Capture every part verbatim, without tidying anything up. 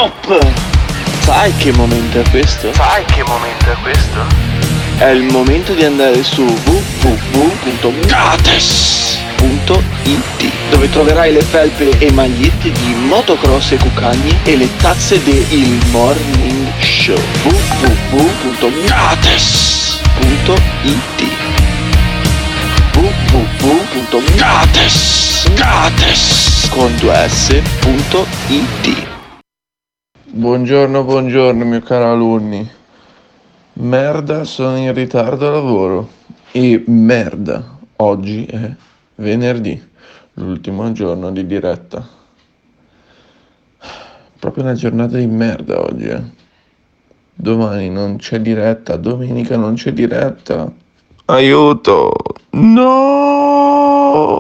Stop! Sai che momento è questo? Sai che momento è questo? È il momento di andare su w w w punto gates punto i t, dove troverai le felpe e magliette di motocross e cucagni e le tazze de Il Morning Show. w w w punto gates punto i t w w w punto gates gates con due s punto i t. Buongiorno, buongiorno mio caro alunni. Merda, sono in ritardo a lavoro. E merda, oggi è venerdì, l'ultimo giorno di diretta. Proprio una giornata di merda oggi, eh. Domani non c'è diretta, domenica non c'è diretta. Aiuto! No!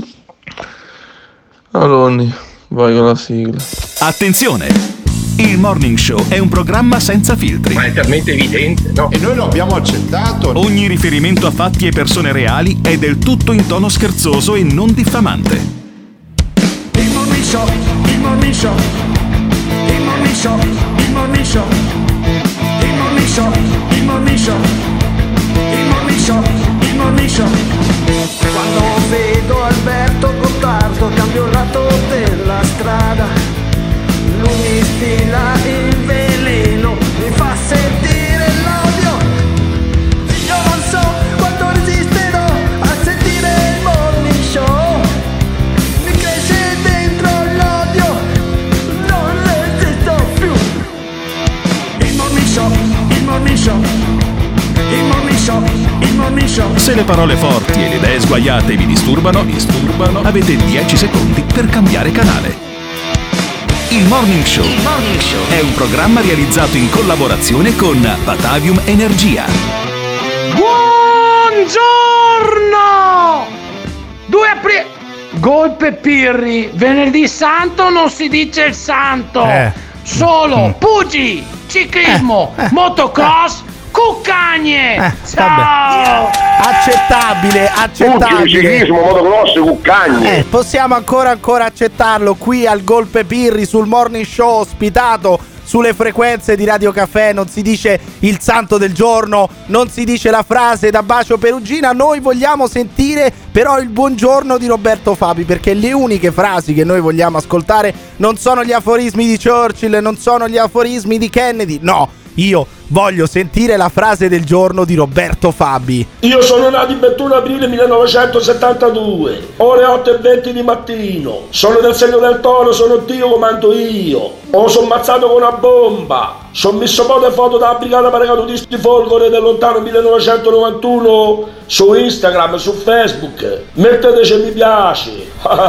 Alunni, vai con la sigla. Attenzione! Il Morning Show è un programma senza filtri. Ma è talmente evidente, no? E noi lo abbiamo accettato. Ogni riferimento a fatti e persone reali è del tutto in tono scherzoso e non diffamante. Il Morning Show, il Morning Show, il Morning Show, il Morning Show, il Morning Show, il Morning Show, il Morning Show, il Morning Show. Quando vedo Alberto Gottardo cambio lato della strada. Lui mi stila il veleno, mi fa sentire l'odio. Io non so quanto resisterò a sentire il Morning Show. Mi cresce dentro l'odio, non resisto più. Il Morning Show, il Morning Show, il Morning Show, il Morning Show. Se le parole forti e le idee sguaiate vi disturbano, disturbano, avete dieci secondi per cambiare canale. Il Morning Show. Il Morning Show è un programma realizzato in collaborazione con Batavium Energia. Buongiorno! due aprile. Golpe Pirri. Venerdì santo non si dice il santo. Eh. Solo Mm. Pugi, ciclismo, Eh. Eh. motocross, cuccagne. Eh, Ciao! Accettabile, accettabile. ciclismo, motocross, cuccagne. Eh, possiamo ancora ancora accettarlo qui al Golpe Pirri sul Morning Show ospitato sulle frequenze di Radio Caffè. Non si dice il santo del giorno, non si dice la frase da Bacio Perugina. Noi vogliamo sentire però il buongiorno di Roberto Fabi, perché le uniche frasi che noi vogliamo ascoltare non sono gli aforismi di Churchill, non sono gli aforismi di Kennedy. No, io voglio sentire la frase del giorno di Roberto Fabi. Io sono nato il ventuno aprile millenovecentosettantadue, ore otto e venti di mattino. Sono del segno del toro, sono Dio, comando io. Ho sommazzato con una bomba. Sono messo foto e foto dalla brigata paracadutisti Folgore del lontano millenovecentonovantuno su Instagram, su Facebook. Metteteci mi piace.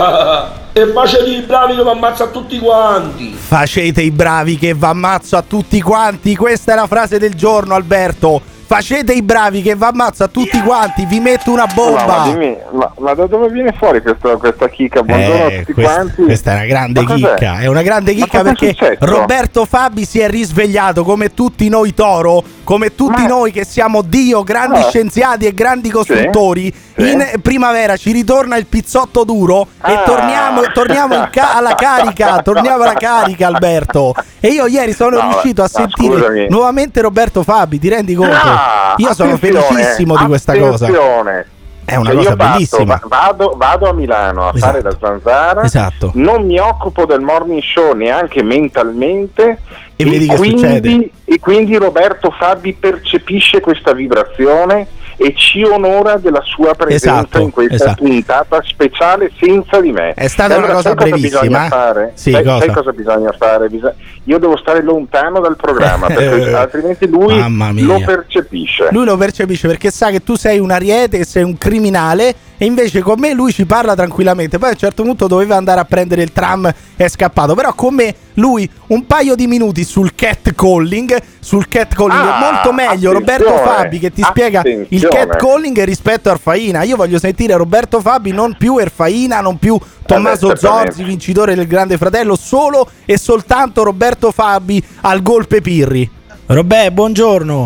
E facete i bravi che vi ammazza a tutti quanti. Facete i bravi che vi ammazzo a tutti quanti. Questa è la frase del giorno, Alberto. Facete i bravi che vi ammazzo a tutti quanti. Vi metto una bomba. No, ma, dimmi, ma, ma da dove viene fuori questa, questa chicca? Buongiorno Eh, a tutti questa, quanti. questa è una grande Ma cos'è? chicca. È una grande Ma chicca cosa è perché successo? Roberto Fabi si è risvegliato come tutti noi Toro, come tutti Ma- noi che siamo Dio, grandi Ah. scienziati e grandi costruttori. Sì. In primavera ci ritorna il pizzotto duro e Ah. torniamo, torniamo in ca- alla carica. Torniamo alla carica, Alberto. E io ieri sono No, riuscito a no, sentire scusami. nuovamente Roberto Fabi. Ti rendi conto? Ah, io sono attenzione, felicissimo di questa cosa. attenzione. È una Cioè, cosa io parto, bellissima. va- vado, vado a Milano a Esatto. fare la zanzara. Esatto. Non mi occupo del morning show neanche mentalmente. E vedi che quindi, succede? E quindi Roberto Fabi percepisce questa vibrazione e ci onora della sua presenza Esatto, in questa esatto. puntata speciale senza di me. È stata E una allora, cosa sai cosa brevissima, bisogna eh? fare? Sì, sai, cosa? sai cosa bisogna fare? Bisog- Io devo stare lontano dal programma perché Eh, altrimenti lui mamma mia. lo percepisce. Lui lo percepisce perché sa che tu sei un ariete e sei un criminale, e invece con me lui ci parla tranquillamente. Poi a un certo punto doveva andare a prendere il tram e è scappato, però con me lui un paio di minuti sul catcalling, sul catcalling Ah, è molto meglio Roberto attenzione, Fabi che ti spiega il attenzione. catcalling rispetto a Erfaina. Io voglio sentire Roberto Fabi, non più Erfaina, non più Tommaso Vabbè, certamente. Zorzi, vincitore del Grande Fratello, solo e soltanto Roberto Fabi al Golpe Pirri. Robè, buongiorno.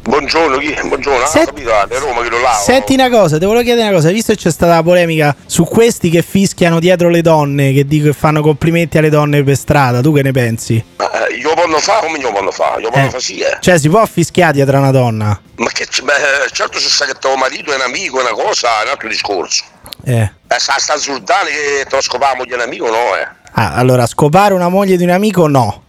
Buongiorno, chi? Buongiorno, Se- ah, capito, da Roma che lo lavo. Senti una cosa, ti volevo chiedere una cosa, visto che c'è stata la polemica su questi che fischiano dietro le donne, che dico che fanno complimenti alle donne per strada, tu che ne pensi? Eh, io posso fare come io posso fare? Io posso Eh. fare sì, eh. Cioè si può fischiare dietro una donna? Ma che c- beh, certo se sa che tuo marito è un amico, è una cosa, è un altro discorso. Eh. Eh, sta, sta insultando che te lo scopamo di un amico, no, eh. Ah, allora scopare una moglie di un amico no.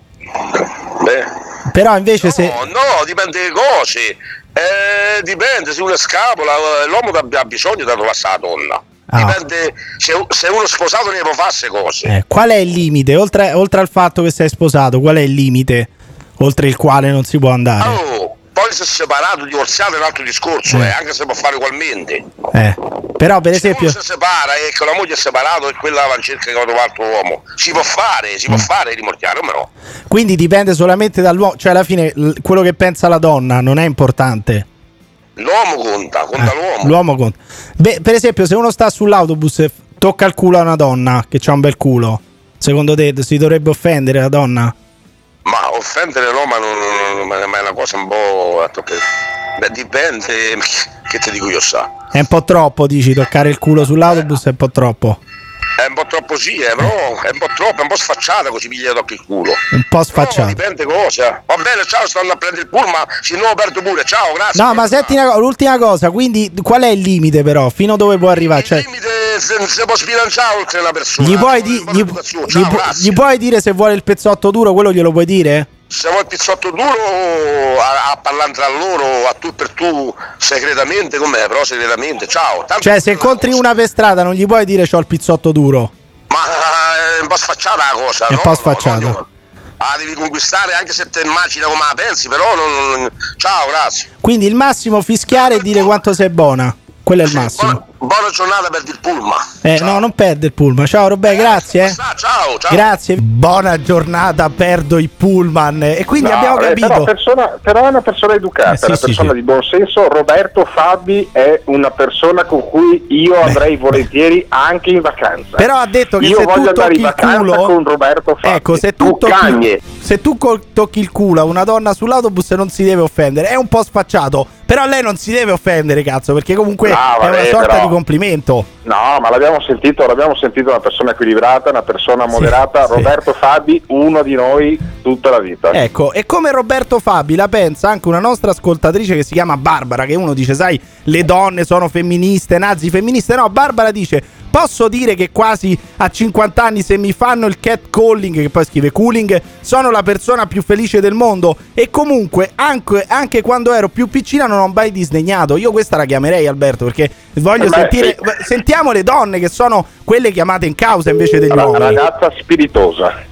Beh. Però invece No, se... no, dipende dalle cose. Eh, dipende, se uno scapola, eh, l'uomo ha bisogno di trovare la donna. Ah. Dipende se, se uno sposato ne può fare queste cose. Eh, qual è il limite? Oltre, oltre al fatto che sei sposato, qual è il limite oltre il quale non si può andare? Oh, poi se è separato, divorziato è un altro discorso, Eh. eh, anche se può fare ugualmente. Eh. Però per esempio... Se uno si separa e che la moglie è separata e quella va in cerca di trovare altro uomo, si può fare, si può Mm. fare rimorchiare, ma no. Quindi dipende solamente dall'uomo, cioè alla fine l- quello che pensa la donna non è importante. L'uomo conta, conta Eh, l'uomo. L'uomo conta. Beh, per esempio, se uno sta sull'autobus e f- tocca il culo a una donna che ha un bel culo, secondo te si dovrebbe offendere la donna? Ma offendere no, ma, non, non- ma- ma è una cosa un po'... Beh, dipende, che ti dico io sa. È un po' troppo, dici, toccare il culo sull'autobus è un po' troppo. È un po' troppo sì, eh, però è un po' troppo, è un po' sfacciata così piglia tocchi il culo. Un po' No, sfacciato. dipende cosa. Va bene, ciao, sto andando a prendere il pullman, se no perdo pure, ciao, grazie. No, ma senti una co- l'ultima cosa, quindi qual è il limite però? Fino a dove può arrivare? Cioè, Il limite se, se può sbilanciare oltre una persona. gli puoi, di- gli, Ciao, gli pu- grazie. gli puoi dire se vuole il pezzotto duro, quello glielo puoi dire? Se vuoi il pizzotto duro a, a parlare tra loro, a tu per tu, segretamente, com'è? Però segretamente, ciao. Tanto Cioè, se incontri una per strada non gli puoi dire c'ho il pizzotto duro. Ma è un po' sfacciata la cosa, È un no? po' sfacciata. No, no, no. Ah, devi conquistare anche se te immagina come la pensi, però non, non- ciao, grazie. Quindi il massimo fischiare e dire quanto sei buona. Quello è il massimo. Buona, buona giornata per il pullman. Eh, no, non perde il pullman. Ciao Robè, grazie. Eh. Ciao, ciao. Grazie. Buona giornata, perdo i pullman. E quindi No, abbiamo eh, capito. Però, persona, però è una persona educata, Eh, sì, è una sì, persona sì. di buon senso. Roberto Fabi è una persona con cui io andrei volentieri anche in vacanza. Però ha detto che io se voglio tu andare tocchi in il vacanza culo, con Roberto Fabi. ecco, se tu tocchi, Cuccagne. se tu col- tocchi il culo a una donna sull'autobus non si deve offendere. È un po' sfacciato, però lei non si deve offendere, cazzo, perché comunque No, è vabbè, una sorta però- di complimento. No, ma l'abbiamo sentito, l'abbiamo sentito una persona equilibrata, una persona moderata. sì. Roberto Fabi, uno di noi tutta la vita. Ecco, e come Roberto Fabi la pensa anche una nostra ascoltatrice che si chiama Barbara, che uno dice, sai, le donne sono femministe, nazi femministe. No, Barbara dice, posso dire che quasi a cinquanta anni se mi fanno il catcalling, che poi scrive cooling, sono la persona più felice del mondo. E comunque anche, anche quando ero più piccina non ho mai disdegnato. Io questa la chiamerei, Alberto, perché voglio Eh beh, sentire, sì. sentiamo le donne che sono quelle chiamate in causa invece degli Ra- uomini. ragazza spiritosa.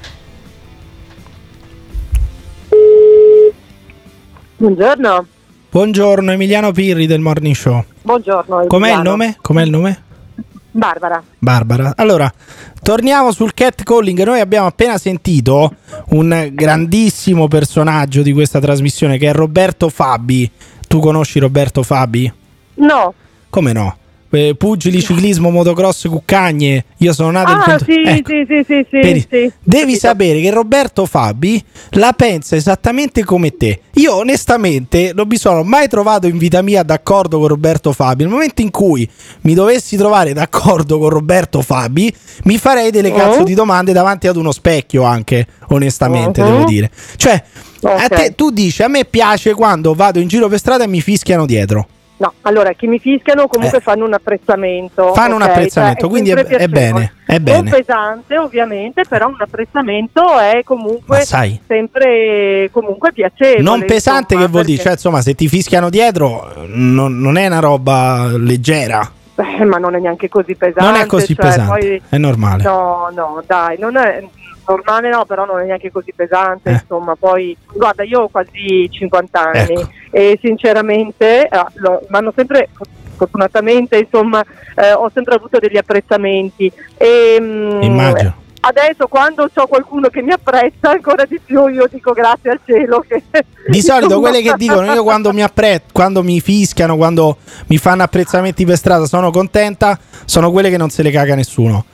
Buongiorno. Buongiorno, Emiliano Pirri del Morning Show. Buongiorno. Com'è il Emiliano. nome? Com'è il nome? Barbara. Barbara. Allora, torniamo sul catcalling. Noi abbiamo appena sentito un grandissimo personaggio di questa trasmissione che è Roberto Fabi. Tu conosci Roberto Fabi? No. Come no? Eh, pugili, ciclismo, motocross, cuccagne. Io sono nato in Ah, cont- sì, Ecco. sì, sì, sì, sì, Vedi, sì. devi sapere che Roberto Fabi la pensa esattamente come te. Io onestamente non mi sono mai trovato in vita mia d'accordo con Roberto Fabi. Nel momento in cui mi dovessi trovare d'accordo con Roberto Fabi, mi farei delle Oh. cazzo di domande davanti ad uno specchio anche, onestamente, Oh. devo dire. Cioè, a Ok. te, tu dici, a me piace quando vado in giro per strada e mi fischiano dietro. No, allora, che mi fischiano comunque Eh. fanno un apprezzamento. Fanno un ok? apprezzamento, Cioè, quindi è- sempre è piacevole. bene, è Non bene. pesante, ovviamente, però un apprezzamento è comunque Ma sai- sempre comunque piacevole. Non pesante, insomma, che vuol dire? perché- Cioè, insomma, se ti fischiano dietro non, non è una roba leggera. Eh, ma non è neanche così pesante. Non è così cioè, pesante, poi- è normale. No, no, dai, non è normale, no, però non è neanche così pesante, Eh. insomma. Poi, guarda, io ho quasi cinquanta anni Ecco. e sinceramente eh, lo- mi hanno sempre, fortunatamente, insomma, eh, ho sempre avuto degli apprezzamenti. E, mm, Immagino. Adesso quando c'ho qualcuno che mi apprezza ancora di più, io dico grazie al cielo. Che, Di solito insomma- quelle che dicono io quando mi appre- quando mi fischiano, quando mi fanno apprezzamenti per strada sono contenta, sono quelle che non se le caga nessuno.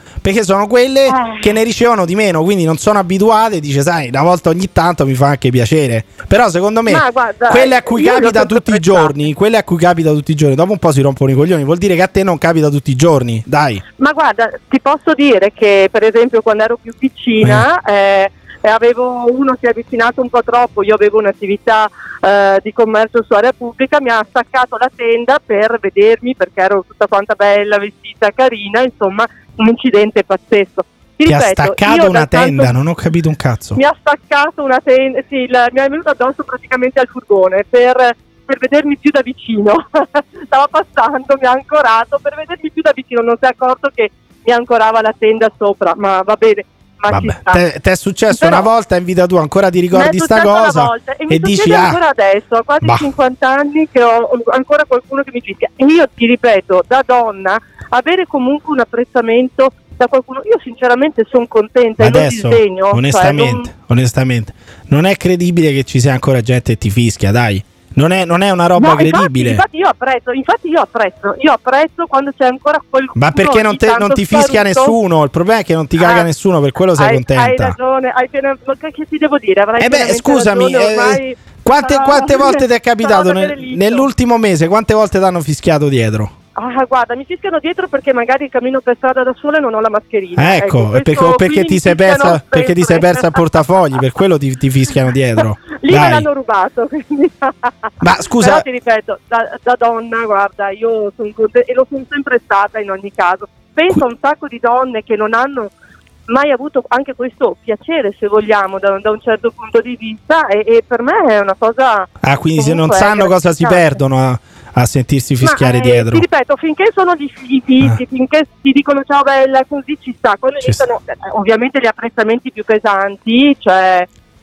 perché sono quelle eh. che ne ricevono di meno, quindi non sono abituate, dice sai, una volta ogni tanto mi fa anche piacere. Però secondo me guarda, quelle a cui capita tutti i giorni, quelle a cui capita tutti i giorni, dopo un po' si rompono i coglioni, vuol dire che a te non capita tutti i giorni, dai. Ma guarda, ti posso dire che per esempio quando ero più piccina eh. Eh, avevo uno si è avvicinato un po' troppo, io avevo un'attività eh, di commercio su area pubblica, mi ha staccato la tenda per vedermi perché ero tutta quanta bella, vestita, carina, insomma un incidente pazzesco. Ti, Ti ripeto, ha staccato una tenda, tanto... non ho capito un cazzo. Mi ha staccato una tenda, sì, la... mi è venuto addosso praticamente al furgone per, per vedermi più da vicino. Stava passando, mi ha ancorato per vedermi più da vicino, non si è accorto che mi ancorava la tenda sopra, ma va bene. Vabbè, ti è successo Però, una volta in vita tua, ancora ti ricordi sta cosa e, e mi dici ah, ah ancora adesso a quasi bah. cinquanta anni che ho ancora qualcuno che mi fischia. E io ti ripeto, da donna avere comunque un apprezzamento da qualcuno, io sinceramente sono contenta. Ma e adesso, lo disdegno, onestamente, cioè, non... onestamente non è credibile che ci sia ancora gente che ti fischia, dai. Non è, non è una roba no, credibile. Infatti, infatti io apprezzo, infatti io apprezzo, io apprezzo quando c'è ancora qualcuno. Ma perché non, te, non ti fischia sparuto. nessuno? Il problema è che non ti caga ah, nessuno, per quello sei hai, contenta. Hai ragione, hai piena, ma che ti devo dire? Avrai eh beh, scusami, ragione, ormai... eh, quante, quante volte ti è capitato nel, nell'ultimo mese? Quante volte ti hanno fischiato dietro? Ah, guarda, mi fischiano dietro perché magari cammino per strada da sola e non ho la mascherina. Ecco, ecco perché, perché, ti sei persa, perché ti sei persa il portafogli, per quello ti, ti fischiano dietro. Lì Dai. me l'hanno rubato, quindi... Ma scusa... Però ti ripeto, da, da donna, guarda, io sono contenta, e lo sono sempre stata in ogni caso. Penso a un sacco di donne che non hanno mai avuto anche questo piacere, se vogliamo, da, da un certo punto di vista, e, e per me è una cosa... Ah, quindi se non sanno cosa si perdono a, a sentirsi fischiare Ma, eh, dietro. Ti ripeto, finché sono di fischi, ah. finché ti dicono ciao bella, così ci sta. Quando ci iniziano sta. eh, ovviamente gli apprezzamenti più pesanti, cioè...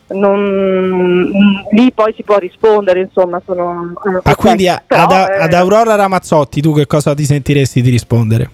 Non, lì poi si può rispondere, insomma, sono eh, ah, okay. quindi a, Però, ad, eh, ad Aurora Ramazzotti tu che cosa ti sentiresti di rispondere?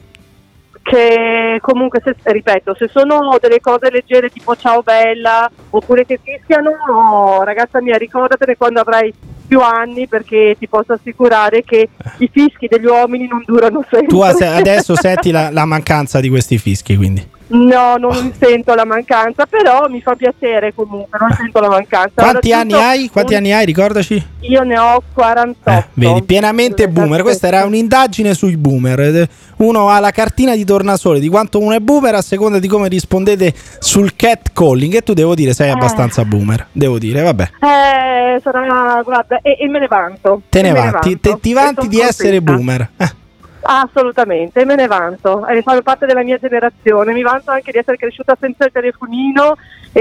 Che comunque, se, ripeto, se sono delle cose leggere tipo ciao bella oppure che fischiano, oh, ragazza mia, ricordatene quando avrai più anni, perché ti posso assicurare che i fischi degli uomini non durano sempre. Tu adesso senti la, la mancanza di questi fischi, quindi? No, non sento la mancanza, però mi fa piacere comunque, non sento la mancanza. Quanti anni hai? Quanti un... anni hai? Ricordaci. Io ne ho quarantotto. Eh, vedi, pienamente boomer. Questa era un'indagine sui boomer. Uno ha la cartina di tornasole di quanto uno è boomer a seconda di come rispondete sul catcalling. E tu, devo dire, sei eh. abbastanza boomer. Devo dire, vabbè. Eh, sarà, guarda, e, e me ne vanto. Te ne vanti, te, ti vanti di essere boomer. Eh. Assolutamente, me ne vanto, eh, fanno parte della mia generazione, mi vanto anche di essere cresciuta senza il telefonino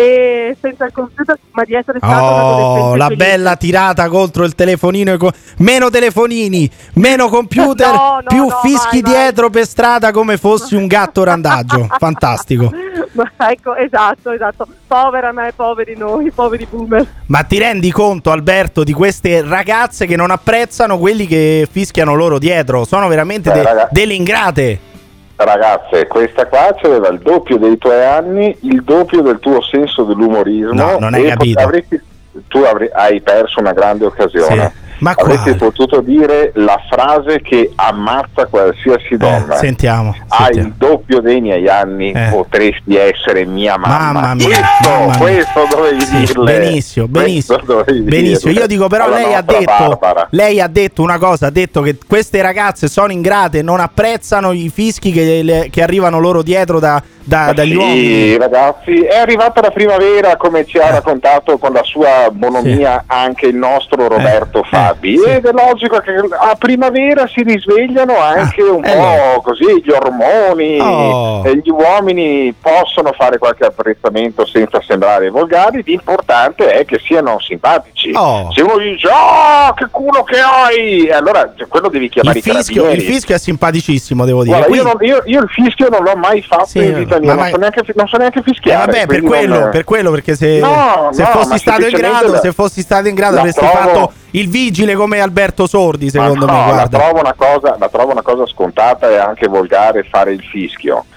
e senza il computer, ma di essere stata oh, una adolescente la felice. Bella tirata contro il telefonino, co- meno telefonini, meno computer, no, no, più no, fischi vai, dietro vai. per strada come fossi un gatto randaggio. Fantastico. Ma ecco, esatto, esatto. Povera me, poveri noi, poveri boomer. Ma ti rendi conto, Alberto, di queste ragazze che non apprezzano quelli che fischiano loro dietro? Sono veramente de- ragazzi, delle ingrate. Ragazze, questa qua aveva il doppio dei tuoi anni, il doppio del tuo senso dell'umorismo. No, non hai e capito. Avresti, tu avri- hai perso una grande occasione. Sì. Ma avresti quale? potuto dire la frase che ammazza qualsiasi donna. Eh, sentiamo. Hai sentiamo. il doppio dei miei anni, eh. potresti essere mia mamma. Mamma mia, questo, mamma mia. questo dovevi sì, dirle. Benissimo, benissimo. Dovevi benissimo. dirle. Io dico però Alla lei ha detto Barbara. lei ha detto una cosa, ha detto che queste ragazze sono ingrate, non apprezzano i fischi che, le, che arrivano loro dietro da, da, dagli sì, uomini. Ragazzi, è arrivata la primavera, come ci ha eh. raccontato con la sua bonomia sì. anche il nostro Roberto eh. Fabi, eh. sì. ed è logico che a primavera si risvegliano anche ah, un po' allora. così gli ormoni oh. e gli uomini possono fare qualche apprezzamento senza sembrare volgari, l'importante è che siano simpatici. Oh. Se uno dice oh che culo che hai, allora quello devi chiamare il i fischio, il fischio è simpaticissimo, devo dire. Guarda, io, non, io, io il fischio non l'ho mai fatto sì, in vita mia, non, so neanche, non so neanche fischiare. Eh vabbè, per quello, non... per quello, perché se, no, se no, fossi stato in grado, se fossi stato in grado avresti provo... fatto il vigile come Alberto Sordi, secondo ma me. No, guarda. La trovo una cosa, la trovo una cosa scontata e anche volgare fare il fischio.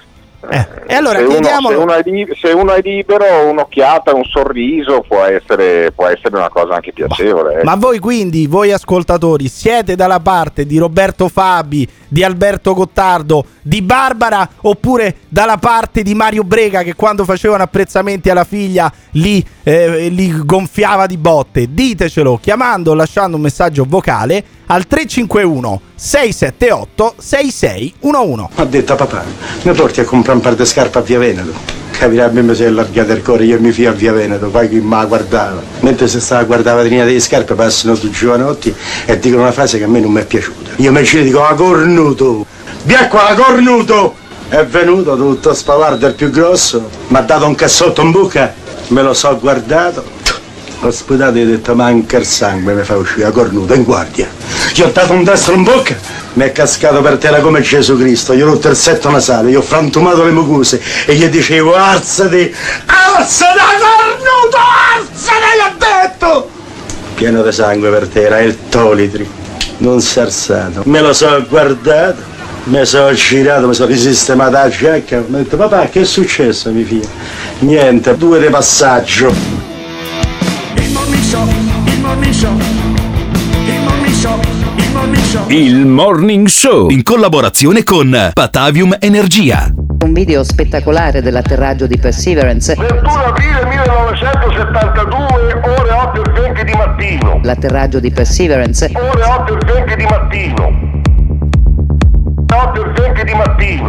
Eh, e allora se, uno, chiediamolo. se, uno è li- se uno è libero, un'occhiata, un sorriso può essere, può essere una cosa anche piacevole. Ma voi quindi, voi ascoltatori, siete dalla parte di Roberto Fabi, di Alberto Gottardo, di Barbara, oppure dalla parte di Mario Brega che quando facevano apprezzamenti alla figlia li, eh, li gonfiava di botte? Ditecelo chiamando o lasciando un messaggio vocale al tre cinque uno sei sette otto sei sei uno uno. Ha detto papà, mi porti a comprare un par di scarpe a Via Veneto. Capirà bene se è allargato il cuore, io mi fio a Via Veneto, poi chi mi guardava. Mentre se stava a guardare la vetrina delle scarpe passano due giovanotti e dicono una frase che a me non mi è piaciuta. Io mi ci dico, a cornuto, via qua, a cornuto! È venuto tutto spavardo, il più grosso, mi ha dato un cassotto in bocca, me lo so guardato. Ho sputato e ho detto manca il sangue, mi fa uscire a cornuto in guardia. Gli ho dato un destro in bocca, mi è cascato per terra come Gesù Cristo, gli ho rotto il setto nasale, gli ho frantumato le mucose e gli dicevo alzati, alzati a cornuto, alzati, gli ho detto! Pieno di sangue per terra, e il tolitri, non si è alzato. Me lo so guardato, mi sono girato, mi sono risistemato la giacca, mi ho detto papà che è successo mia figlia? Niente, due di passaggio. Il Morning Show, il Morning Show, il Morning Show, il Morning Show. Il Morning Show in collaborazione con Patavium Energia. Un video spettacolare dell'atterraggio di Perseverance. ventuno aprile millenovecentosettantadue, ore otto e venti di mattino. L'atterraggio di Perseverance. Ore otto e venti di mattino. otto e venti di mattino.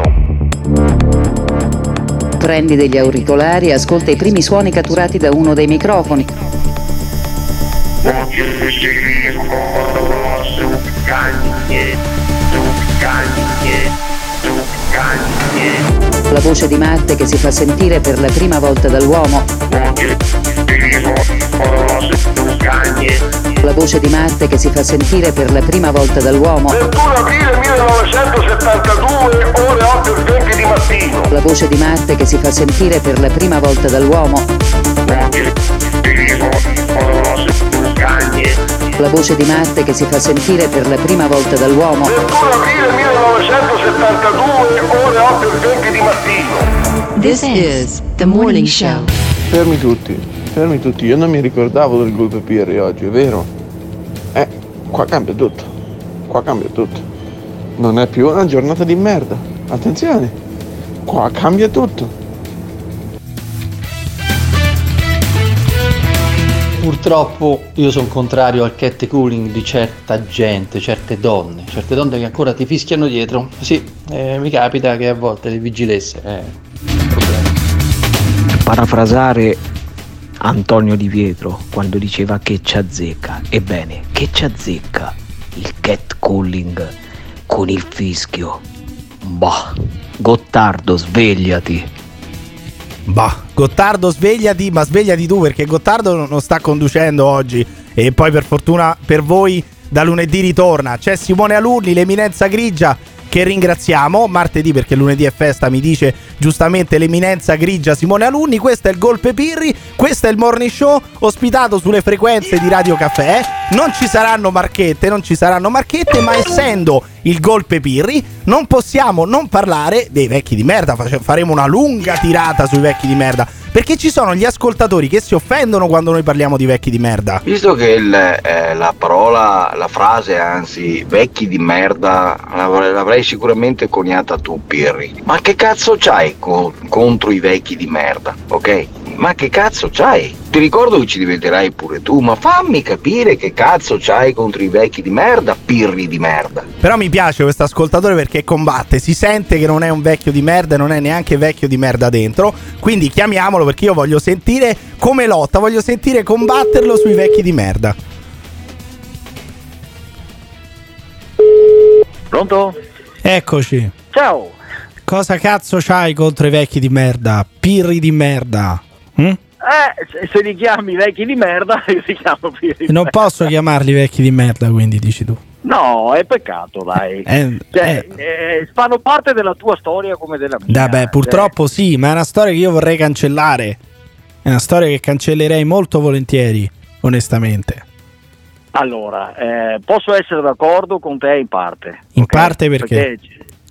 Prendi degli auricolari e ascolta i primi suoni catturati da uno dei microfoni. La voce di Marte che si fa sentire per la prima volta dall'uomo. La voce di Marte che si fa sentire per la prima volta dall'uomo. ventuno aprile millenovecentosettantadue, ore otto e venti di mattino. La voce di Marte che si fa sentire per la prima volta dall'uomo. La voce di Marte che si fa sentire per la prima volta dall'uomo. ventuno aprile millenovecentosettantadue, ore otto e venti di mattino. This is the morning show. Fermi tutti, fermi tutti, io non mi ricordavo del Golpe Pirri oggi, è vero? Eh, qua cambia tutto, qua cambia tutto. Non è più una giornata di merda, attenzione, qua cambia tutto. Purtroppo io sono contrario al catcalling di certa gente, certe donne, certe donne che ancora ti fischiano dietro. Sì, eh, mi capita che a volte le vigilesse. Eh, Parafrasare Antonio Di Pietro quando diceva che ci azzecca. Ebbene, che ci azzecca il catcalling con il fischio. Bah, Gottardo, svegliati. Bah, Gottardo svegliati, ma svegliati tu perché Gottardo non sta conducendo oggi e poi per fortuna per voi da lunedì ritorna. C'è Simone Alunni, l'eminenza grigia che ringraziamo, martedì perché lunedì è festa, mi dice giustamente l'eminenza grigia Simone Alunni. Questo è il Golpe Pirri, questo è il Morning Show ospitato sulle frequenze di Radio Caffè. Non ci saranno marchette, non ci saranno marchette, ma essendo il Golpe Pirri non possiamo non parlare dei vecchi di merda. Faremo una lunga tirata sui vecchi di merda perché ci sono gli ascoltatori che si offendono quando noi parliamo di vecchi di merda. Visto che il, eh, la parola, la frase anzi vecchi di merda l'avrei, l'avrei sicuramente coniata tu Pirri, ma che cazzo c'hai co- contro i vecchi di merda, ok? Ma che cazzo c'hai? Ti ricordo che ci diventerai pure tu, ma fammi capire che cazzo c'hai contro i vecchi di merda, Pirri di merda. Però mi piace questo ascoltatore perché combatte, si sente che non è un vecchio di merda e non è neanche vecchio di merda dentro, quindi chiamiamolo perché io voglio sentire come lotta, voglio sentire combatterlo sui vecchi di merda. Pronto? Eccoci. Ciao. Cosa cazzo c'hai contro i vecchi di merda, Pirri di merda? Hm? Eh, se li chiami vecchi di merda, io li chiamo Pirri di Non merda. posso chiamarli vecchi di merda, quindi dici tu. No, è peccato, dai. Eh, cioè, eh, fanno parte della tua storia come della mia. Vabbè, purtroppo sì, ma è una storia che io vorrei cancellare. È una storia che cancellerei molto volentieri, onestamente. Allora, eh, posso essere d'accordo con te in parte. In ok? parte perché? perché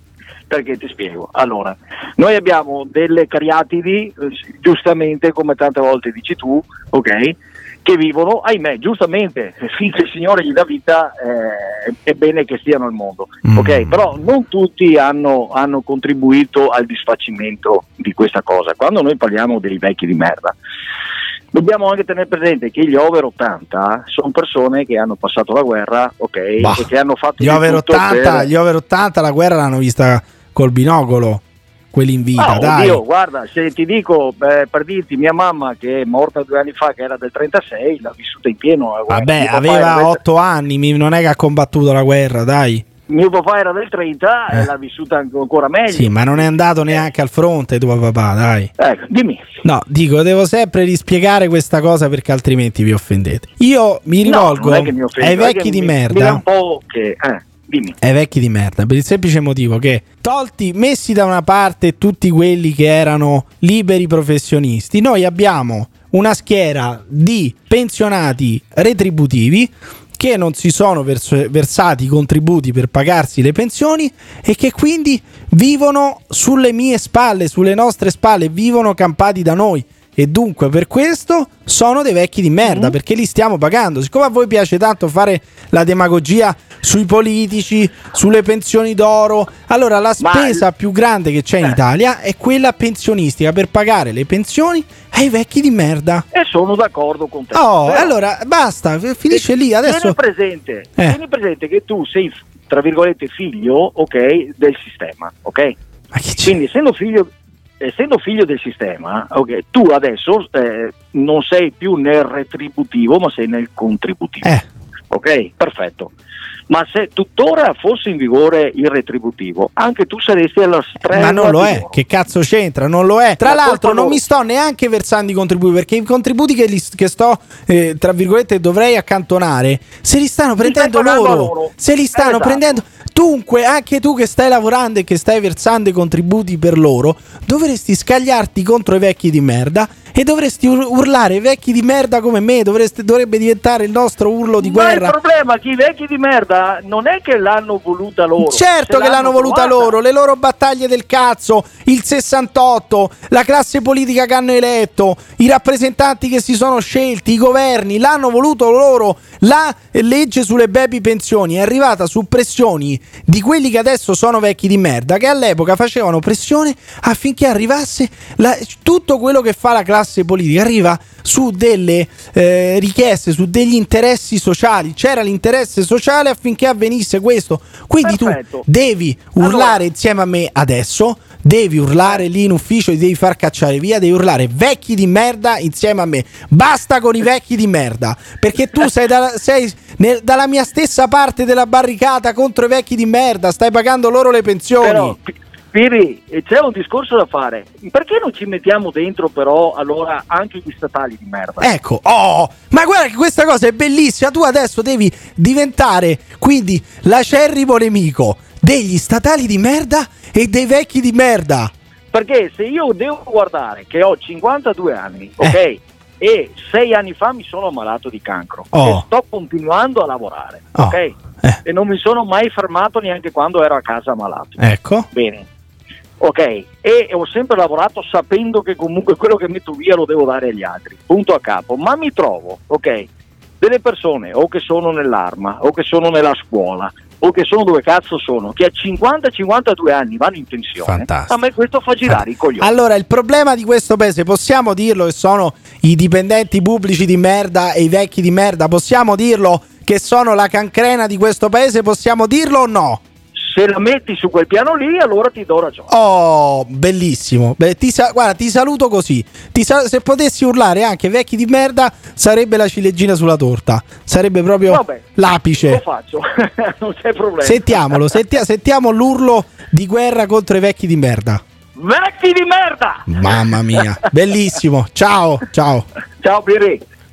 Perché ti spiego. Allora, noi abbiamo delle cariatidi, eh, giustamente, come tante volte dici tu, ok? Che vivono, ahimè, giustamente, finché il Signore gli dà vita, eh, è bene che stiano al mondo, mm. ok? Però non tutti hanno, hanno contribuito al disfacimento di questa cosa. Quando noi parliamo dei vecchi di merda, dobbiamo anche tenere presente che gli over ottanta sono persone che hanno passato la guerra, ok? Bah, e che hanno fatto gli over ottanta, per... gli over ottanta la guerra l'hanno vista col binocolo. Quelli in vita, ah, dai. Oddio, guarda, se ti dico, eh, per dirti, mia mamma che è morta due anni fa, che era del trentasei, l'ha vissuta in pieno. Vabbè, aveva otto anni, non è che ha combattuto la guerra, dai. Mio papà era del trenta eh. e l'ha vissuta ancora meglio. Sì, ma non è andato neanche al fronte tuo papà, dai. Ecco, dimmi. No, dico, devo sempre rispiegare questa cosa perché altrimenti vi offendete. Io mi rivolgo no, mi offendo, ai vecchi di mi, merda. Mi dà un po' che... Eh. Dimmi. Ai vecchi di merda, per il semplice motivo che, tolti, messi da una parte tutti quelli che erano liberi professionisti, noi abbiamo una schiera di pensionati retributivi che non si sono vers- versati i contributi per pagarsi le pensioni e che quindi vivono sulle mie spalle, sulle nostre spalle, vivono campati da noi. E dunque per questo sono dei vecchi di merda, mm. perché li stiamo pagando. Siccome a voi piace tanto fare la demagogia sui politici, sulle pensioni d'oro, allora la spesa Ma... più grande che c'è in Italia è quella pensionistica, per pagare le pensioni ai vecchi di merda. E sono d'accordo con te. Oh, Però, allora basta, finisce lì adesso. Tieni presente, eh. tieni presente che tu sei, tra virgolette, figlio, ok, del sistema, ok? Ma che c'è? Quindi essendo figlio essendo figlio del sistema, okay, tu adesso eh, non sei più nel retributivo ma sei nel contributivo, eh. ok? Perfetto. Ma se tuttora fosse in vigore il retributivo, anche tu saresti alla stregua. Ma non lo è, loro. Che cazzo c'entra? Non lo è. Tra Ma l'altro non loro... mi sto neanche versando i contributi, perché i contributi che, li, che sto, eh, tra virgolette, dovrei accantonare, se li stanno prendendo loro. loro. Se li stanno eh, esatto. prendendo. Dunque, anche tu che stai lavorando e che stai versando i contributi per loro, dovresti scagliarti contro i vecchi di merda e dovresti ur- urlare vecchi di merda come me, dovreste, dovrebbe diventare il nostro urlo di Ma guerra. Ma il problema è che i vecchi di merda non è che l'hanno voluta loro. Certo che l'hanno voluta trovata. loro, le loro battaglie del cazzo, il sessantotto, la classe politica che hanno eletto, i rappresentanti che si sono scelti, i governi, l'hanno voluto loro. La legge sulle baby pensioni è arrivata su pressioni di quelli che adesso sono vecchi di merda, che all'epoca facevano pressione affinché arrivasse la, tutto quello che fa la classe politica arriva su delle eh, richieste, su degli interessi sociali. C'era l'interesse sociale affinché avvenisse questo. Quindi Perfetto. tu devi urlare allora. insieme a me adesso, devi urlare lì in ufficio, ti devi far cacciare via, devi urlare vecchi di merda insieme a me. Basta con i vecchi di merda, perché tu sei, da, sei nel, dalla mia stessa parte della barricata contro i vecchi di merda, stai pagando loro le pensioni. Però, Piri, c'è un discorso da fare. Perché non ci mettiamo dentro però allora anche gli statali di merda? Ecco, oh, ma guarda che questa cosa è bellissima. Tu adesso devi diventare quindi l'acerrimo nemico degli statali di merda e dei vecchi di merda. Perché se io devo guardare che ho cinquantadue anni, eh. ok? E sei anni fa mi sono ammalato di cancro oh. e sto continuando a lavorare, oh. ok? Eh. E non mi sono mai fermato neanche quando ero a casa ammalato. Ecco. Bene. Ok, e ho sempre lavorato sapendo che comunque quello che metto via lo devo dare agli altri, punto a capo. Ma mi trovo, ok, delle persone o che sono nell'arma o che sono nella scuola o che sono dove cazzo sono, che a cinquanta cinquantadue anni vanno in pensione. Fantastico. A me questo fa girare Fantastico. i coglioni. Allora, il problema di questo paese, possiamo dirlo che sono i dipendenti pubblici di merda e i vecchi di merda? Possiamo dirlo che sono la cancrena di questo paese? Possiamo dirlo o no? Se la metti su quel piano lì, allora ti do ragione. Oh, bellissimo. Beh, ti sa- guarda, ti saluto così. Ti sal- se potessi urlare anche vecchi di merda, sarebbe la ciliegina sulla torta. Sarebbe proprio Vabbè, l'apice. Lo faccio, non c'è problema. Sentiamolo, senti- sentiamo l'urlo di guerra contro i vecchi di merda. Vecchi di merda! Mamma mia, bellissimo. Ciao, ciao. Ciao Piri.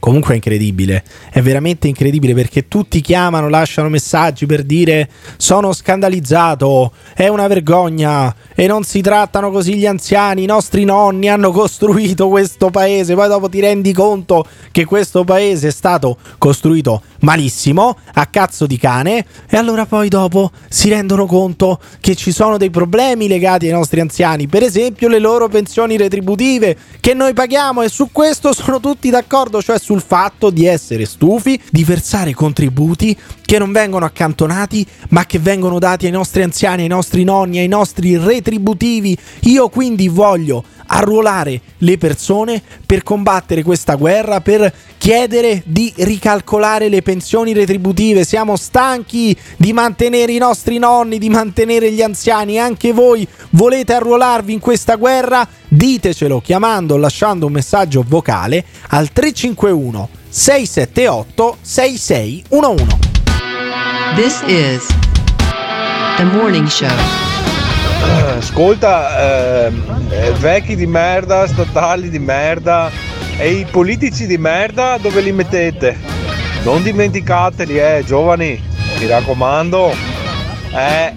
Comunque è incredibile, è veramente incredibile, perché tutti chiamano, lasciano messaggi per dire sono scandalizzato, è una vergogna e non si trattano così gli anziani, i nostri nonni hanno costruito questo paese, poi dopo ti rendi conto che questo paese è stato costruito malissimo, a cazzo di cane, e allora poi dopo si rendono conto che ci sono dei problemi legati ai nostri anziani, per esempio le loro pensioni retributive che noi paghiamo, e su questo sono tutti d'accordo, cioè sul fatto di essere stufi di versare contributi che non vengono accantonati ma che vengono dati ai nostri anziani, ai nostri nonni, ai nostri retributivi. Io quindi voglio arruolare le persone per combattere questa guerra, per chiedere di ricalcolare le pensioni retributive. Siamo stanchi di mantenere i nostri nonni, di mantenere gli anziani. Anche voi volete arruolarvi in questa guerra? Ditecelo chiamando o lasciando un messaggio vocale al tre cinque uno sei sette otto sei sei uno uno. This is The Morning Show. Ascolta, eh, vecchi di merda, statali di merda e i politici di merda dove li mettete? Non dimenticateli, eh, giovani, mi raccomando. Eh.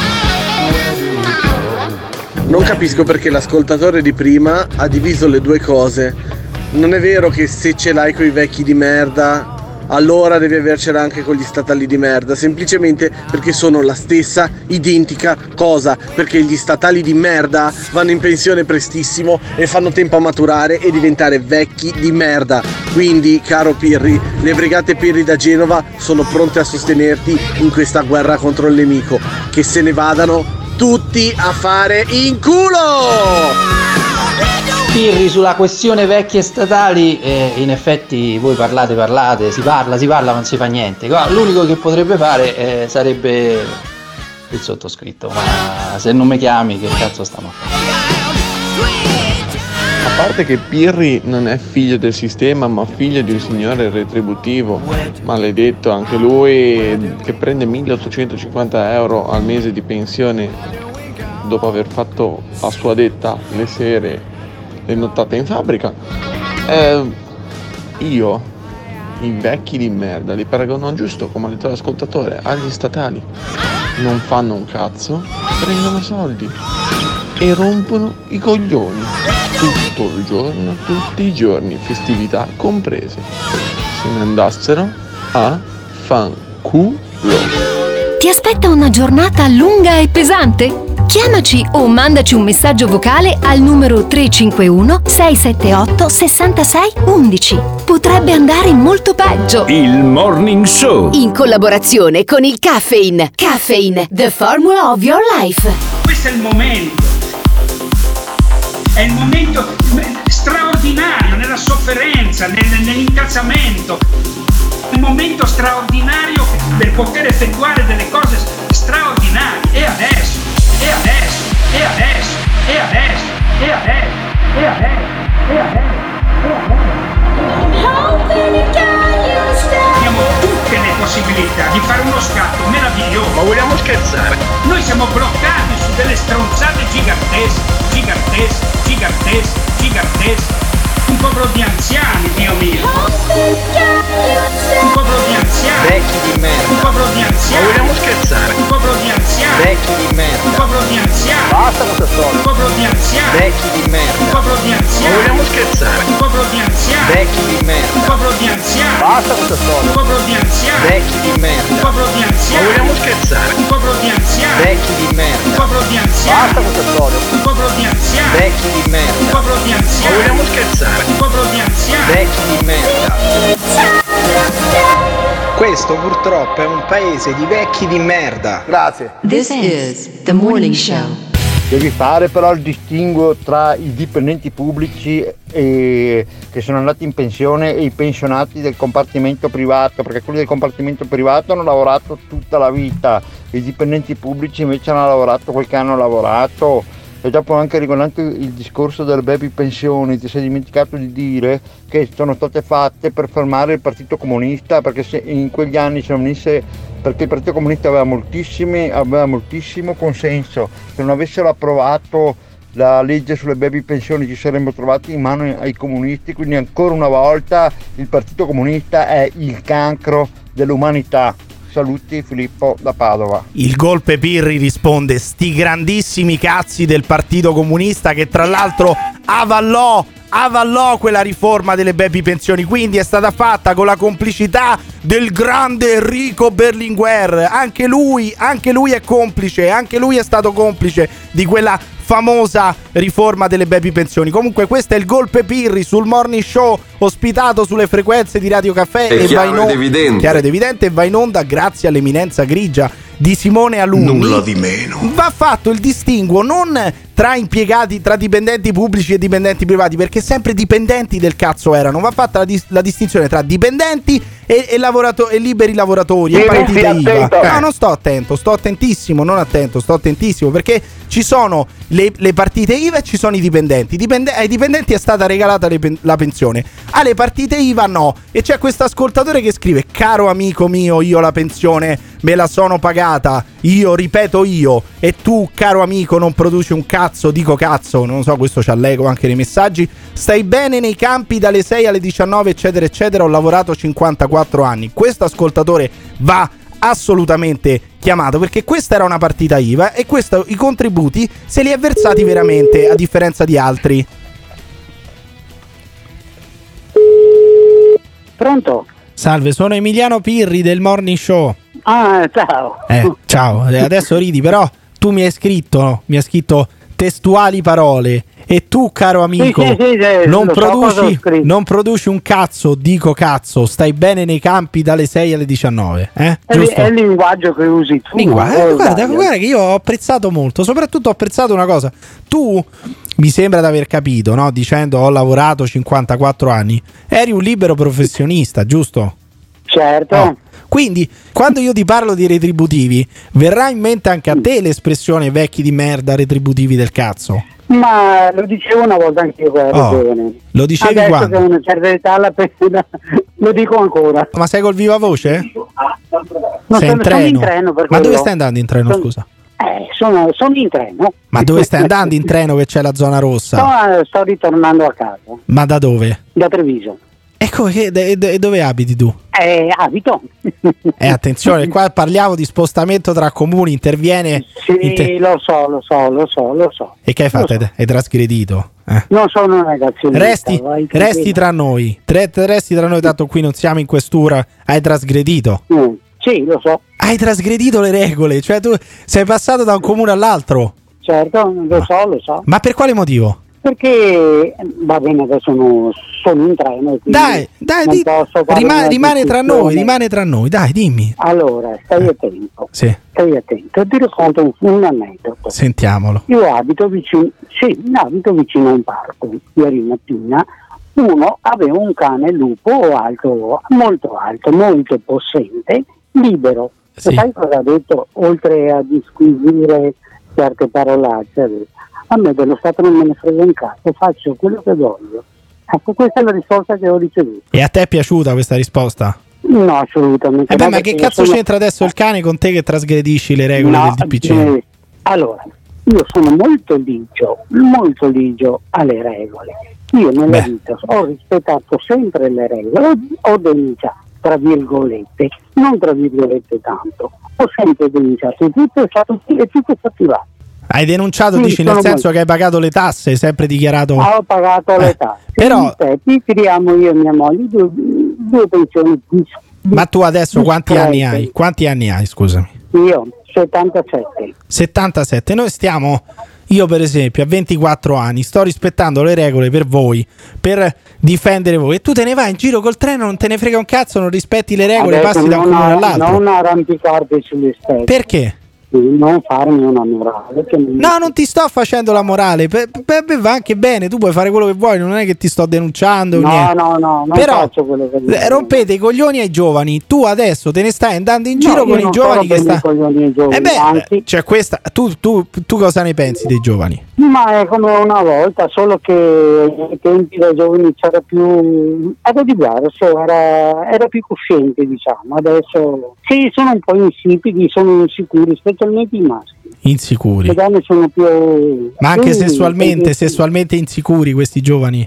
Non capisco perché l'ascoltatore di prima ha diviso le due cose. Non è vero che se ce l'hai coi vecchi di merda allora devi avercela anche con gli statali di merda, semplicemente perché sono la stessa identica cosa, perché gli statali di merda vanno in pensione prestissimo e fanno tempo a maturare e diventare vecchi di merda. Quindi, caro Pirri, le brigate Pirri da Genova sono pronte a sostenerti in questa guerra contro il nemico. Che se ne vadano tutti a fare in culo! Pirri, sulla questione vecchie statali, eh, in effetti voi parlate, parlate, si parla, si parla, ma non si fa niente. L'unico che potrebbe fare eh, sarebbe il sottoscritto, ma se non mi chiami che cazzo stiamo a fare? A parte che Pirri non è figlio del sistema, ma figlio di un signore retributivo, maledetto anche lui, che prende milleottocentocinquanta euro al mese di pensione dopo aver fatto a sua detta le sere, le nottate in fabbrica. Eh, io i vecchi di merda li paragono, giusto come ha detto l'ascoltatore, agli statali. Non fanno un cazzo, prendono soldi e rompono i coglioni tutto il giorno, tutti i giorni, festività comprese. Se ne andassero a fanculo. Ti aspetta una giornata lunga e pesante? Chiamaci o mandaci un messaggio vocale al numero tre cinque uno sei sette otto sei sei uno uno. Potrebbe andare molto peggio. Il Morning Show, in collaborazione con il Caffeine. Caffeine, the formula of your life. Questo è il momento. È il momento straordinario nella sofferenza, nel, nell'incazzamento. Un momento straordinario per poter effettuare delle cose straordinarie. E adesso, e adesso, e adesso, e adesso, e adesso, e adesso, e adesso, abbiamo tutte le possibilità di fare uno scatto meraviglioso. Ma vogliamo scherzare? Noi siamo bloccati su delle stronzate gigantesche, gigantesche, gigantesche, gigantesche. Un popolo di anziani, Dio mio. Un popolo di anziani. Vecchi di merda. Un popolo di anziani. Ma vogliamo scherzare? Un popolo di anziani. Vecchi di merda. Un popolo di anziani. Basta questa storia. Un popolo di anziani. Vecchi di merda. Un popolo di anziani. Ma vogliamo scherzare? Un popolo di anziani. Vecchi di merda. Un popolo di anziani. Basta questa storia. Un popolo di anziani. Vecchi di merda. Un popolo di anziani. Ma vogliamo scherzare? Un popolo di anziani. Vecchi di merda. Un popolo di anziani. Basta questa storia. Un popolo di anziani. Vecchi di merda. Un popolo di anziani. Ma vogliamo scherzare? Un popolo di anziani. Vecchi di merda. Questo purtroppo è un paese di vecchi di merda. Grazie. This is The Morning Show. Devi fare però il distinguo tra i dipendenti pubblici e, che sono andati in pensione, e i pensionati del compartimento privato, perché quelli del compartimento privato hanno lavorato tutta la vita, i dipendenti pubblici invece hanno lavorato quel che hanno lavorato. E dopo anche riguardando il discorso delle baby pensioni, ti sei dimenticato di dire che sono state fatte per fermare il Partito Comunista, perché se in quegli anni se non venisse, perché il Partito Comunista aveva moltissimi, aveva moltissimo consenso, se non avessero approvato la legge sulle baby pensioni ci saremmo trovati in mano ai comunisti, quindi ancora una volta il Partito Comunista è il cancro dell'umanità. Saluti, Filippo da Padova. Il Golpe Pirri risponde: sti grandissimi cazzi del Partito Comunista, che tra l'altro avallò avallò quella riforma delle baby pensioni, quindi è stata fatta con la complicità del grande Enrico Berlinguer. Anche lui, anche lui è complice, anche lui è stato complice di quella famosa riforma delle baby pensioni. Comunque questo è il Golpe Pirri sul Morning Show, ospitato sulle frequenze di Radio Caffè è e chiaro va in onda, ed evidente. chiaro ed evidente, e va in onda grazie all'eminenza grigia di Simone Alunni. Nulla di meno. Va fatto il distinguo non tra impiegati, tra dipendenti pubblici e dipendenti privati, perché sempre dipendenti del cazzo erano. Va fatta la, dis- la distinzione tra dipendenti e, e, lavorato- e liberi lavoratori e partite I V A. No, non sto attento, sto attentissimo, non attento, sto attentissimo, perché ci sono le, le partite I V A e ci sono i dipendenti. Dipende- ai dipendenti è stata regalata le pen- la pensione, alle partite I V A no. E c'è questo ascoltatore che scrive: caro amico mio, io la pensione me la sono pagata, io ripeto io, e tu caro amico non produci un cazzo, dico cazzo, non so, questo c'ha l'ego anche nei messaggi. Stai bene nei campi dalle sei alle diciannove eccetera eccetera, ho lavorato cinquantaquattro anni. Questo ascoltatore va assolutamente chiamato, perché questa era una partita I V A e questo, i contributi se li è versati veramente, a differenza di altri. Pronto? Salve, sono Emiliano Pirri del Morning Show. Ah, ciao. Eh, ciao, adesso ridi, però tu mi hai scritto, no? mi hai scritto testuali parole, e tu, caro amico, sì, sì, sì, non, so produci, non produci un cazzo, dico cazzo, stai bene nei campi dalle sei alle diciannove, eh? È, Giusto? è il linguaggio che usi tu. Lingua- eh, eh, guarda, sbaglio. guarda che io ho apprezzato molto, soprattutto ho apprezzato una cosa. Tu mi sembra di aver capito, no? Dicendo ho lavorato cinquantaquattro anni, eri un libero professionista, giusto? Certo. Oh. Quindi quando io ti parlo di retributivi, verrà in mente anche a te l'espressione vecchi di merda, retributivi del cazzo? Ma lo dicevo una volta anche io quando ero Oh, giovane. lo dicevi Adesso quando? che ho una certa età la penna, lo dico ancora. Ma sei col viva voce? Non sei sono, in sono treno? in treno per Ma quello. dove stai andando in treno, Sono- scusa? Eh, sono, sono in treno. Ma dove stai andando in treno che c'è la zona rossa? Sto, sto ritornando a casa, Ma da dove? da Treviso. Ecco, che, e e dove abiti tu? Eh, abito. Eh, attenzione, qua parliamo di spostamento tra comuni, interviene... Sì, inter- lo so, lo so, lo so, lo so. E che hai fatto? Hai, hai trasgredito? Eh. Non sono un negazionista. Resti, vai, resti tranquillo. tra noi, Tre, resti tra noi, tanto qui non siamo in questura. Hai trasgredito? Mm, sì, lo so. Hai trasgredito le regole, cioè tu sei passato da un comune all'altro. Certo, lo so, lo so. Ma per quale motivo? Perché va bene, adesso sono, sono in treno. quindi Dai, dai, non di- posso fare rimane, una rimane tra noi, discussione. rimane tra noi, dai, dimmi. Allora, stai attento, Sì, stai attento. Ti racconto un, un aneddoto. sentiamolo. Io abito vicino, sì, abito vicino a un parco. Ieri mattina uno aveva un cane lupo alto, molto alto, molto possente, libero. Sì. E sai cosa ha detto? Oltre a disquisire certe parolacce, ha detto: a me dello Stato non me ne frega un cazzo, faccio quello che voglio. Ecco, questa è la risposta che ho ricevuto. E a te è piaciuta questa risposta? No, assolutamente. Eh beh, no, ma perché che io cazzo sono- c'entra adesso il cane con te che trasgredisci le regole No, del D P C? eh, allora, io sono molto ligio, molto ligio alle regole. Io nella Beh. vita ho rispettato sempre le regole, ho, ho denunciato, tra virgolette, non tra virgolette tanto, ho sempre denunciato tutto è stato e tutto è stato attivato. Hai denunciato, Sì, dici, nel sono senso molto- che hai pagato le tasse, hai sempre dichiarato... Ho pagato le tasse. però- In te, tiriamo io e mia moglie due, due pensioni. Ma tu adesso quanti anni discrete. hai? Quanti anni hai, scusami? Io, settantasette. settantasette. Noi stiamo, io per esempio, a ventiquattro anni, sto rispettando le regole per voi, per difendere voi, e tu te ne vai in giro col treno, non te ne frega un cazzo, non rispetti le regole, Adesso passi da un non comune a- all'altro. Non arrampicarti sulle stelle. Perché? Non farmi una morale. Che mi- No, non ti sto facendo la morale, per, per- per- va anche bene, tu puoi fare quello che vuoi, non è che ti sto denunciando. No, niente. no, no, non Però faccio quello che eh, rompete i coglioni ai giovani, tu adesso te ne stai andando in giro No, io con i non giovani sto che rompendo sta... i coglioni ai giovani, Eh beh, anzi- cioè questa, tu, tu, tu cosa ne pensi dei giovani? Ma è come una volta, solo che ai tempi da giovani c'era più, era diverso, era, era più cosciente, diciamo. Adesso sì, sono un po' insipidi, sono insicuri, specialmente i maschi. Insicuri. Le donne sono più... Ma anche sì, sessualmente, sì, sessualmente insicuri questi giovani?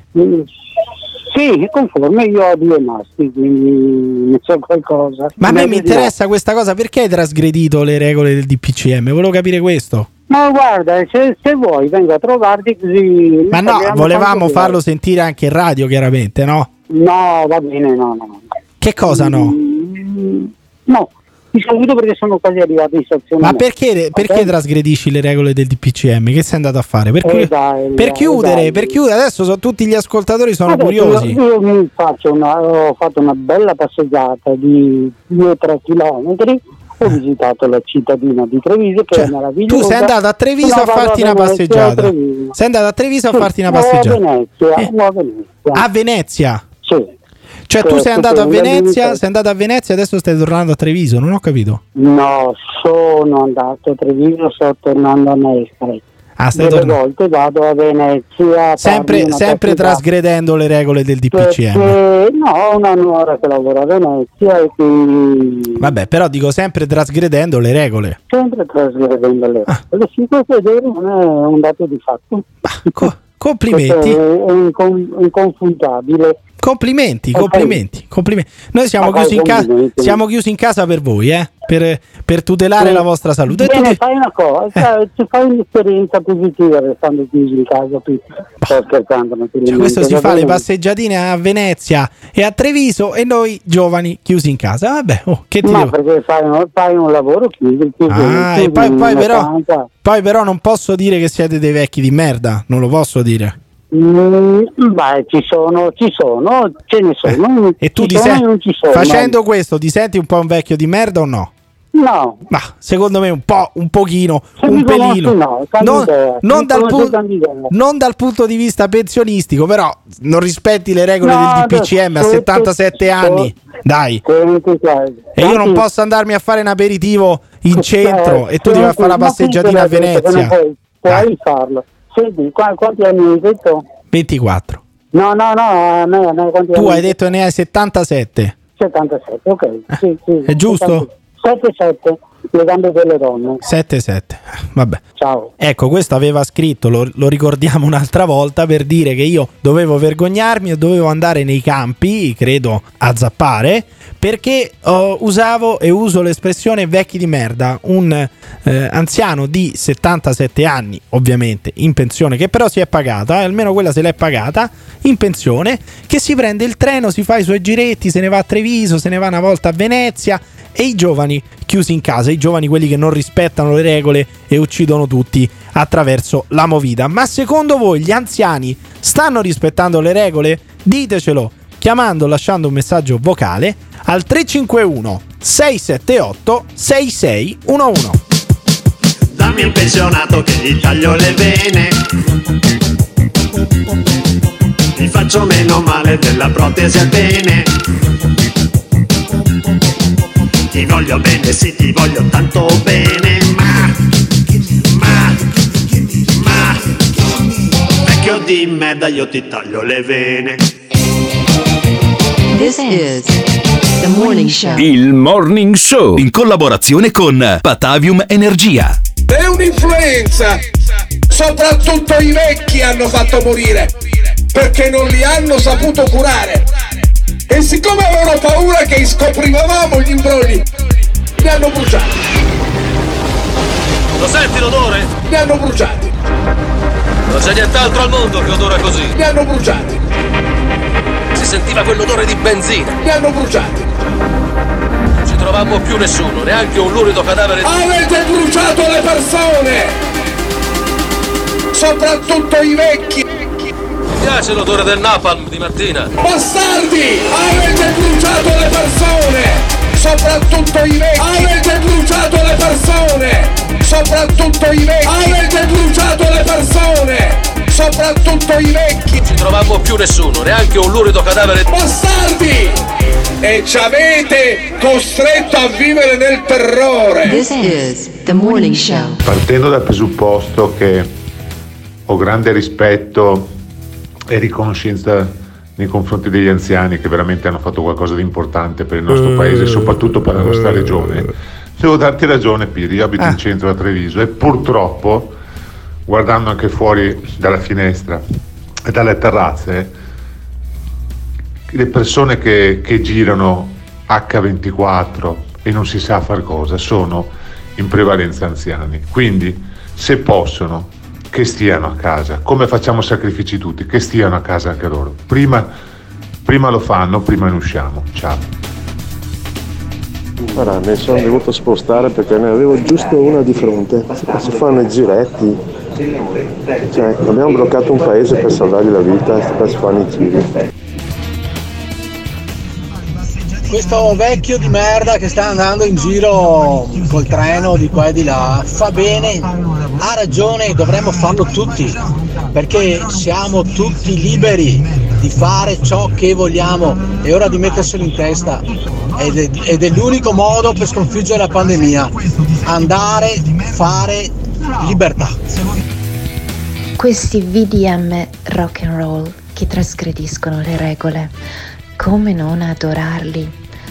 Sì, conforme, io ho due maschi, quindi ne so qualcosa. Ma a me Non mi è interessa questa cosa, perché hai trasgredito le regole del D P C M? Volevo capire questo. Ma guarda, se, se vuoi vengo a trovarti così... Ma no, volevamo farlo sentire anche in radio, chiaramente, no? No, va bene, no, no. Che cosa no? Mm, no, ti saluto perché sono quasi arrivato in stazione. Ma perché, perché Ok? trasgredisci le regole del D P C M? Che sei andato a fare? Per, Eh, cui- dai, per dai, chiudere, dai. per chiudere, adesso so, tutti gli ascoltatori sono Adesso curiosi. Io, io mi faccio una, ho fatto una bella passeggiata di due o tre chilometri. Ho visitato la cittadina di Treviso, che è meravigliosa. Tu sei andato a Treviso No, a vado farti una Venezia, passeggiata. a Treviso. Sei andato a Treviso a Sì, farti una o a passeggiata. Venezia, Eh. o a Venezia. A Venezia? Sì. Cioè tu Cioè, sei andato a stupenda Venezia, vita. sei andato a Venezia e adesso stai tornando a Treviso, non ho capito. No, sono andato a Treviso, sto tornando a Mestre. Ah, stai Delle tornando. volte vado a Venezia. a Sempre, farmi una sempre passeggiata. trasgredendo le regole del D P C M. Perché, no, ho una nuora che lavora a Venezia e quindi Vabbè, però dico sempre trasgredendo le regole. sempre trasgredendo le Ah. regole. cinque zero non è un dato di fatto. Complimenti. Questo è incon- inconfutabile. Complimenti, Ok. complimenti, complimenti. Noi siamo, Ma chiusi in, fai ca- complimenti. siamo chiusi in casa per voi, eh? per, per tutelare Sì. la vostra salute. E tu Bene, che- fai una cosa, ci fai un'esperienza positiva restando chiusi in casa. qui. Sto scherzando, naturalmente. Cioè, questo si va fa le bene? passeggiatine a Venezia e a Treviso e noi giovani chiusi in casa. Vabbè, oh, che ti Ma devo... perché fai un, fai un lavoro chiuso, chiuso, Ah, chiuso e poi, in poi una però, stanza. poi però non posso dire che siete dei vecchi di merda, non lo posso dire. Mm, beh, ci sono, ci sono, ce ne sono. E tu ci ti sono sen- e non ci sono. facendo questo ti senti un po' un vecchio di merda o no? No. Ma secondo me un po', un pochino, Se un mi conosci, pelino. no, cambio non, idea. non Mi dal conosci, pu- cambio idea. non dal punto di vista pensionistico, però non rispetti le regole No, del D P C M a adesso- settantasette anni. Dai. Senti, guarda, E io non senti- posso andarmi a fare un aperitivo in centro Eh, e tu ti vai a fare la senti, ma passeggiatina a chi te l'ha detto che Venezia. non Puoi, puoi farlo. Senti, qua- quanti anni hai detto? ventiquattro. No, no, no, a me, a me quanti Tu anni hai detto che ne hai settantasette. settantasette, ok. Sì, sì, È giusto? sette sette, le gambe delle donne. sette sette. Vabbè. Ciao. Ecco, questo aveva scritto, lo, lo ricordiamo un'altra volta, per dire che io dovevo vergognarmi e dovevo andare nei campi, credo, a zappare, perché oh, usavo e uso l'espressione vecchi di merda. Un eh, anziano di settantasette anni, ovviamente in pensione, che però si è pagata, eh, almeno quella se l'è pagata, in pensione, che si prende il treno, si fa i suoi giretti, se ne va a Treviso, se ne va una volta a Venezia, e i giovani chiusi in casa, i giovani quelli che non rispettano le regole e uccidono tutti attraverso la movida. Ma secondo voi gli anziani stanno rispettando le regole? Ditecelo chiamando o lasciando un messaggio vocale al tre cinque uno sei sette otto sei sei uno uno. Dammi un pensionato che gli taglio le vene, mi faccio meno male della protesi al pene. Ti voglio bene, sì, ti voglio tanto bene, ma, ma, ma, vecchio di merda, io ti taglio le vene. This is The Morning Show. Il Morning Show in collaborazione con Patavium Energia. È un'influenza. Soprattutto i vecchi hanno fatto morire perché non li hanno saputo curare. E siccome avevano paura che scoprivamo gli imbrogli, li hanno bruciati. Lo senti l'odore? Li hanno bruciati. Non c'è nient'altro al mondo che odora così. Li hanno bruciati. Si sentiva quell'odore di benzina. Li hanno bruciati. Non ci trovammo più nessuno, neanche un lurido cadavere di... Avete bruciato le persone. Soprattutto i vecchi. Mi piace l'odore del napalm di mattina. Bastardi! Avete bruciato le persone! Soprattutto i vecchi! Avete bruciato le persone! Soprattutto i vecchi! Avete bruciato le persone! Soprattutto i vecchi! Non ci trovammo più nessuno, neanche un lurido cadavere di... Bastardi! E ci avete costretto a vivere nel terrore! This is The Morning Show. Partendo dal presupposto che ho grande rispetto e riconoscenza nei confronti degli anziani che veramente hanno fatto qualcosa di importante per il nostro paese, soprattutto per la nostra regione. Devo darti ragione, Piri, io abito Ah. in centro a Treviso e purtroppo, guardando anche fuori dalla finestra e dalle terrazze, le persone che, che girano acca ventiquattro e non si sa far cosa sono in prevalenza anziani. Quindi, se possono, che stiano a casa. Come facciamo sacrifici tutti, che stiano a casa anche loro. Prima, prima lo fanno, prima ne usciamo. Ciao. Guarda, mi sono dovuto spostare perché ne avevo giusto una di fronte. Si fanno i giretti. Cioè, abbiamo bloccato un paese per salvargli la vita e poi si fanno i giri. Questo vecchio di merda che sta andando in giro col treno di qua e di là fa bene, ha ragione, dovremmo farlo tutti, perché siamo tutti liberi di fare ciò che vogliamo, è ora di metterselo in testa ed è, ed è l'unico modo per sconfiggere la pandemia, andare, fare, libertà. Questi V D M rock and roll che trasgrediscono le regole, come non adorarli?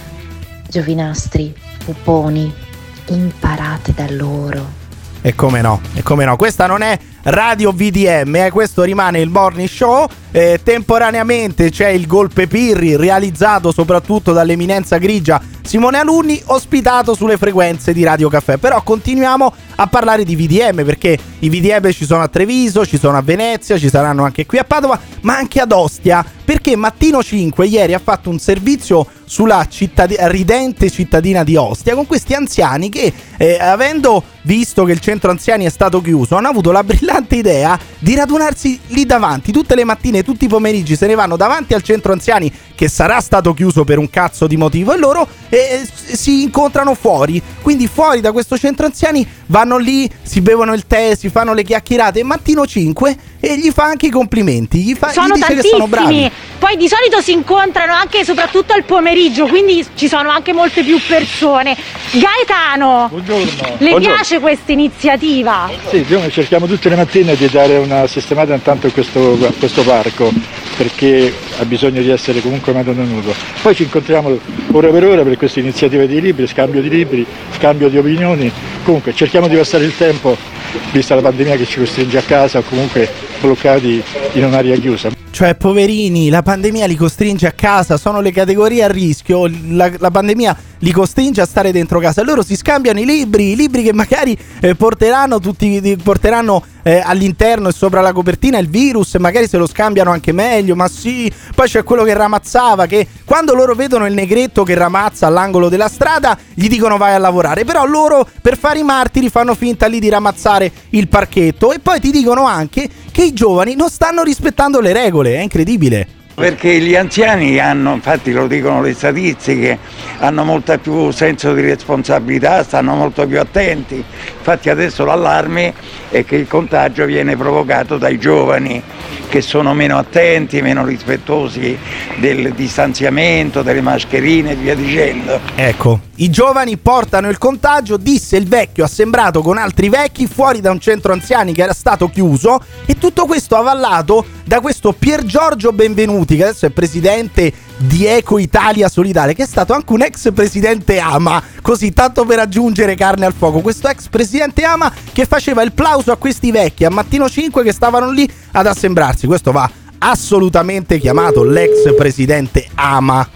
Giovinastri, puponi, imparate da loro. E come no, e come no, questa non è Radio V D M, eh, questo rimane il Morning Show. Eh, temporaneamente c'è il Golpe Pirri, realizzato soprattutto dall'eminenza grigia Simone Alunni, ospitato sulle frequenze di Radio Caffè. Però continuiamo a parlare di V D M, perché i V D M ci sono a Treviso, ci sono a Venezia, ci saranno anche qui a Padova, ma anche ad Ostia, perché Mattino cinque ieri ha fatto un servizio sulla cittad- ridente cittadina di Ostia con questi anziani che, eh, avendo visto che il centro anziani è stato chiuso, hanno avuto la brillante idea di radunarsi lì davanti tutte le mattine, tutti i pomeriggi se ne vanno davanti al centro anziani che sarà stato chiuso per un cazzo di motivo, e loro eh, si incontrano fuori, quindi fuori da questo centro anziani vanno lì, si bevono il tè, si fanno le chiacchierate, e Mattino cinque e gli fa anche i complimenti, gli, fa, sono gli dice che sono bravi. tantissimi, poi di solito si incontrano anche soprattutto al pomeriggio, quindi ci sono anche molte più persone. Gaetano, buongiorno. le Buongiorno. piace questa iniziativa? Sì, noi cerchiamo tutte le mattine di dare una sistemata intanto a questo, a questo parco, perché ha bisogno di essere comunque mantenuto. Poi ci incontriamo ora per ora per queste iniziative di libri, scambio di libri, scambio di opinioni. Comunque cerchiamo di passare il tempo, vista la pandemia che ci costringe a casa o comunque bloccati in un'area chiusa. Cioè, poverini, la pandemia li costringe a casa, sono le categorie a rischio, la, la pandemia li costringe a stare dentro casa. Loro si scambiano i libri, i libri che magari eh, porteranno tutti porteranno eh, all'interno e sopra la copertina il virus, e magari se lo scambiano anche meglio. Ma sì, poi c'è quello che ramazzava, che quando loro vedono il negretto che ramazza all'angolo della strada gli dicono vai a lavorare, però loro per fare i martiri fanno finta lì di ramazzare il parchetto, e poi ti dicono anche che i giovani non stanno rispettando le regole. È incredibile. Perché gli anziani hanno, infatti lo dicono le statistiche, hanno molta più senso di responsabilità, stanno molto più attenti. Infatti adesso l'allarme è che il contagio viene provocato dai giovani, che sono meno attenti, meno rispettosi del distanziamento, delle mascherine e via dicendo. Ecco, i giovani portano il contagio, disse il vecchio assembrato con altri vecchi fuori da un centro anziani che era stato chiuso, e tutto questo avallato da questo Pier Giorgio Benvenuti, che adesso è presidente di Eco Italia Solidale, che è stato anche un ex presidente AMA, così tanto per aggiungere carne al fuoco. Questo ex presidente AMA che faceva il plauso a questi vecchi a Mattino cinque che stavano lì ad assembrarsi. Questo va assolutamente chiamato l'ex presidente AMA.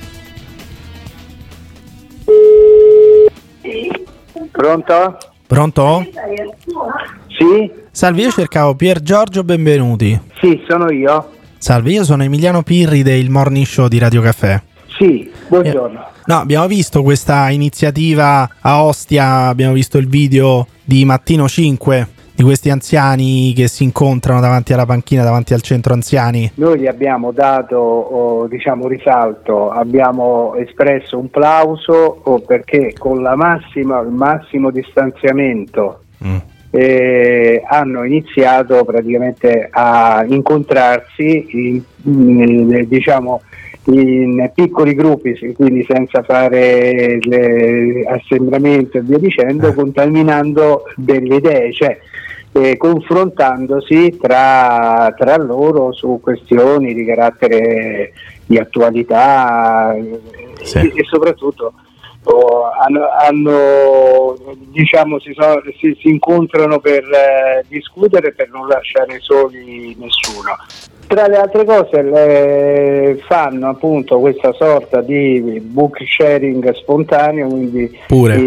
Pronto? Pronto? Sì? Salve, io cercavo Pier Giorgio Benvenuti. Sì, sono io. Salve, io sono Emiliano Pirri del Morning Show di Radio Caffè. Sì, buongiorno. No, abbiamo visto questa iniziativa a Ostia, abbiamo visto il video di Mattino cinque, di questi anziani che si incontrano davanti alla panchina, davanti al centro anziani. Noi gli abbiamo dato, oh, diciamo, risalto, abbiamo espresso un plauso oh, perché con la massima, il massimo distanziamento mm. eh, hanno iniziato praticamente a incontrarsi in, in, diciamo in piccoli gruppi, quindi senza fare assembramento e via dicendo, eh. contaminando delle idee, cioè eh, confrontandosi tra, tra loro su questioni di carattere di attualità sì. e, e soprattutto oh, hanno, hanno diciamo si, so, si, si incontrano per eh, discutere, per non lasciare soli nessuno. Tra le altre cose le fanno appunto questa sorta di book sharing spontaneo, quindi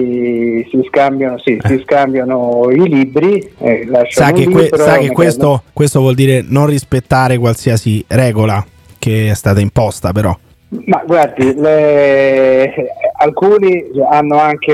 si, si scambiano sì, eh. si scambiano i libri, eh, sa che, libro, que- sa che questo, questo vuol dire non rispettare qualsiasi regola che è stata imposta, però. Ma guardi, le, alcuni hanno anche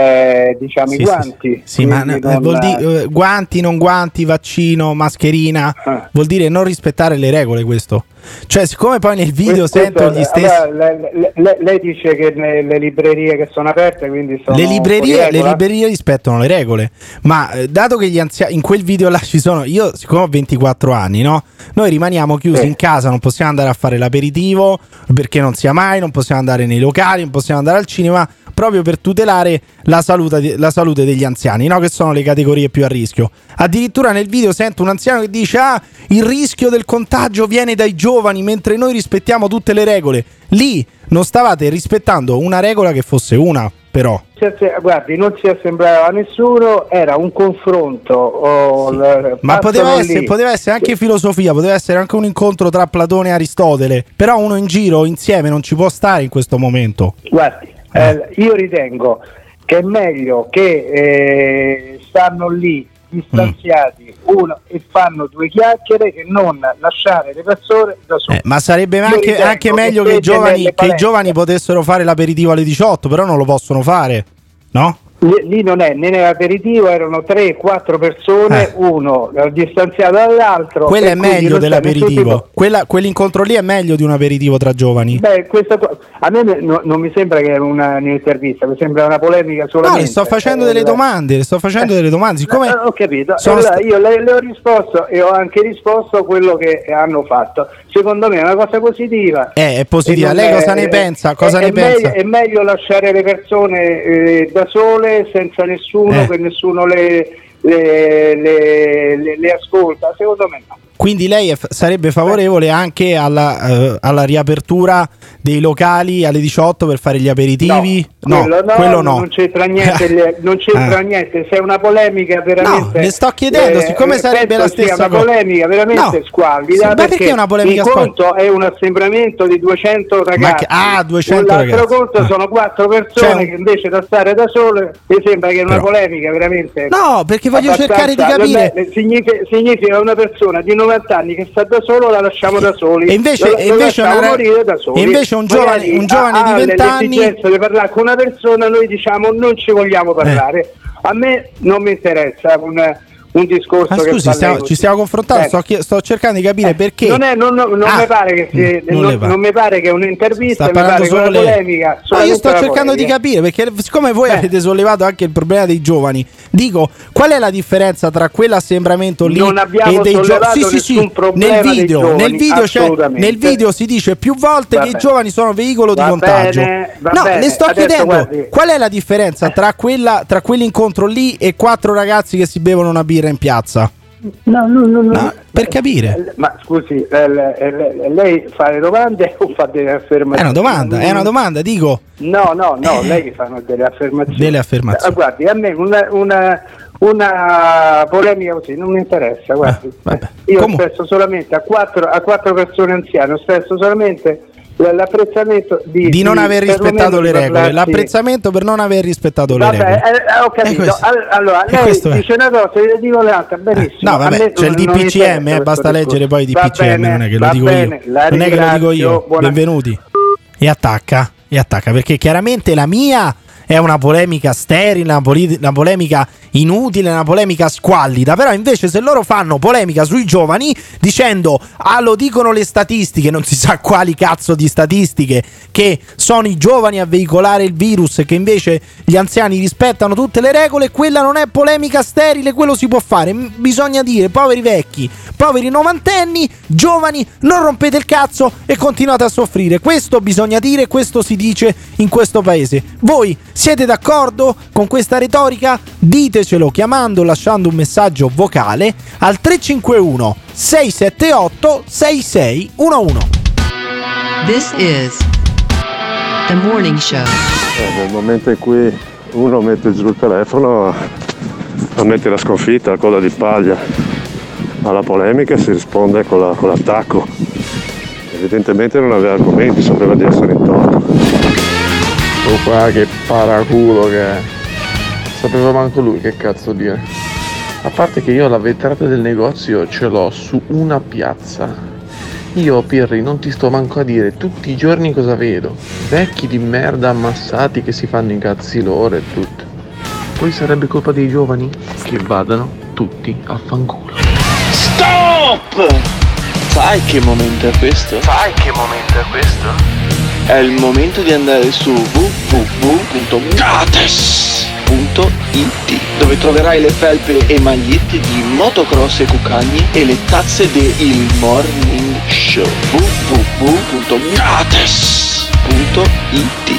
il, diciamo sì, i guanti. Sì, sì ma non, vuol dire uh, guanti, non guanti, vaccino, mascherina, ah. vuol dire non rispettare le regole questo. Cioè, siccome poi nel video questo, sento gli stessi. Allora, le, le, lei dice che le, le librerie che sono aperte, quindi sono le librerie, le librerie rispettano le regole. Ma eh, dato che gli anziani in quel video là ci sono, io siccome ho ventiquattro anni, no? Noi rimaniamo chiusi sì. in casa, non possiamo andare a fare l'aperitivo perché non sia mai, non possiamo andare nei locali, non possiamo andare al cinema, proprio per tutelare la salute, la salute degli anziani, no? Che sono le categorie più a rischio. Addirittura nel video sento un anziano che dice: ah, il rischio del contagio viene dai giovani, mentre noi rispettiamo tutte le regole. Lì non stavate rispettando una regola che fosse una, però. Guardi, non si assemblava nessuno, era un confronto. Oh, sì. Ma poteva essere, poteva essere anche sì. filosofia, poteva essere anche un incontro tra Platone e Aristotele. Però uno in giro insieme non ci può stare in questo momento. Guardi, eh, io ritengo che è meglio che eh, stanno lì distanziati mm. uno e fanno due chiacchiere che non lasciare le persone da sole. Eh, ma sarebbe anche, anche meglio che, che, i giovani, che i giovani potessero fare l'aperitivo alle diciotto, però non lo possono fare, no? Lì, lì non è né nell'aperitivo, erano tre quattro persone, eh. uno distanziato dall'altro. Quello è meglio dell'aperitivo. Quella, quell'incontro lì è meglio di un aperitivo tra giovani. Beh, questa, a me no, non mi sembra che è una, un'intervista, mi sembra una polemica solamente. No, le sto facendo eh, delle domande, le sto facendo eh. delle domande. Siccome ho capito, sono allora, st- io le, le ho risposto e ho anche risposto quello che hanno fatto. Secondo me è una cosa positiva. Eh, è positiva. Lei cosa è, ne pensa? Cosa è, ne è pensa? Meglio, è meglio lasciare le persone eh, da sole, senza nessuno, eh. che nessuno le, le, le, le, le ascolta. Secondo me no. Quindi lei f- sarebbe favorevole anche alla, uh, alla riapertura dei locali alle diciotto per fare gli aperitivi? No, no, quello no, quello no. non c'entra niente, non c'entra eh. niente. Se è una polemica veramente. No, le sto chiedendo, eh, siccome sarebbe la stessa una cosa. polemica veramente no. squallida. Sì, perché, perché è una polemica il squallida? conto è un assembramento di duecento ragazzi. Che, ah, duecento L'altro ragazzi. conto ah. sono quattro persone cioè, che invece da stare da sole mi sembra che è una però. polemica veramente. No, perché voglio cercare di capire. Me, significa, significa una persona di novanta anni che sta da solo, la lasciamo da soli. E invece, la, e invece, la una, morire da soli. E invece un giovane, Magari un giovane ha, di venti anni di parlare con una persona, noi diciamo non ci vogliamo parlare. Eh. A me non mi interessa un, un discorso ah, scusi, che stiamo, ci stiamo confrontando, eh. sto, chi- sto cercando di capire eh. perché non, è, non, non, non ah. mi pare che si, non, non, non, non mi pare che è un'intervista, sta mi pare che una le... polemica. No, io sto cercando polemica. di capire perché siccome voi eh. avete sollevato anche il problema dei giovani, dico qual è la differenza tra quell'assembramento lì non abbiamo e dei giovani? Sì, sì, sì. Nel video, giovani, nel, video c'è, nel video si dice più volte va che bene. i giovani sono veicolo va di contagio. Bene, no, bene. le sto Adesso chiedendo guardi. qual è la differenza tra quella tra quell'incontro lì e quattro ragazzi che si bevono una birra in piazza. No, no, no, no. no per capire. Ma scusi, lei fa le domande o fa delle affermazioni? È una domanda, è una domanda, dico. No, no, no, lei che fanno delle affermazioni. Delle affermazioni. Guardi, a me una, una, una polemica così non mi interessa, guardi. Ah, Io ho espresso solamente a quattro, a quattro persone anziane, ho espresso solamente l'apprezzamento di, di non di, aver rispettato le regole, parlarsi. L'apprezzamento per non aver rispettato Vabbè, le regole. Eh, ho capito. Allora, lei dice una cosa, io dico l'altra, benissimo. No, vabbè, c'è il D P C M, eh, basta leggere poi il D P C M, bene, non è che lo dico bene, io. Non è che lo dico io. Buona... Benvenuti. E attacca, e attacca, perché chiaramente la mia è una polemica sterile, una, polit- una polemica inutile, una polemica squallida. Però invece se loro fanno polemica sui giovani dicendo ah lo dicono le statistiche, non si sa quali cazzo di statistiche, che sono i giovani a veicolare il virus e che invece gli anziani rispettano tutte le regole, quella non è polemica sterile, quello si può fare. M- bisogna dire poveri vecchi, poveri novantenni, giovani, non rompete il cazzo e continuate a soffrire. Questo bisogna dire, questo si dice in questo paese. Voi Siete d'accordo con questa retorica? Ditecelo chiamando o lasciando un messaggio vocale al tre cinque uno sei sette otto sei sei uno uno. This is The Morning Show. Eh, nel momento in cui uno mette giù il telefono, ammette la sconfitta, la coda di paglia. Alla polemica si risponde con, la, con l'attacco. Evidentemente non aveva argomenti, sapeva di essere in torto. Oh qua che paraculo che è. Sapeva manco lui che cazzo dire. A parte che io la vetrata del negozio ce l'ho su una piazza. Io, Pirri, non ti sto manco a dire tutti i giorni cosa vedo. Vecchi di merda ammassati che si fanno i cazzi loro e tutto. Poi sarebbe colpa dei giovani che vadano tutti a fanculo. Stop! Sai che momento è questo? Sai che momento è questo? È il momento di andare su w w w punto gates punto i t, dove troverai le felpe e magliette di motocross e cucagni e le tazze de Il Morning Show. w w w punto gates punto i t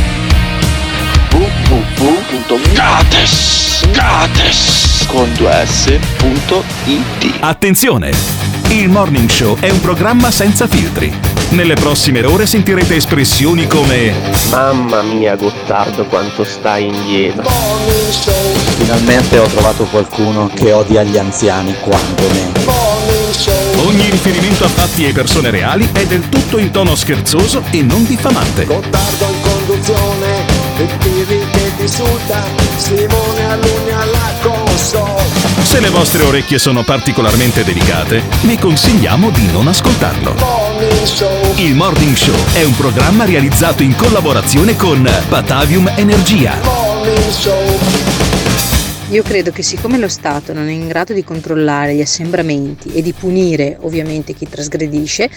w w w punto gates gates con due s punto i t. Attenzione! Il Morning Show è un programma senza filtri. Nelle prossime ore sentirete espressioni come: mamma mia Gottardo quanto stai indietro. Finalmente ho trovato qualcuno che odia gli anziani quanto me. Ogni riferimento a fatti e persone reali è del tutto in tono scherzoso e non diffamante. Gottardo in conduzione, il Pirri che ti insulta, Simone Alunni alla console. Se le vostre orecchie sono particolarmente delicate, vi consigliamo di non ascoltarlo. Il Morning Show è un programma realizzato in collaborazione con Batavium Energia. Io credo che siccome lo Stato non è in grado di controllare gli assembramenti e di punire ovviamente chi trasgredisce,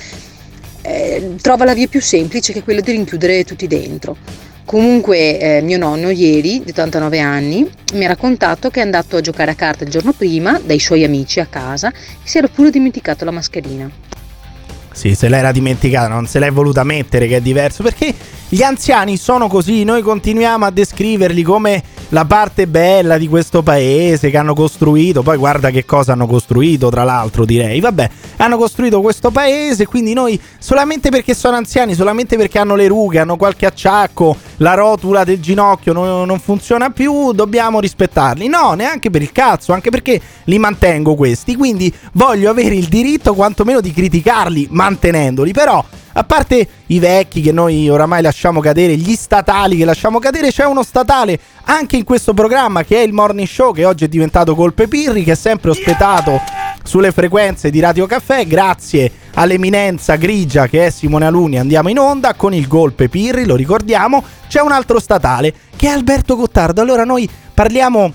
eh, trova la via più semplice, che è quella di rinchiudere tutti dentro. Comunque eh, mio nonno ieri, di ottantanove anni, mi ha raccontato che è andato a giocare a carte il giorno prima dai suoi amici a casa e si era pure dimenticato la mascherina. Sì, se l'era dimenticata, non se l'è voluta mettere, che è diverso, perché gli anziani sono così, noi continuiamo a descriverli come la parte bella di questo paese che hanno costruito. Poi guarda che cosa hanno costruito, tra l'altro, direi. Vabbè, hanno costruito questo paese, quindi noi solamente perché sono anziani, solamente perché hanno le rughe, hanno qualche acciacco, la rotula del ginocchio non, non funziona più, dobbiamo rispettarli. No, neanche per il cazzo, anche perché li mantengo questi, quindi voglio avere il diritto quantomeno di criticarli mantenendoli. Però, a parte i vecchi che noi oramai lasciamo cadere, gli statali che lasciamo cadere, c'è uno statale anche in questo programma che è il Morning Show, che oggi è diventato Colpe Pirri, che è sempre ospitato sulle frequenze di Radio Caffè. Grazie all'eminenza grigia che è Simone Alunni andiamo in onda con il Colpe Pirri, lo ricordiamo. C'è un altro statale che è Alberto Gottardo. Allora noi parliamo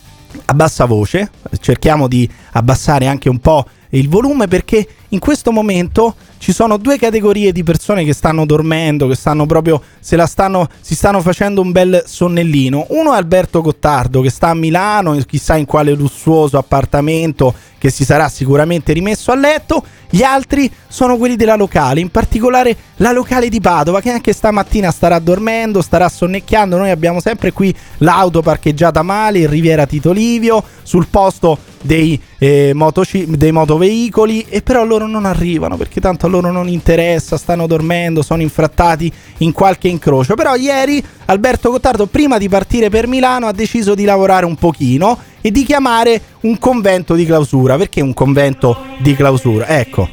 a bassa voce, cerchiamo di abbassare anche un po' il volume, perché in questo momento ci sono due categorie di persone che stanno dormendo, che stanno proprio, se la stanno, si stanno facendo un bel sonnellino. Uno è Alberto Gottardo, che sta a Milano, chissà in quale lussuoso appartamento, che si sarà sicuramente rimesso a letto. Gli altri sono quelli della locale, in particolare la locale di Padova, che anche stamattina starà dormendo, starà sonnecchiando. Noi abbiamo sempre qui l'auto parcheggiata male in Riviera Tito Livio, sul posto dei, eh, motoci- dei motoveicoli, e però loro non arrivano perché tanto a loro non interessa, stanno dormendo, sono infrattati in qualche incrocio. Però ieri Alberto Gottardo, prima di partire per Milano, ha deciso di lavorare un pochino e di chiamare un convento di clausura. Perché un convento di clausura? Ecco,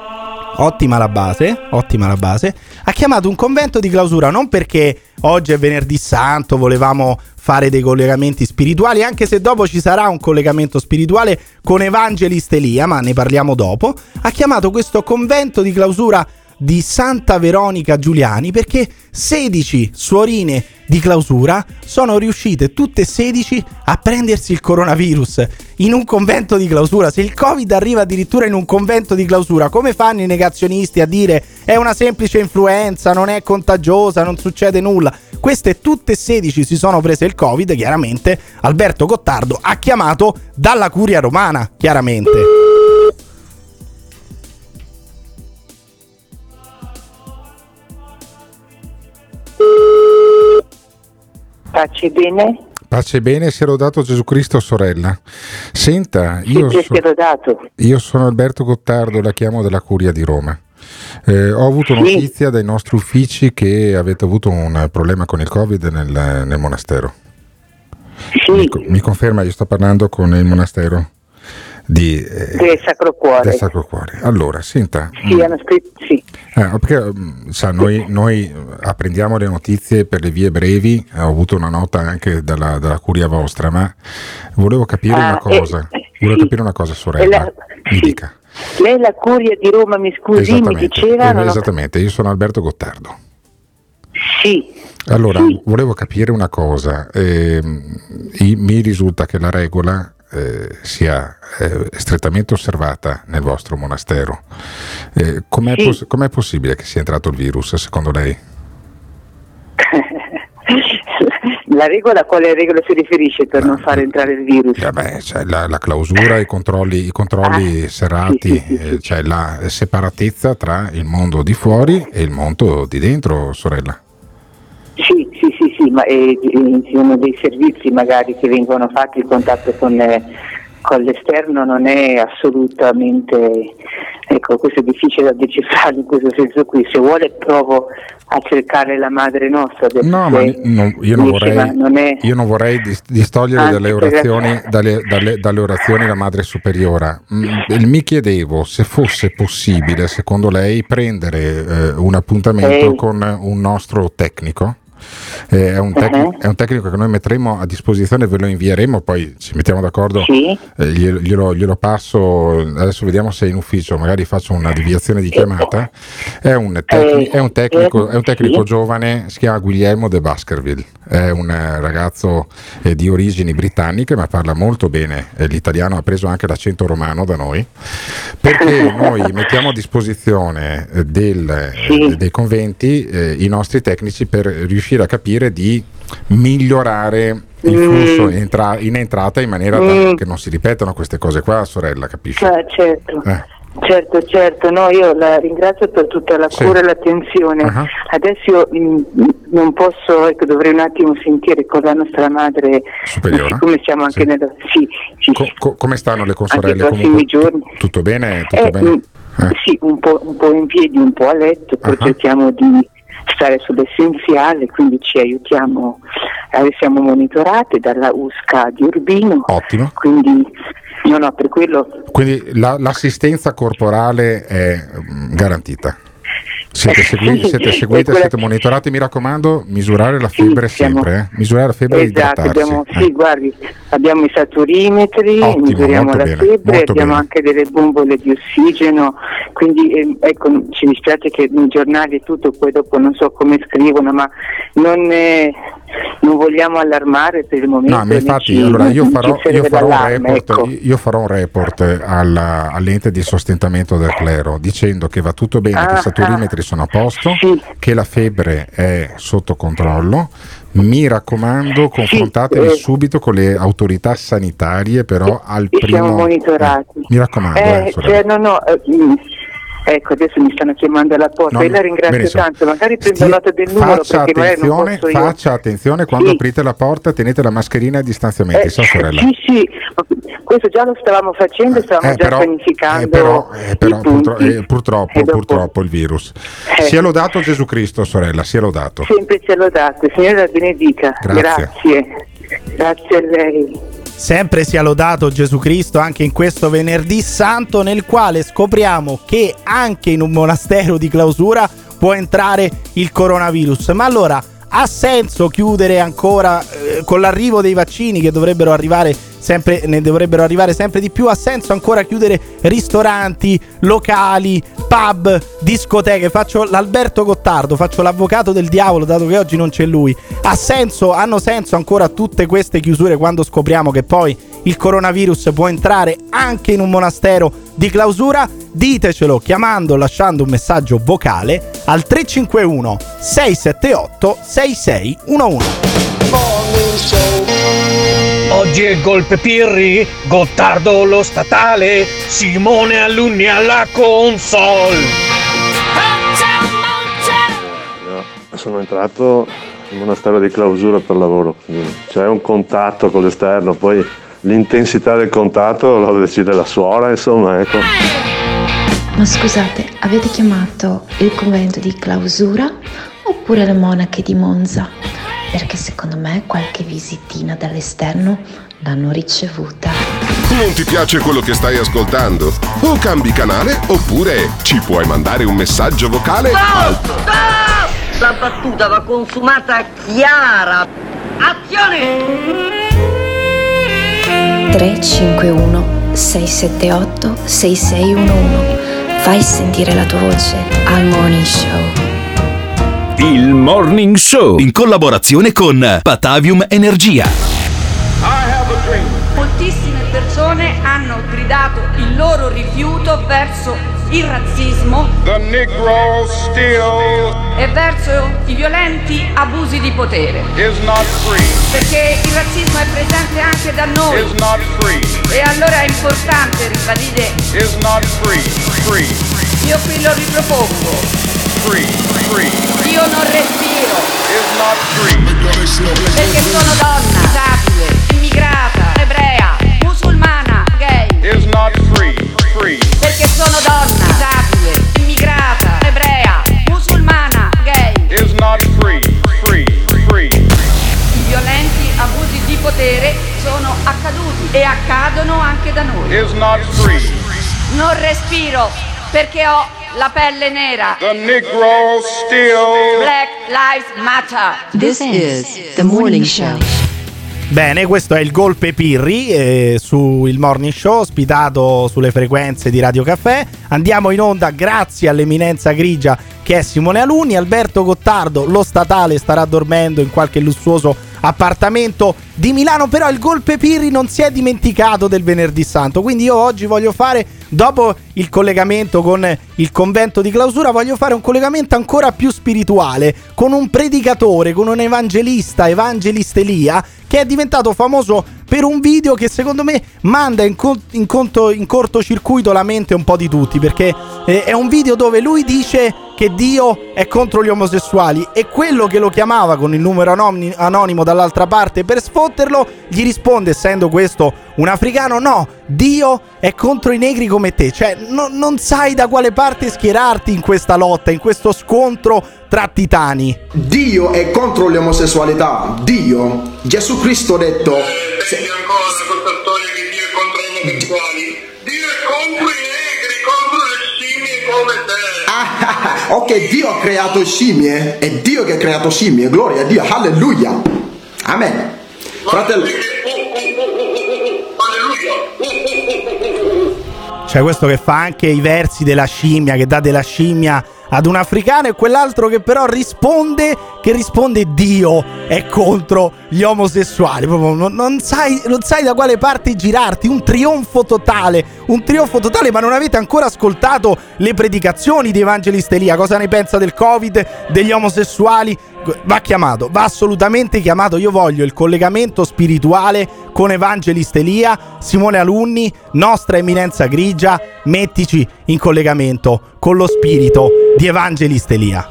ottima la base, ottima la base. Ha chiamato un convento di clausura non perché oggi è venerdì santo, volevamo fare dei collegamenti spirituali, anche se dopo ci sarà un collegamento spirituale con Evangelist Elia, ma ne parliamo dopo. Ha chiamato questo convento di clausura di Santa Veronica Giuliani perché sedici suorine di clausura sono riuscite tutte e sedici a prendersi il coronavirus in un convento di clausura. Se il Covid arriva addirittura in un convento di clausura, come fanno i negazionisti a dire è una semplice influenza, non è contagiosa, non succede nulla? Queste tutte e sedici si sono prese il Covid. Chiaramente Alberto Gottardo ha chiamato dalla Curia Romana, chiaramente. Pace bene? Pace bene, sia lodato Gesù Cristo, sorella. Senta, io, Sì, so- sia lodato. io sono Alberto Gottardo, la chiamo della Curia di Roma. Eh, ho avuto Sì. notizia dai nostri uffici che avete avuto un problema con il Covid nel, nel monastero. Sì. Mi, co- mi conferma, io sto parlando con il monastero di, eh, Del Sacro Cuore. del Sacro Cuore. Allora, senta, Sì, hanno scritto, sì. eh, perché mm, sa, noi, noi apprendiamo le notizie per le vie brevi, ho avuto una nota anche dalla, dalla curia vostra, ma volevo capire Ah, una cosa, eh, volevo sì. capire una cosa, E sorella, la- mi sì. dica. Lei è la Curia di Roma, mi scusi, mi Esattamente, diceva? eh, non ho- esattamente, io sono Alberto Gottardo. Sì. Allora, volevo capire una cosa, ehm, i- mi risulta che la regola eh, sia eh, strettamente osservata nel vostro monastero. Eh, com'è, Sì. poss- com'è possibile che sia entrato il virus, secondo lei? La regola, a quale regola si riferisce per non far entrare il virus? Eh beh, c'è la, la clausura, i controlli, i controlli Ah, serrati, sì, sì, sì, eh, c'è la separatezza tra il mondo di fuori e il mondo di dentro, sorella. Sì, sì, sì, sì, ma eh, eh, ci sono dei servizi magari che vengono fatti, il contatto con, eh, con l'esterno non è assolutamente, ecco, questo è difficile da decifrare in questo senso qui. Se vuole provo a cercare la Madre Nostra. No, ma perché no, io non dice, ma vorrei, non è- io non vorrei dis- distogliere Anzi, dalle per- orazioni, dalle, dalle- dalle orazioni la Madre Superiora. Mm, mi chiedevo se fosse possibile, secondo lei, prendere eh, un appuntamento Ehi. con un nostro tecnico. Eh, È un, tec- Uh-huh. è un tecnico che noi metteremo a disposizione, ve lo invieremo, poi ci mettiamo d'accordo, Sì. eh, glielo, glielo- glielo passo, adesso vediamo se è in ufficio, magari faccio una deviazione di chiamata. È un, tecni- è un tecnico, è un tecnico Sì. giovane, si chiama Guglielmo de Baskerville, è un eh, ragazzo eh, di origini britanniche ma parla molto bene eh, l'italiano, ha preso anche l'accento romano da noi, perché noi mettiamo a disposizione eh, del, eh, dei conventi eh, i nostri tecnici per riuscire a capire di migliorare il flusso in, entra- in entrata in maniera da- Mm. che non si ripetano queste cose qua, sorella, capisci? Ah, certo. Eh. Certo, certo, no, io la ringrazio per tutta la Sì. cura e l'attenzione. Uh-huh. Adesso io mh, non posso, ecco, dovrei un attimo sentire con la nostra madre Superiore? siccome siamo anche Sì. nella sì, sì, Co- co- come stanno le anche i consorelle? prossimi Comunque, giorni. tutto bene? Tutto Eh, bene? mh, Sì, un po', un po' in piedi, un po' a letto, poi Uh-huh. cerchiamo di stare sull'essenziale, quindi ci aiutiamo, eh, siamo monitorate dalla U S C A di Urbino. Ottimo. Quindi no, no, per quello Quindi la- l'assistenza corporale è mm, garantita. Siete, segui- Sì, siete è seguite, quella- siete monitorati, mi raccomando, misurare la febbre siamo- sempre, eh? Misurare la febbre e esatto, idratarsi. abbiamo, eh. sì, guardi, abbiamo i saturimetri, Ottimo, misuriamo molto la bene, febbre, molto abbiamo bene. anche delle bombole di ossigeno, quindi eh, ecco, ci dispiace che nei giornali e tutto, poi dopo non so come scrivono, ma non, eh, non vogliamo allarmare per il momento. No, ma infatti, né ci- allora io né ci farò, serve io farò un l'allarme, report, ecco. io farò un report alla- all'ente di sostentamento del clero dicendo che va tutto bene, che Ah, i saturimetri sono a posto, sì. che la febbre è sotto controllo. Mi raccomando, confrontatevi eh. subito con le autorità sanitarie, però al E primo. siamo monitorati. Mi raccomando, Eh, eh, sorella. cioè, no, no, eh, mm, ecco, adesso mi stanno chiamando alla porta, No, io la ringrazio benissimo. tanto, magari prendo Stia- nota del numero faccia perché magari non attenzione, posso io. faccia attenzione quando Sì. aprite la porta, tenete la mascherina e i distanziamenti, Eh, sa sorella? Sì, sì, ma questo già lo stavamo facendo, stavamo Eh, già però- pianificando eh, però, eh, però i punti. purtro- eh, purtroppo, E dopo- purtroppo il virus. Eh. Sia lodato Gesù Cristo, sorella, sia lodato. Sempre ce l'ho dato, Signore la benedica. Grazie. Grazie. Grazie a lei. Sempre sia lodato Gesù Cristo anche in questo venerdì santo, nel quale scopriamo che anche in un monastero di clausura può entrare il coronavirus. Ma allora ha senso chiudere ancora eh, con l'arrivo dei vaccini che dovrebbero arrivare sempre, ne dovrebbero arrivare sempre di più? Ha senso ancora chiudere ristoranti, locali, pub, discoteche? Faccio l'Alberto Gottardo, faccio l'avvocato del diavolo, dato che oggi non c'è lui. Ha senso, hanno senso ancora tutte queste chiusure quando scopriamo che poi il coronavirus può entrare anche in un monastero di clausura? Ditecelo chiamando, lasciando un messaggio vocale al tre cinque uno sei sette otto sei sei uno uno. Oggi è Golpe Pirri, Gottardo lo statale, Simone Alunni alla console. Io sono entrato il monastero di clausura per lavoro, c'è un contatto con l'esterno, poi l'intensità del contatto lo decide la suora, insomma, ecco. Ma scusate, avete chiamato il convento di clausura oppure le monache di Monza? Perché secondo me qualche visitina dall'esterno l'hanno ricevuta. Non ti piace quello che stai ascoltando? O cambi canale oppure ci puoi mandare un messaggio vocale al... La battuta va consumata chiara. Azione! tre cinque uno sei sette otto sei sei uno uno. Fai sentire la tua voce al Morning Show. Il Morning Show in collaborazione con Patavium Energia. Moltissime persone hanno gridato il loro rifiuto verso il razzismo The Negro still e verso i violenti abusi di potere. Is not free. Perché il razzismo è presente anche da noi. Is not free. E allora è importante ribadire Is not free. Free. Io qui lo ripropongo. Free. Free. Io non respiro. Is not free. Perché sono donna, disabile, immigrata, ebrea, musulmana, gay. Is not free. Free. Perché sono donna, disabile, immigrata, ebrea, musulmana, gay. Is not free. Free. Free. I violenti abusi di potere sono accaduti e accadono anche da noi. Is not free. Non respiro perché ho la pelle nera. The Negro still. Black Lives Matter. This is the Morning Show. Bene, questo è il Golpe Pirri eh, su il Morning Show, ospitato sulle frequenze di Radio Caffè. Andiamo in onda grazie all'eminenza grigia che è Simone Alunni. Alberto Gottardo, lo statale, starà dormendo in qualche lussuoso appartamento di Milano, però il Golpe Pirri non si è dimenticato del Venerdì Santo, quindi io oggi voglio fare, dopo il collegamento con il convento di clausura, voglio fare un collegamento ancora più spirituale con un predicatore, con un evangelista, Evangelist Elia, che è diventato famoso per un video che secondo me manda in, co- in, conto- in cortocircuito la mente un po' di tutti, perché eh, è un video dove lui dice che Dio è contro gli omosessuali e quello che lo chiamava con il numero anom- anonimo dall'altra parte per sfotterlo gli risponde, essendo questo un africano, no, Dio è contro i negri come te. Cioè no, non sai da quale parte schierarti in questa lotta, in questo scontro tra titani. Dio è contro l'omosessualità. Dio, Gesù Cristo ha detto se... ancora questa storia che Dio è contro gli omosessuali. Dio è contro i negri, contro le scimmie come te. Ah, ok, Dio ha creato scimmie, è Dio che ha creato scimmie, gloria a Dio, alleluia, amen. Fratello, c'è questo che fa anche i versi della scimmia, che dà della scimmia ad un africano, e quell'altro che però risponde che risponde Dio è contro gli omosessuali. Proprio non, non sai non sai da quale parte girarti. Un trionfo totale, un trionfo totale. Ma non avete ancora ascoltato le predicazioni di Evangelist Elia? Cosa ne pensa del Covid, degli omosessuali? Va chiamato, va assolutamente chiamato. Io voglio il collegamento spirituale con Evangelist Elia, Simone Alunni, nostra eminenza grigia. Mettici in collegamento con lo spirito di Evangelist Elia.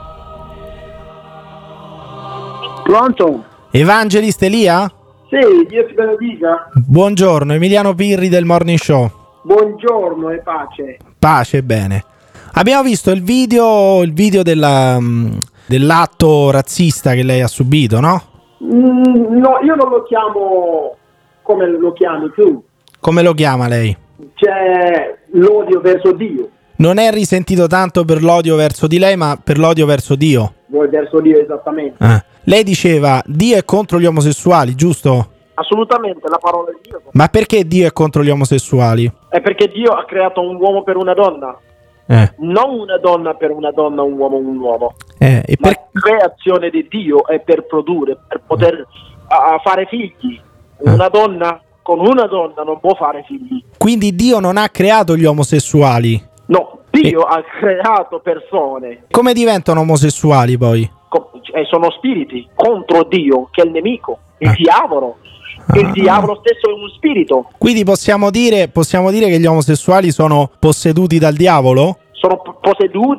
Pronto? Evangelist Elia? Sì, Dio ti benedica. Buongiorno, Emiliano Pirri del Morning Show. Buongiorno e pace. Pace, bene. Abbiamo visto il video, il video della, dell'atto razzista che lei ha subito, no? Mm, no, io non lo chiamo come lo chiami tu. Come lo chiama lei? C'è l'odio verso Dio. Non è risentito tanto per l'odio verso di lei, ma per l'odio verso Dio. Voi verso Dio, esattamente. Eh. Lei diceva Dio è contro gli omosessuali, giusto? Assolutamente, la parola di Dio. Ma perché Dio è contro gli omosessuali? È perché Dio ha creato un uomo per una donna. Eh. Non una donna per una donna, un uomo un uomo. Eh, e per... La creazione di Dio è per produrre, per poter uh, fare figli. Una donna con una donna non può fare figli. Quindi Dio non ha creato gli omosessuali? No, Dio e... ha creato persone. Come diventano omosessuali poi? Eh, sono spiriti contro Dio, che è il nemico, il ah. diavolo. Ah. Il diavolo stesso è uno spirito. Quindi possiamo dire, possiamo dire che gli omosessuali sono posseduti dal diavolo? Sono posseduti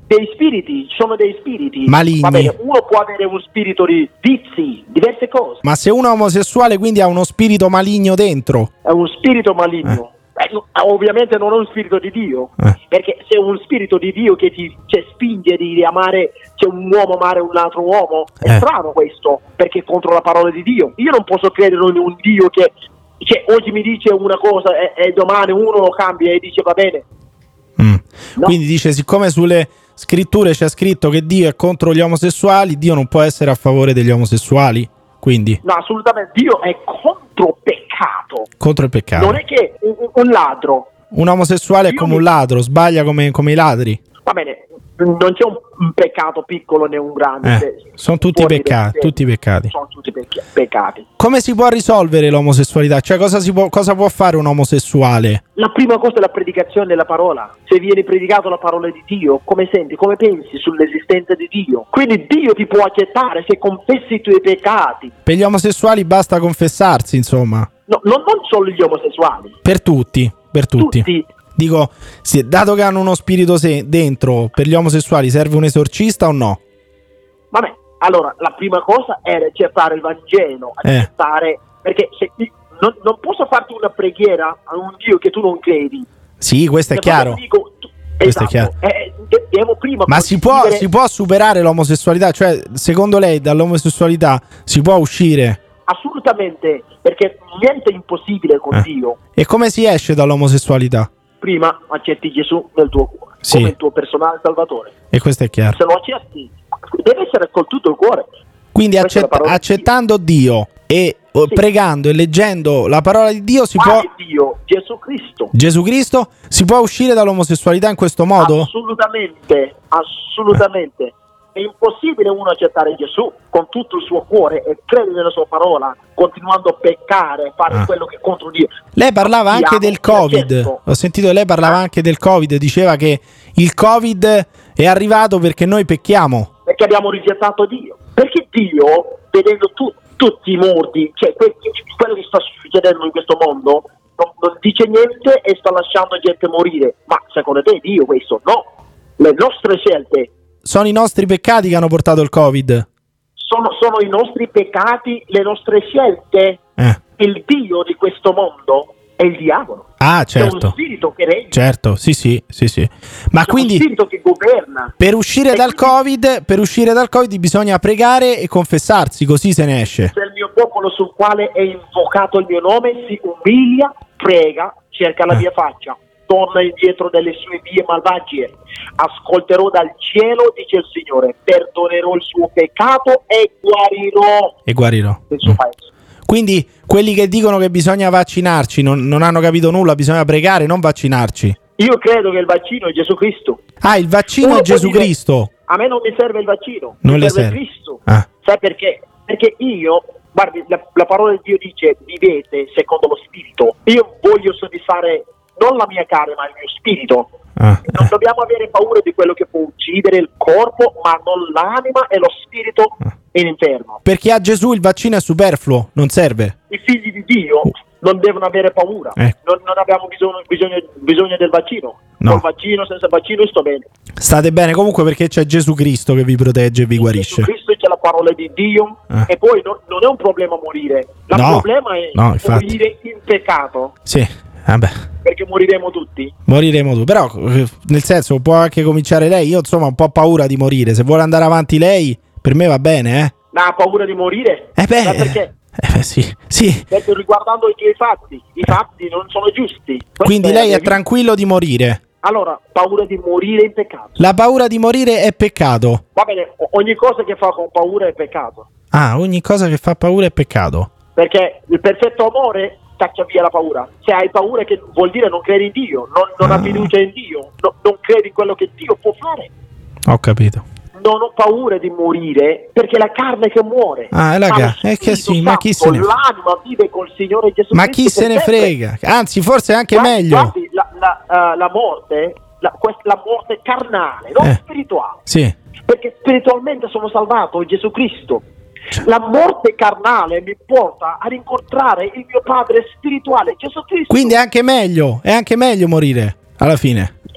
dei spiriti, ci sono dei spiriti maligni. Va bene, uno può avere uno spirito di vizi, diverse cose. Ma se uno è omosessuale quindi ha uno spirito maligno dentro? È uno spirito maligno. Eh. Eh, ovviamente non è uno spirito di Dio, eh. perché se è uno spirito di Dio che ti cioè, spinge di amare, c'è cioè un uomo amare un altro uomo, è eh. strano questo, perché è contro la parola di Dio. Io non posso credere in un Dio che cioè, oggi mi dice una cosa e, e domani uno lo cambia e dice va bene. Mm. No. Quindi dice, siccome sulle scritture c'è scritto che Dio è contro gli omosessuali, Dio non può essere a favore degli omosessuali. Quindi no, assolutamente, Dio è contro peccato. Contro il peccato. Non è che un, un ladro. Un omosessuale Dio è come mi... un ladro, sbaglia come, come i ladri. Va bene, non c'è un, un peccato piccolo né un grande. Eh, sono tutti peccati, tutti peccati. Sono tutti pecca- peccati. Come si può risolvere l'omosessualità? Cioè cosa, si può, cosa può fare un omosessuale? La prima cosa è la predicazione della parola. Se viene predicato la parola di Dio, come senti, come pensi sull'esistenza di Dio? Quindi Dio ti può accettare se confessi i tuoi peccati. Per gli omosessuali basta confessarsi, insomma. No, non, non solo gli omosessuali. Per tutti, per tutti. Tutti. Dico, se, dato che hanno uno spirito se- dentro, per gli omosessuali serve un esorcista o no? Vabbè, allora la prima cosa è accettare il Vangelo, accettare, eh. perché se, non, non posso farti una preghiera a un Dio che tu non credi. Sì, questo è se chiaro. Dico, tu, questo esatto, è chiaro. Eh, devo prima Ma si può, si può superare l'omosessualità? Cioè, secondo lei, dall'omosessualità si può uscire? Assolutamente, perché niente è impossibile con eh. Dio. E come si esce dall'omosessualità? Prima accetti Gesù nel tuo cuore, sì. come il tuo personale salvatore. E questo è chiaro. Se lo accetti, deve essere con tutto il cuore. Quindi accett- accettando Dio e sì. pregando e leggendo la parola di Dio si Quale può... Dio? Gesù Cristo. Gesù Cristo? Si può uscire dall'omosessualità in questo modo? Assolutamente, assolutamente. È impossibile uno accettare Gesù con tutto il suo cuore e credere nella sua parola, continuando a peccare, fare ah. quello che è contro Dio. Lei parlava anche Siamo, del Covid. Ho sentito che lei parlava ah. anche del Covid. Diceva che il Covid è arrivato perché noi pecchiamo. Perché abbiamo rigettato Dio. Perché Dio, vedendo tu, tutti i morti, cioè que- quello che sta succedendo in questo mondo, non, non dice niente e sta lasciando gente morire. Ma secondo te Dio questo? No. Le nostre scelte. Sono i nostri peccati che hanno portato il Covid. Sono, sono i nostri peccati, le nostre scelte. Eh. Il Dio di questo mondo è il diavolo. Ah, certo. È uno spirito che regna. Certo, sì, sì, sì, sì. Ma C'è quindi uno spirito che governa. Per uscire e dal quindi, Covid, per uscire dal Covid bisogna pregare e confessarsi, così se ne esce. Se il mio popolo sul quale è invocato il mio nome si umilia, prega, cerca la eh. mia faccia, torna indietro dalle sue vie malvagie, ascolterò dal cielo, dice il Signore, perdonerò il suo peccato e guarirò E guarirò. il suo paese. Quindi quelli che dicono che bisogna vaccinarci non, non hanno capito nulla, bisogna pregare, non vaccinarci. Io credo che il vaccino è Gesù Cristo. Ah, il vaccino Uno è Gesù dire, Cristo. A me non mi serve il vaccino, Non mi le serve, serve. Cristo. Ah. Sai perché? Perché io, guardi, la, la parola di Dio dice vivete secondo lo spirito. Io voglio soddisfare non la mia carne ma il mio spirito. Ah. Non dobbiamo avere paura di quello che può uccidere il corpo, ma non l'anima e lo spirito Ah. in inferno. Perché a Gesù il vaccino è superfluo, non serve. I figli di Dio non devono avere paura. Eh. Non, non abbiamo bisogno, bisogno, bisogno del vaccino. No. Col vaccino, senza vaccino sto bene. State bene comunque perché c'è Gesù Cristo che vi protegge e vi guarisce. Gesù Cristo c'è la parola di Dio Eh. e poi no, non è un problema morire. Il No. problema è No, infatti. morire in peccato. Sì, vabbè. Perché moriremo tutti. Moriremo tu, però eh, nel senso può anche cominciare lei. Io insomma ho un po' paura di morire. Se vuole andare avanti lei, per me va bene, eh. No, ha paura di morire? Eh beh, Ma perché? Eh, sì, sì. Perché riguardando i tuoi fatti, i fatti non sono giusti. Questo Quindi lei è vita. tranquillo di morire. Allora, paura di morire in peccato. La paura di morire è peccato. Va bene, o- ogni cosa che fa con paura è peccato. Ah, ogni cosa che fa paura è peccato. Perché il perfetto amore caccia via la paura. Se hai paura che vuol dire non credi in Dio, non, non Ah. hai fiducia in Dio, no- non credi in quello che Dio può fare. Ho capito. Non ho paura di morire perché la carne che muore. Ah, è la Ma ca- lo è che Spirito sì, ma chi se Santo, ne l'anima vive col Signore Gesù Ma Cristo chi se per ne sempre. frega? Anzi, forse è anche Guardi- meglio. guardi, la, la, uh, la morte, la, questa, la morte carnale, non Eh. spirituale. Sì. Perché spiritualmente sono salvato in Gesù Cristo. La morte carnale mi porta ad incontrare il mio padre spirituale, Gesù Cristo. Quindi è anche meglio, è anche meglio morire alla fine.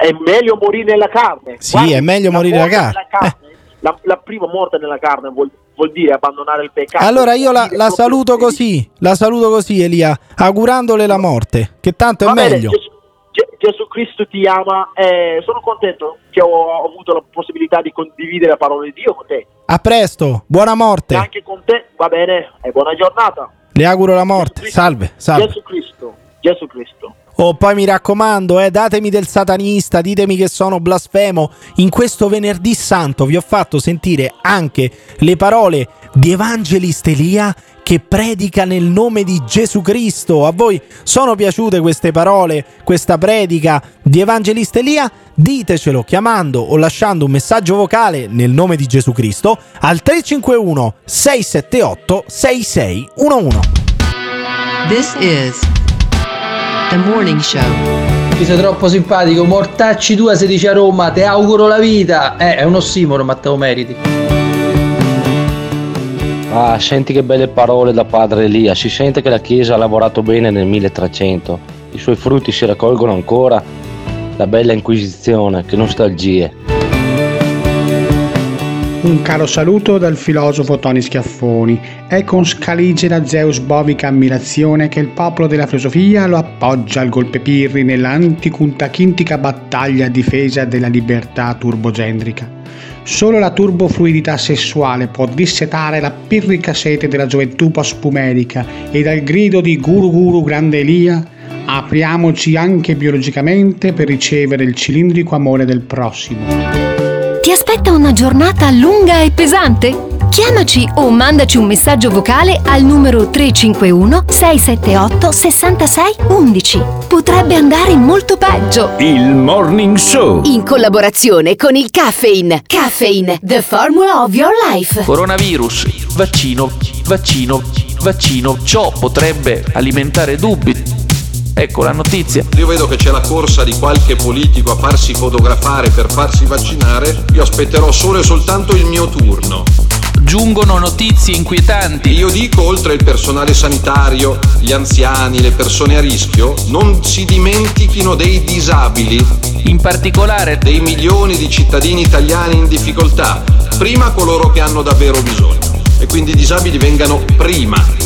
è meglio morire nella carne. Sì, Guarda, è meglio la morire nella morte carne. nella carne, La, la prima morte nella carne vuol, vuol dire abbandonare il peccato. Allora io la, Vuol dire la proprio saluto così. così, la saluto così Elia, augurandole la morte, che tanto è Va bene, meglio. Gesù, Ge- Gesù Cristo ti ama, eh, sono contento che ho avuto la possibilità di condividere la parola di Dio con te. A presto, buona E morte. anche con te, va bene, e buona giornata. Le auguro la morte. Salve, salve. Gesù Cristo, Gesù Cristo. Oh, poi mi raccomando, eh, datemi del satanista, ditemi che sono blasfemo. In questo venerdì santo vi ho fatto sentire anche le parole di Evangelist Elia che predica nel nome di Gesù Cristo. A voi sono piaciute queste parole, questa predica di Evangelist Elia? Ditecelo chiamando o lasciando un messaggio vocale nel nome di Gesù Cristo al tre cinque uno sei sette otto sei sei uno uno. This is The Morning Show. Mi sei troppo simpatico, mortacci tu a sedici a Roma, te auguro la vita. Eh, è un ossimoro, ma te lo meriti. Ah, senti che belle parole da padre Elia, si sente che la Chiesa ha lavorato bene nel milletrecento, i suoi frutti si raccolgono ancora, la bella Inquisizione, che nostalgie. Un caro saluto dal filosofo Tony Schiaffoni. È con scaligera Zeus bovica ammirazione che il popolo della filosofia lo appoggia al golpe Pirri nella anticunta-chintica battaglia a difesa della libertà turbogendrica. Solo la turbofluidità sessuale può dissetare la pirrica sete della gioventù post-pumerica e dal grido di Guru Guru Grande Elia apriamoci anche biologicamente per ricevere il cilindrico amore del prossimo. Ti aspetta una giornata lunga e pesante? Chiamaci o mandaci un messaggio vocale al numero tre cinque uno sei sette otto sei sei uno uno. Potrebbe andare molto peggio. Il Morning Show. In collaborazione con il Caffeine. Caffeine, the formula of your life. Coronavirus, vaccino, vaccino, vaccino. Ciò potrebbe alimentare dubbi. Ecco la notizia. Io vedo che c'è la corsa di qualche politico a farsi fotografare per farsi vaccinare. Io aspetterò solo e soltanto il mio turno. Giungono notizie inquietanti. Io dico, oltre il personale sanitario, gli anziani, le persone a rischio, non si dimentichino dei disabili. In particolare dei milioni di cittadini italiani in difficoltà. Prima coloro che hanno davvero bisogno. E quindi i disabili vengano prima.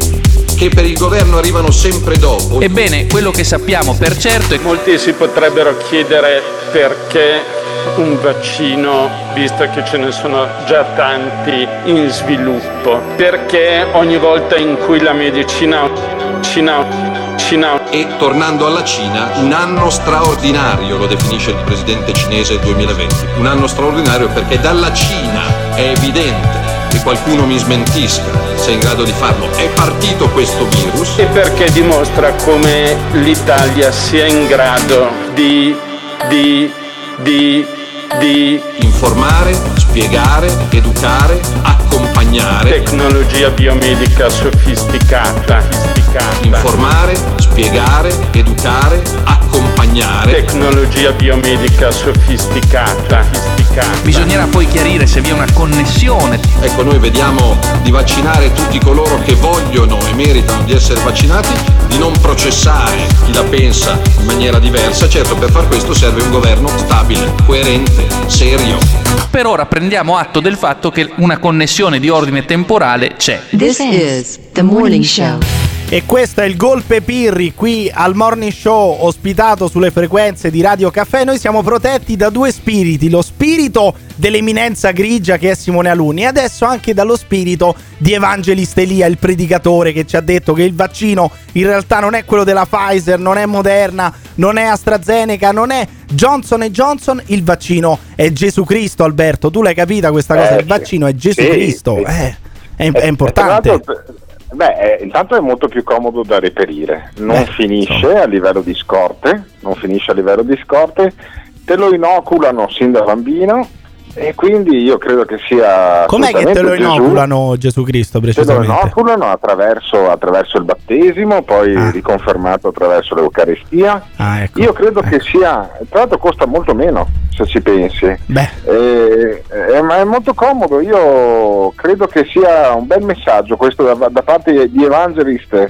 Che per il governo arrivano sempre dopo. Ebbene, quello che sappiamo per certo è che molti si potrebbero chiedere perché un vaccino, visto che ce ne sono già tanti in sviluppo, perché ogni volta in cui la medicina Cina, Cina. E tornando alla Cina, un anno straordinario, lo definisce il presidente cinese duemilaventi, un anno straordinario perché dalla Cina è evidente che qualcuno mi smentisca, se è in grado di farlo, è partito questo virus. E perché dimostra come l'Italia sia in grado di, di, di, di informare, spiegare, educare, accompagnare. Tecnologia biomedica sofisticata, sofisticata. Informare, spiegare, educare, accompagnare. Tecnologia biomedica sofisticata, sofisticata. Bisognerà poi chiarire se vi è una connessione. Ecco, noi vediamo di vaccinare tutti coloro che vogliono e meritano di essere vaccinati, di non processare chi la pensa in maniera diversa. Certo, per far questo serve un governo stabile, coerente, serio. Per ora prendiamo atto del fatto che una connessione di ordine temporale c'è. This is The Morning Show. E questo è il Golpe Pirri qui al Morning Show, ospitato sulle frequenze di Radio Caffè. Noi siamo protetti da due spiriti: lo spirito dell'eminenza grigia che è Simone Alunni e adesso anche dallo spirito di Evangelist Elia, il predicatore che ci ha detto che il vaccino in realtà non è quello della Pfizer, non è Moderna, non è AstraZeneca, non è Johnson and Johnson, il vaccino è Gesù Cristo. Alberto, tu l'hai capita questa cosa? Eh, il vaccino è Gesù sì, Cristo, sì. Eh, è, è importante. Eh, Beh, eh, intanto è molto più comodo da reperire, non Beh, finisce insomma. a livello di scorte, non finisce a livello di scorte, te lo inoculano sin da bambino e quindi io credo che sia Com'è che te lo Gesù. inoculano Gesù Cristo Te lo precisamente? inoculano attraverso, attraverso il battesimo, poi ah. riconfermato attraverso l'Eucaristia. Ah, ecco. Io credo che sia, tra l'altro costa molto meno se ci pensi. Beh. Eh, eh, ma è molto comodo, io credo che sia un bel messaggio questo da, da parte di Evangelist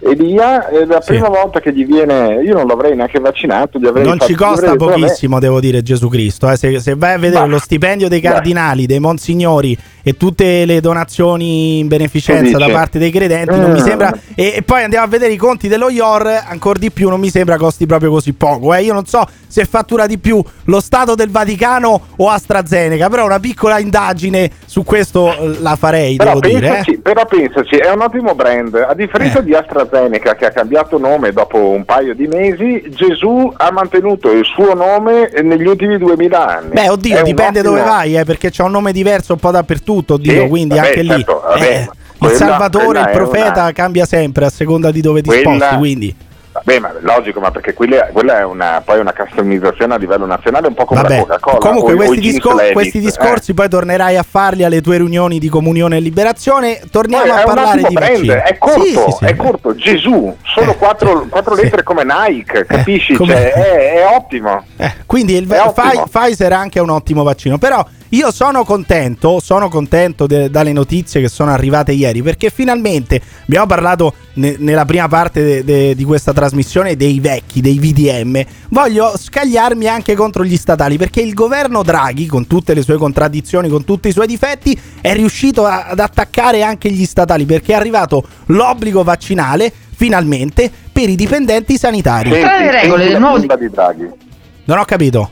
Elia, è la prima sì. volta che gli viene, io non l'avrei neanche vaccinato, gli avrei non fatto, ci costa detto, pochissimo, devo dire, Gesù Cristo, eh. se, se vai a vedere bah, lo stipendio dei cardinali, bah. dei monsignori e tutte le donazioni in beneficenza da parte dei credenti, mm. non mi sembra, e, e poi andiamo a vedere i conti dello I O R, ancora di più non mi sembra costi proprio così poco, eh. Io non so se fattura di più lo Stato del Vaticano o AstraZeneca, però una piccola indagine su questo la farei, però devo pensaci, dire eh. però pensaci, è un ottimo brand, a differenza eh. di AstraZeneca che ha cambiato nome dopo un paio di mesi, Gesù ha mantenuto il suo nome negli ultimi duemila anni. Beh, oddio, è dipende ottimo... dove vai, eh, perché c'è un nome diverso un po' dappertutto, oddio, sì, quindi vabbè, anche certo, lì vabbè, eh, quella, il Salvatore, il profeta una... cambia sempre a seconda di dove ti quella... sposti, quindi Vabbè, ma logico, ma perché quella, quella è una, poi una customizzazione a livello nazionale, un po' come Vabbè, la Coca-Cola. comunque o, questi, o discor- questi discorsi eh. poi tornerai a farli alle tue riunioni di comunione e liberazione. Torniamo poi a parlare di brand, vaccini. È corto, sì, sì, sì, è beh. corto, Gesù, solo eh, quattro, quattro sì. lettere come Nike, capisci? Eh, come... Cioè, è, è ottimo. Eh, quindi il v- F- Pfizer è anche un ottimo vaccino, però io sono contento, sono contento de- dalle notizie che sono arrivate ieri, perché finalmente abbiamo parlato ne- nella prima parte de- de- di questa trasmissione dei vecchi, dei V D M. Voglio scagliarmi anche contro gli statali, perché il governo Draghi, con tutte le sue contraddizioni, con tutti i suoi difetti, è riuscito a- ad attaccare anche gli statali, perché è arrivato l'obbligo vaccinale finalmente per i dipendenti sanitari. Senti, Tra le regole del nuovo di Draghi. Non ho capito.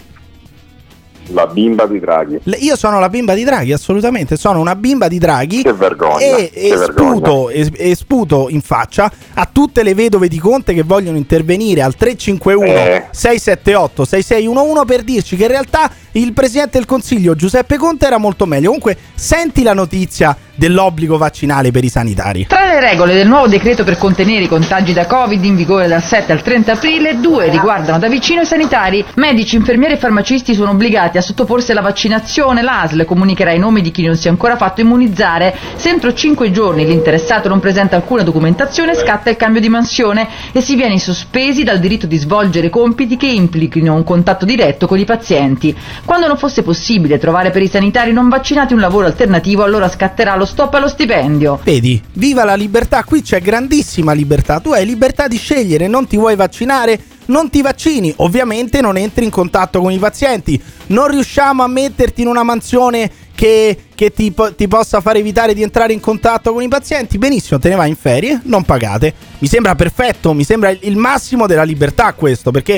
La bimba di Draghi. Io sono la bimba di Draghi, assolutamente. Sono una bimba di Draghi. Che vergogna. E, che e, vergogna. Sputo, e, e sputo in faccia a tutte le vedove di Conte che vogliono intervenire al tre cinque uno eh. sei sette otto sei sei uno uno per dirci che in realtà il presidente del Consiglio Giuseppe Conte era molto meglio. Comunque senti la notizia dell'obbligo vaccinale per i sanitari. Tra le regole del nuovo decreto per contenere i contagi da Covid in vigore dal sette al trenta aprile, due riguardano da vicino i sanitari. Medici, infermieri e farmacisti sono obbligati a sottoporsi alla vaccinazione. L'A S L comunicherà i nomi di chi non si è ancora fatto immunizzare. Se entro cinque giorni l'interessato non presenta alcuna documentazione, scatta il cambio di mansione e si viene sospesi dal diritto di svolgere compiti che implichino un contatto diretto con i pazienti. Quando non fosse possibile trovare per i sanitari non vaccinati un lavoro alternativo, allora scatterà lo stop allo stipendio. Vedi, viva la libertà, qui c'è grandissima libertà, tu hai libertà di scegliere, non ti vuoi vaccinare, non ti vaccini, ovviamente non entri in contatto con i pazienti, non riusciamo a metterti in una mansione che, che ti, ti possa far evitare di entrare in contatto con i pazienti, benissimo, te ne vai in ferie, non pagate, mi sembra perfetto, mi sembra il massimo della libertà questo, perché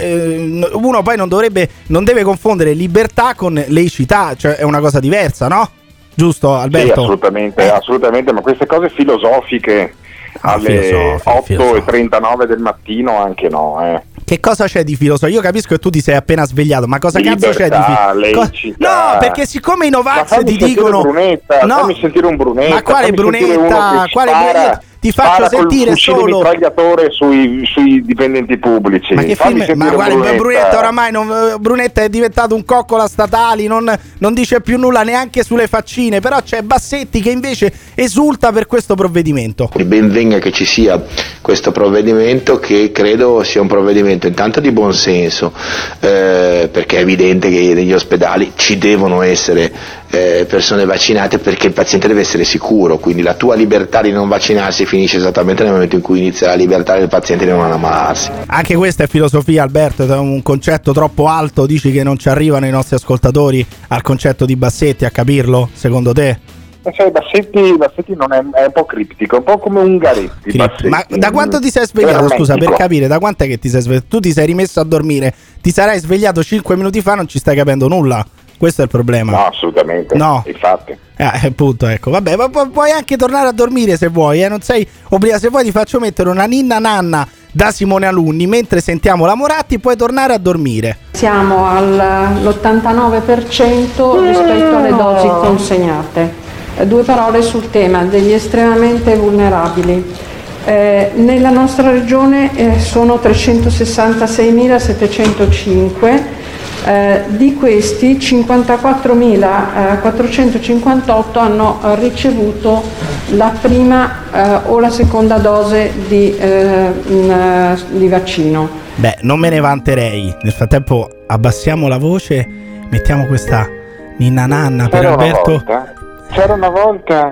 eh, uno poi non dovrebbe, non deve confondere libertà con laicità, cioè è una cosa diversa, no? Giusto, Alberto? Sì, assolutamente, eh. assolutamente, ma queste cose filosofiche ah, alle otto e trentanove del mattino anche no, eh. Che cosa c'è di filosofia? Io capisco che tu ti sei appena svegliato, ma cosa Libertà, cazzo c'è di filosofia? No, perché siccome i Novax ti dicono Brunetta, no, fammi sentire un Brunetta. Ma quale Brunetta? Quale Brunetta? Ti faccio sentire solo mitragliatore sui, sui dipendenti pubblici. Ma che fammi film? Ma quale Brunetta. Brunetta oramai non, Brunetta è diventato un coccola statali, non, non dice più nulla neanche sulle faccine, però c'è Bassetti che invece esulta per questo provvedimento. Ben venga che ci sia questo provvedimento, che credo sia un provvedimento intanto di buon senso, eh, perché è evidente che negli ospedali ci devono essere eh, persone vaccinate, perché il paziente deve essere sicuro, quindi la tua libertà di non vaccinarsi finisce esattamente nel momento in cui inizia la libertà del paziente di non ammalarsi. Anche questa è filosofia, Alberto, è un concetto troppo alto, dici che non ci arrivano i nostri ascoltatori al concetto di Bassetti, a capirlo, secondo te? Ma sai, Bassetti, Bassetti non è, è un po' criptico, un po' come Ungaretti. Bassetti. Ma da quanto ti sei svegliato? Scusa, per capire, da quanto è che ti sei svegliato? Tu ti sei rimesso a dormire, ti sarai svegliato cinque minuti fa, non ci stai capendo nulla. Questo è il problema. No, assolutamente. No. Infatti. Eh, appunto, ecco. Vabbè, ma pu- puoi anche tornare a dormire se vuoi, eh. Non sei obbligato. Se vuoi ti faccio mettere una ninna nanna da Simone Alunni mentre sentiamo la Moratti, puoi tornare a dormire. Siamo all'ottantanove per cento rispetto alle dosi consegnate. Due parole sul tema degli estremamente vulnerabili. Eh, nella nostra regione eh, sono trecentosessantaseimilasettecentocinque. Eh, di questi cinquantaquattromilaquattrocentocinquantotto hanno ricevuto la prima eh, o la seconda dose di, eh, mh, di vaccino. Beh, non me ne vanterei. Nel frattempo abbassiamo la voce, mettiamo questa ninna nanna per C'era Alberto. Una volta, c'era una volta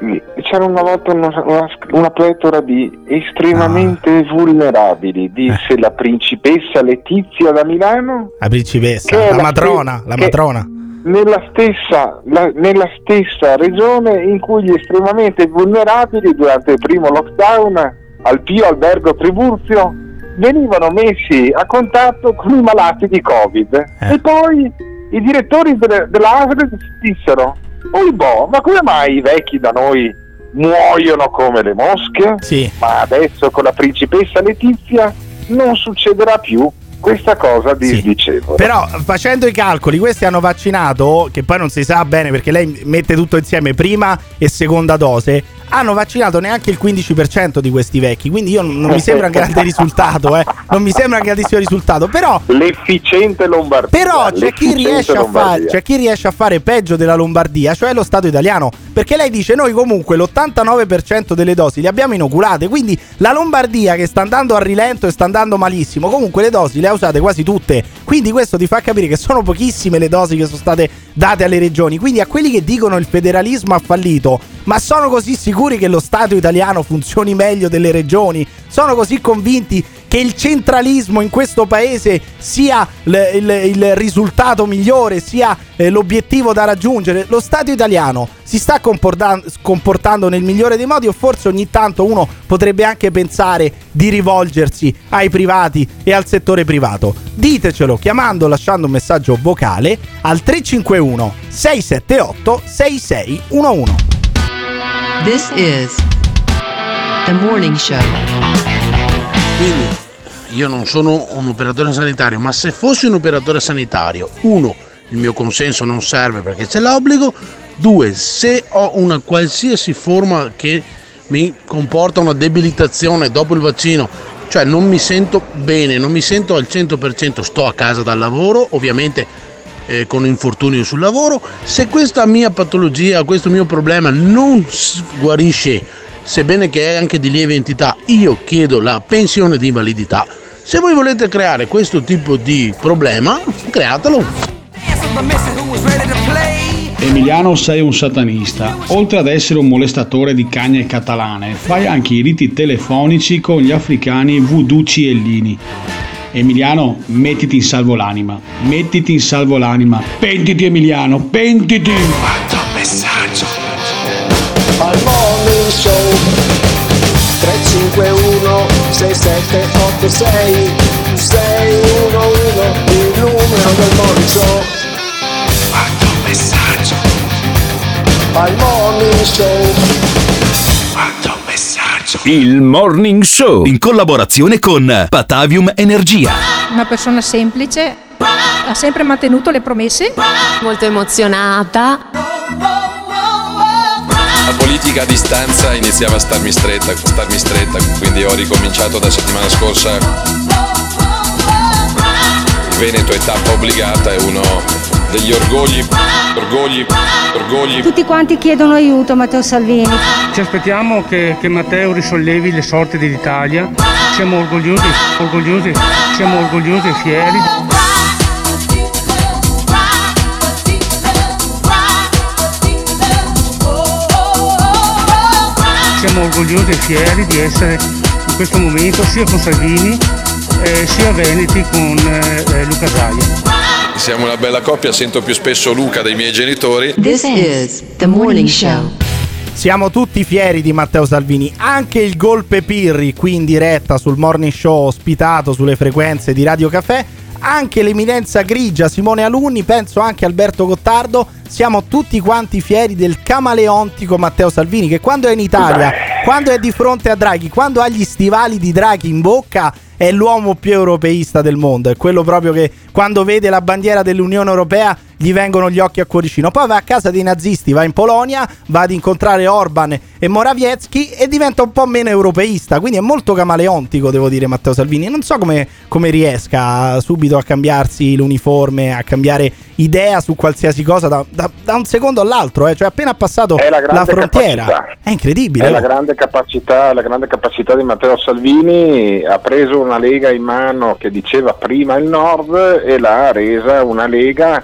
c'era una volta una, una, una pletora di estremamente ah. vulnerabili, disse eh. la principessa Letizia da Milano. La principessa, la, la matrona, ste- la matrona. Nella stessa, la, nella stessa regione in cui gli estremamente vulnerabili durante il primo lockdown al Pio Albergo Tribuzio venivano messi a contatto con i malati di Covid eh. e poi i direttori de- della A S L dissero: oh boh, ma come mai i vecchi da noi muoiono come le mosche? Sì. Ma adesso con la principessa Letizia non succederà più questa cosa disdicevole. Sì. Però facendo i calcoli, questi hanno vaccinato, che poi non si sa bene perché lei mette tutto insieme, prima e seconda dose, hanno vaccinato neanche il quindici per cento di questi vecchi, quindi io non mi sembra un grande risultato, eh. Non mi sembra un grandissimo risultato, però l'efficiente Lombardia. Però c'è chi riesce a fare, c'è chi riesce a fare peggio della Lombardia, cioè lo Stato italiano, perché lei dice noi comunque l'ottantanove per cento delle dosi le abbiamo inoculate, quindi la Lombardia, che sta andando a rilento e sta andando malissimo, comunque le dosi le ha usate quasi tutte, quindi questo ti fa capire che sono pochissime le dosi che sono state date alle regioni. Quindi a quelli che dicono il federalismo ha fallito, ma sono così sicuri che lo Stato italiano funzioni meglio delle regioni? Sono così convinti che il centralismo in questo paese sia l- il, il risultato migliore, sia eh, l'obiettivo da raggiungere? Lo Stato italiano si sta comportando, comportando nel migliore dei modi, o forse ogni tanto uno potrebbe anche pensare di rivolgersi ai privati e al settore privato? Ditecelo chiamando, lasciando un messaggio vocale al tre cinque uno sei sette otto sei sei uno uno. This is The Morning Show. Quindi io non sono un operatore sanitario, ma se fossi un operatore sanitario, uno, il mio consenso non serve perché c'è l'obbligo; due, se ho una qualsiasi forma che mi comporta una debilitazione dopo il vaccino, cioè non mi sento bene, non mi sento al cento per cento, sto a casa dal lavoro, ovviamente eh, con infortunio sul lavoro. Se questa mia patologia, questo mio problema non guarisce, sebbene che è anche di lieve entità, io chiedo la pensione di invalidità. Se voi volete creare questo tipo di problema, createlo. Emiliano, sei un satanista. Oltre ad essere un molestatore di cagne catalane, fai anche i riti telefonici con gli africani voodoo ciellini. Emiliano, mettiti in salvo l'anima. Mettiti in salvo l'anima. Pentiti, Emiliano, pentiti. Quanto messaggio. Al Morning Show tre cinque uno sei sette otto sei sei uno uno, il numero del Morning Show. Quanto messaggio. Al Morning Show. Quanto messaggio. Il Morning Show in collaborazione con Patavium Energia. Una persona semplice, ha sempre mantenuto le promesse. Molto emozionata. La politica a distanza iniziava a starmi stretta, a starmi stretta, quindi ho ricominciato da settimana scorsa. Il Veneto è tappa obbligata, è uno degli orgogli, orgogli, orgogli. Tutti quanti chiedono aiuto, Matteo Salvini. Ci aspettiamo che, che Matteo risollevi le sorti dell'Italia. Siamo orgogliosi, orgogliosi, siamo orgogliosi e fieri. Siamo orgogliosi e fieri di essere in questo momento sia con Salvini eh, sia veneti con eh, Luca Zaia. Siamo una bella coppia, sento più spesso Luca dei miei genitori. This is The Morning Show. Siamo tutti fieri di Matteo Salvini, anche il Golpe Pirri qui in diretta sul Morning Show ospitato sulle frequenze di Radio Caffè, anche l'eminenza grigia Simone Alunni, penso anche Alberto Gottardo. Siamo tutti quanti fieri del camaleontico Matteo Salvini, che quando è in Italia, quando è di fronte a Draghi, quando ha gli stivali di Draghi in bocca, è l'uomo più europeista del mondo. È quello proprio che quando vede la bandiera dell'Unione Europea gli vengono gli occhi a cuoricino. Poi va a casa dei nazisti, va in Polonia, va ad incontrare Orban e Morawiecki e diventa un po' meno europeista. Quindi è molto camaleontico, devo dire, Matteo Salvini. Non so come, come riesca subito a cambiarsi l'uniforme, a cambiare idea su qualsiasi cosa da, da, da un secondo all'altro, eh. Cioè appena passato la, la frontiera capacità. È incredibile. È la grande capacità, la grande capacità di Matteo Salvini. Ha preso una Lega in mano che diceva prima il Nord e l'ha resa una Lega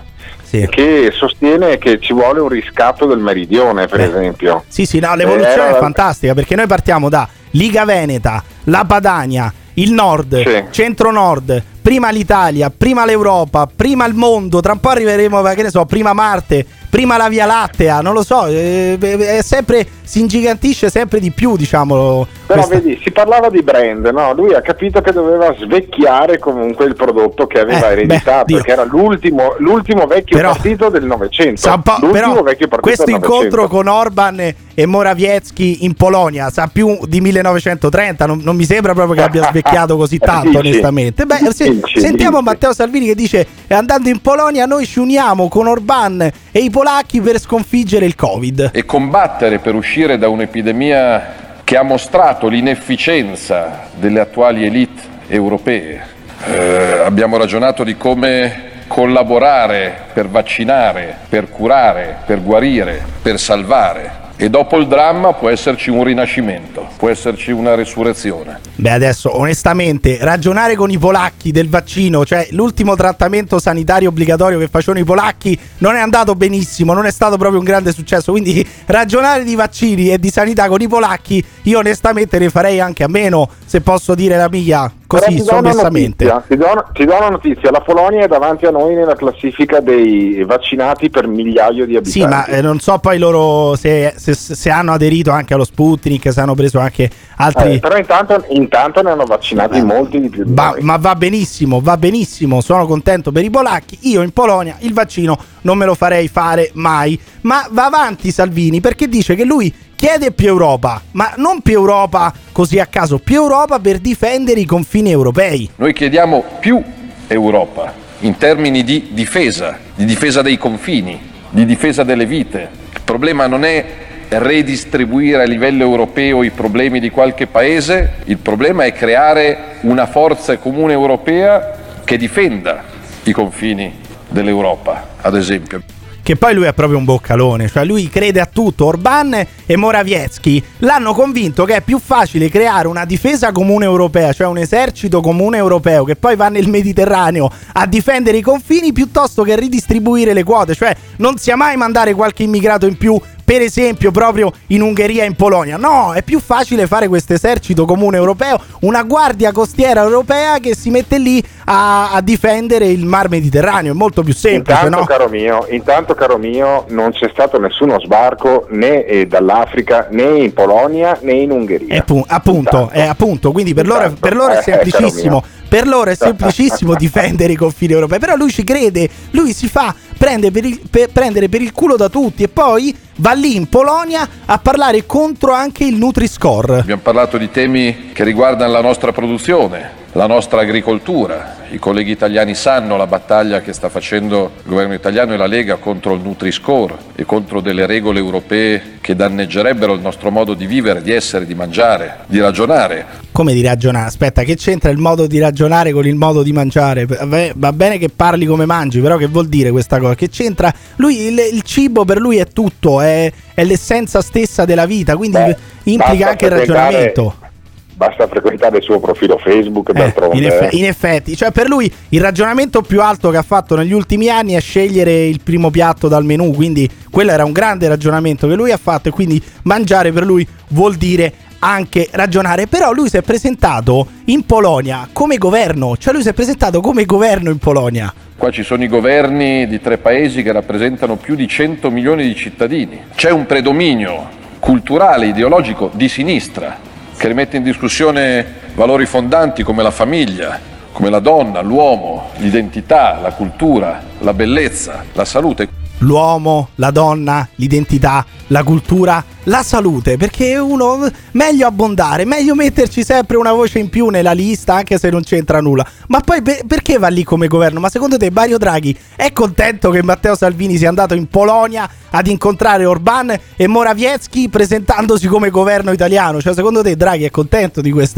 sì. che sostiene che ci vuole un riscatto del meridione, per Beh. esempio. Sì, sì, no, l'evoluzione Era- è fantastica, perché noi partiamo da Liga Veneta, la Padania, il nord, Sì. centro-nord, prima l'Italia, prima l'Europa, prima il mondo, tra un po' arriveremo, che ne so, prima Marte, prima la Via Lattea, non lo so, eh, è sempre, si ingigantisce sempre di più, diciamo. Però questa- vedi, si parlava di brand, no? Lui ha capito che doveva svecchiare comunque il prodotto che aveva Eh, ereditato, beh, Dio. che era l'ultimo, l'ultimo vecchio Però- partito del Novecento. Sa un po', L'ultimo però vecchio partito questo del incontro Novecento. con Orban e Morawiecki in Polonia sa più di millenovecentotrenta, non, non mi sembra proprio che abbia svecchiato così tanto, Dici? onestamente. Beh, se- Dici, sentiamo dici. Matteo Salvini che dice: andando in Polonia noi ci uniamo con Orban e i polacchi per sconfiggere il Covid. E combattere per uscire da un'epidemia che ha mostrato l'inefficienza delle attuali elite europee. Eh, abbiamo ragionato di come collaborare per vaccinare, per curare, per guarire, per salvare. E dopo il dramma può esserci un rinascimento, può esserci una resurrezione. Beh, adesso onestamente ragionare con i polacchi del vaccino, cioè l'ultimo trattamento sanitario obbligatorio che facevano i polacchi, non è andato benissimo, non è stato proprio un grande successo, quindi ragionare di vaccini e di sanità con i polacchi io onestamente ne farei anche a meno, se posso dire la mia, Però così ti do una sommessamente. notizia, Ti do, una, ti do una notizia, la Polonia è davanti a noi nella classifica dei vaccinati per migliaio di abitanti. Sì, ma eh, non so poi loro se, se- se hanno aderito anche allo Sputnik, se hanno preso anche altri. Eh, però intanto, intanto ne hanno vaccinati molti di più di Va- noi. ma va benissimo, va benissimo, sono contento per i polacchi. Io in Polonia il vaccino non me lo farei fare mai. Ma va avanti Salvini perché dice che lui chiede più Europa, ma non più Europa così a caso, più Europa per difendere i confini europei. Noi chiediamo più Europa in termini di difesa, di difesa dei confini, di difesa delle vite. Il problema non è redistribuire a livello europeo i problemi di qualche paese, il problema è creare una forza comune europea che difenda i confini dell'Europa, ad esempio. Che poi lui è proprio un boccalone, cioè lui crede a tutto. Orban e Morawiecki l'hanno convinto che è più facile creare una difesa comune europea, cioè un esercito comune europeo che poi va nel Mediterraneo a difendere i confini, piuttosto che ridistribuire le quote, cioè non sia mai mandare qualche immigrato in più, per esempio proprio in Ungheria e in Polonia. No, è più facile fare questo esercito comune europeo, una guardia costiera europea che si mette lì a, a difendere il mar Mediterraneo, è molto più semplice, Intanto, no? caro mio, intanto, caro mio, non c'è stato nessuno sbarco né eh, dall'Africa né in Polonia né in Ungheria. È pu- appunto, è appunto, quindi per loro, per loro è Eh, semplicissimo. caro Per loro è semplicissimo difendere i confini europei. Però lui ci crede, lui si fa prende per il, per prendere per il culo da tutti e poi va lì in Polonia a parlare contro anche il Nutri-Score. Abbiamo parlato di temi che riguardano la nostra produzione, la nostra agricoltura. I colleghi italiani sanno la battaglia che sta facendo il governo italiano e la Lega contro il Nutri-Score e contro delle regole europee che danneggerebbero il nostro modo di vivere, di essere, di mangiare, di ragionare. Come di ragionare? Aspetta, che c'entra il modo di ragionare con il modo di mangiare? Vabbè, va bene che parli come mangi, però che vuol dire questa cosa? Che c'entra? Lui, il, il cibo per lui è tutto, è, è l'essenza stessa della vita, quindi Beh, implica basta anche il frequentare- ragionamento. Basta frequentare il suo profilo Facebook, d'altronde. In, effe- in effetti, cioè per lui il ragionamento più alto che ha fatto negli ultimi anni è scegliere il primo piatto dal menù, quindi quello era un grande ragionamento che lui ha fatto e quindi mangiare per lui vuol dire anche ragionare. Però lui si è presentato in Polonia come governo, cioè lui si è presentato come governo in Polonia. Qua ci sono i governi di tre paesi che rappresentano più di cento milioni di cittadini. C'è un predominio culturale, ideologico di sinistra che rimette in discussione valori fondanti come la famiglia, come la donna, l'uomo, l'identità, la cultura, la bellezza, la salute. L'uomo, la donna, l'identità, la cultura, la salute, perché uno meglio abbondare, meglio metterci sempre una voce in più nella lista anche se non c'entra nulla. Ma poi per- perché va lì come governo? Ma secondo te Mario Draghi è contento che Matteo Salvini sia andato in Polonia ad incontrare Orban e Morawiecki presentandosi come governo italiano? Cioè secondo te Draghi è contento di questa,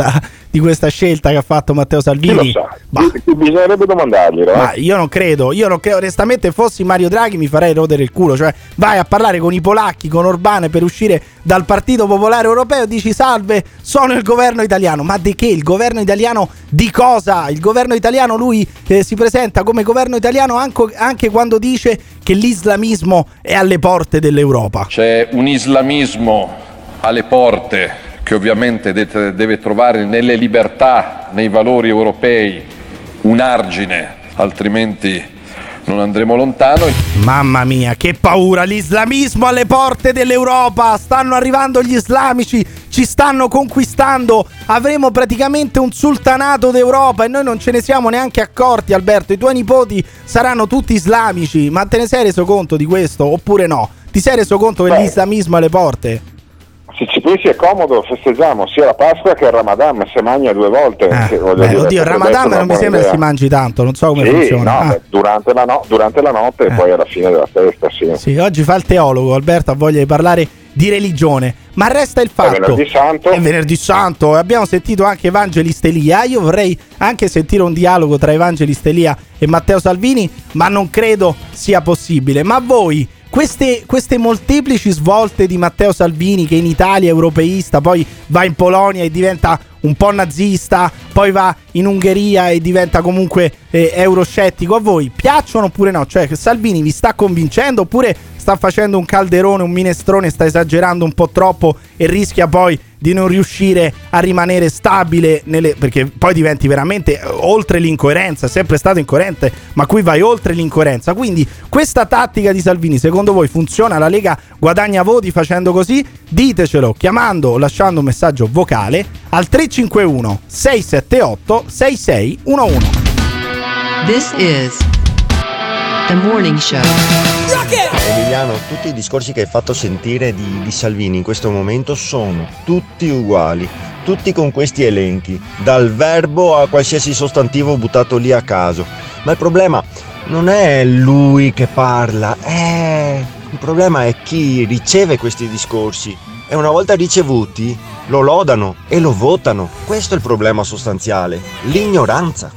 di questa scelta che ha fatto Matteo Salvini? Chi lo sa? Bah. Bisognerebbe domandarglielo. Eh? Ma io non credo, io non credo, onestamente fossi Mario Draghi mi farei rodere il culo, cioè vai a parlare con i polacchi, con Orbán per uscire dal Partito Popolare Europeo e dici salve, sono il governo italiano. Ma di che? Il governo italiano di cosa? Il governo italiano, lui eh, si presenta come governo italiano anche, anche quando dice che l'islamismo è alle porte dell'Europa. C'è un islamismo alle porte che ovviamente deve trovare nelle libertà, nei valori europei un argine, altrimenti non andremo lontano. Mamma mia, che paura, l'islamismo alle porte dell'Europa, stanno arrivando gli islamici, ci stanno conquistando, avremo praticamente un sultanato d'Europa e noi non ce ne siamo neanche accorti. Alberto, i tuoi nipoti saranno tutti islamici, ma te ne sei reso conto di questo oppure no? Ti sei reso conto che Beh. l'islamismo è alle porte? Se ci pensi è comodo, festeggiamo sia la Pasqua che il Ramadan, se mangia due volte. Eh, che, beh, dire, oddio, il Ramadan non mi sembra idea. si mangi tanto, non so come sì, funziona. No, ah. beh, durante, la no, durante la notte eh. e poi alla fine della festa, sì. Sì, oggi fa il teologo, Alberto ha voglia di parlare di religione, ma resta il fatto. È venerdì santo. È venerdì santo, abbiamo sentito anche Evangelist Elia, io vorrei anche sentire un dialogo tra Evangelist Elia e Matteo Salvini, ma non credo sia possibile. Ma voi Queste, queste molteplici svolte di Matteo Salvini, che in Italia è europeista, poi va in Polonia e diventa un po' nazista, poi va in Ungheria e diventa comunque eh, euroscettico, a voi piacciono oppure no? Cioè, Salvini vi sta convincendo oppure sta facendo un calderone, un minestrone, sta esagerando un po' troppo e rischia poi di non riuscire a rimanere stabile nelle, perché poi diventi veramente oltre l'incoerenza, è sempre stato incoerente, ma qui vai oltre l'incoerenza. Quindi questa tattica di Salvini secondo voi funziona? La Lega guadagna voti facendo così? Ditecelo chiamando o lasciando un messaggio vocale al tre cinque uno sei sette otto sei sei uno uno. This is The Morning Show. Emiliano, tutti i discorsi che hai fatto sentire di, di Salvini in questo momento sono tutti uguali, tutti con questi elenchi, dal verbo a qualsiasi sostantivo buttato lì a caso. Ma il problema non è lui che parla, è... il problema è chi riceve questi discorsi e una volta ricevuti lo lodano e lo votano. Questo è il problema sostanziale, l'ignoranza.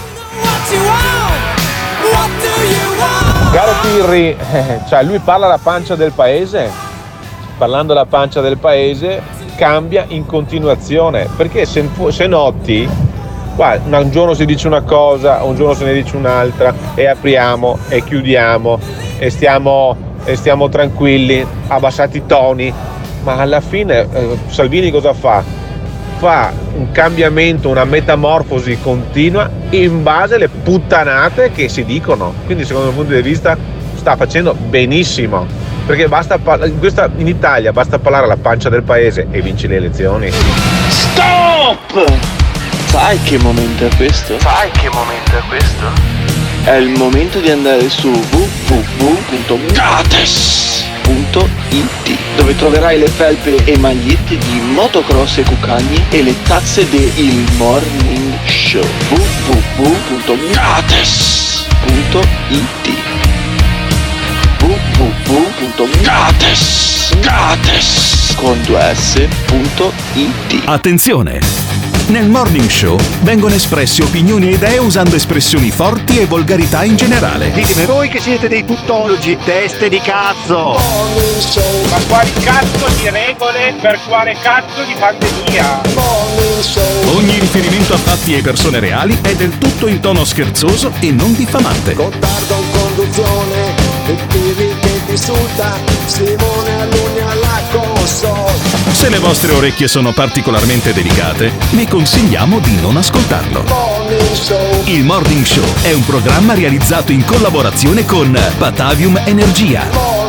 Caro Pirri, eh, cioè lui parla alla pancia del paese, parlando alla pancia del paese cambia in continuazione, perché se, se noti, qua, un giorno si dice una cosa, un giorno se ne dice un'altra e apriamo e chiudiamo e stiamo, e stiamo tranquilli, abbassati i toni, ma alla fine eh, Salvini cosa fa? Fa un cambiamento, una metamorfosi continua in base alle puttanate che si dicono. Quindi secondo il punto di vista sta facendo benissimo, perché basta in, questa, in Italia basta parlare alla pancia del paese e vinci le elezioni. Stop! Sai che momento è questo? Sai che momento è questo? È il momento di andare su w w w punto gates punto i t, dove troverai le felpe e magliette di motocross e cucagni e le tazze de Il Morning Show. w w w punto gates punto i t w w w punto gates gates con due s punto i t. Attenzione! Nel Morning Show vengono espresse opinioni e idee usando espressioni forti e volgarità in generale. Ditemi voi che siete dei tuttologi, teste di cazzo! Ma quali cazzo di regole per quale cazzo di pandemia? Ogni riferimento a fatti e persone reali è del tutto in tono scherzoso e non diffamante. Gottardo in conduzione, il Pirri che ti insulta, Simone Alunni alla console. Se le vostre orecchie sono particolarmente delicate, vi consigliamo di non ascoltarlo. Il Morning Show è un programma realizzato in collaborazione con Batavium Energia.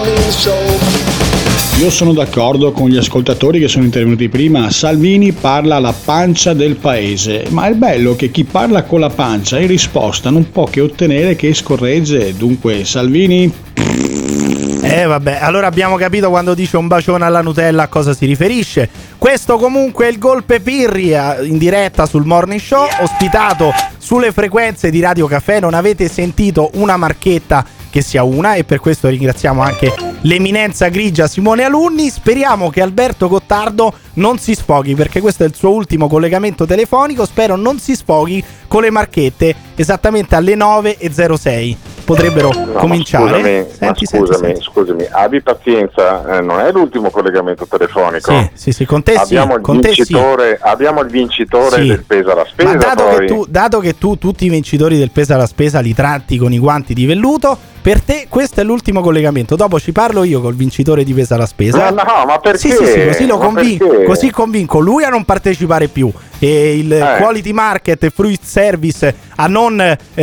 Io sono d'accordo con gli ascoltatori che sono intervenuti prima. Salvini parla alla pancia del paese, ma è bello che chi parla con la pancia in risposta non può che ottenere che scorregge. Dunque Salvini... Eh vabbè, allora abbiamo capito quando dice un bacione alla Nutella a cosa si riferisce. Questo comunque è il Golpe Pirri in diretta sul Morning Show, ospitato sulle frequenze di Radio Caffè. Non avete sentito una marchetta che sia una, e per questo ringraziamo anche l'eminenza grigia Simone Alunni. Speriamo che Alberto Gottardo non si sfoghi, perché questo è il suo ultimo collegamento telefonico. Spero non si sfoghi con le marchette esattamente alle nove e zero sei. Potrebbero no, cominciare. Scusami, senti, scusami, senti, senti. scusami, abbi pazienza, eh, non è l'ultimo collegamento telefonico. Sì, sì, sì, con te abbiamo sì, il con te vincitore, sì. Abbiamo il vincitore Sì. del peso alla spesa. Ma dato poi. che, tu, dato che tu tutti i vincitori del peso alla spesa li tratti con i guanti di velluto, per te questo è l'ultimo collegamento. Dopo ci parlo io col vincitore di peso alla spesa. No, no, ma perché? Sì, sì, sì, così lo Ma convinco, perché? così convinco lui a non partecipare più e il Eh. Quality Market e Fruit Service a non,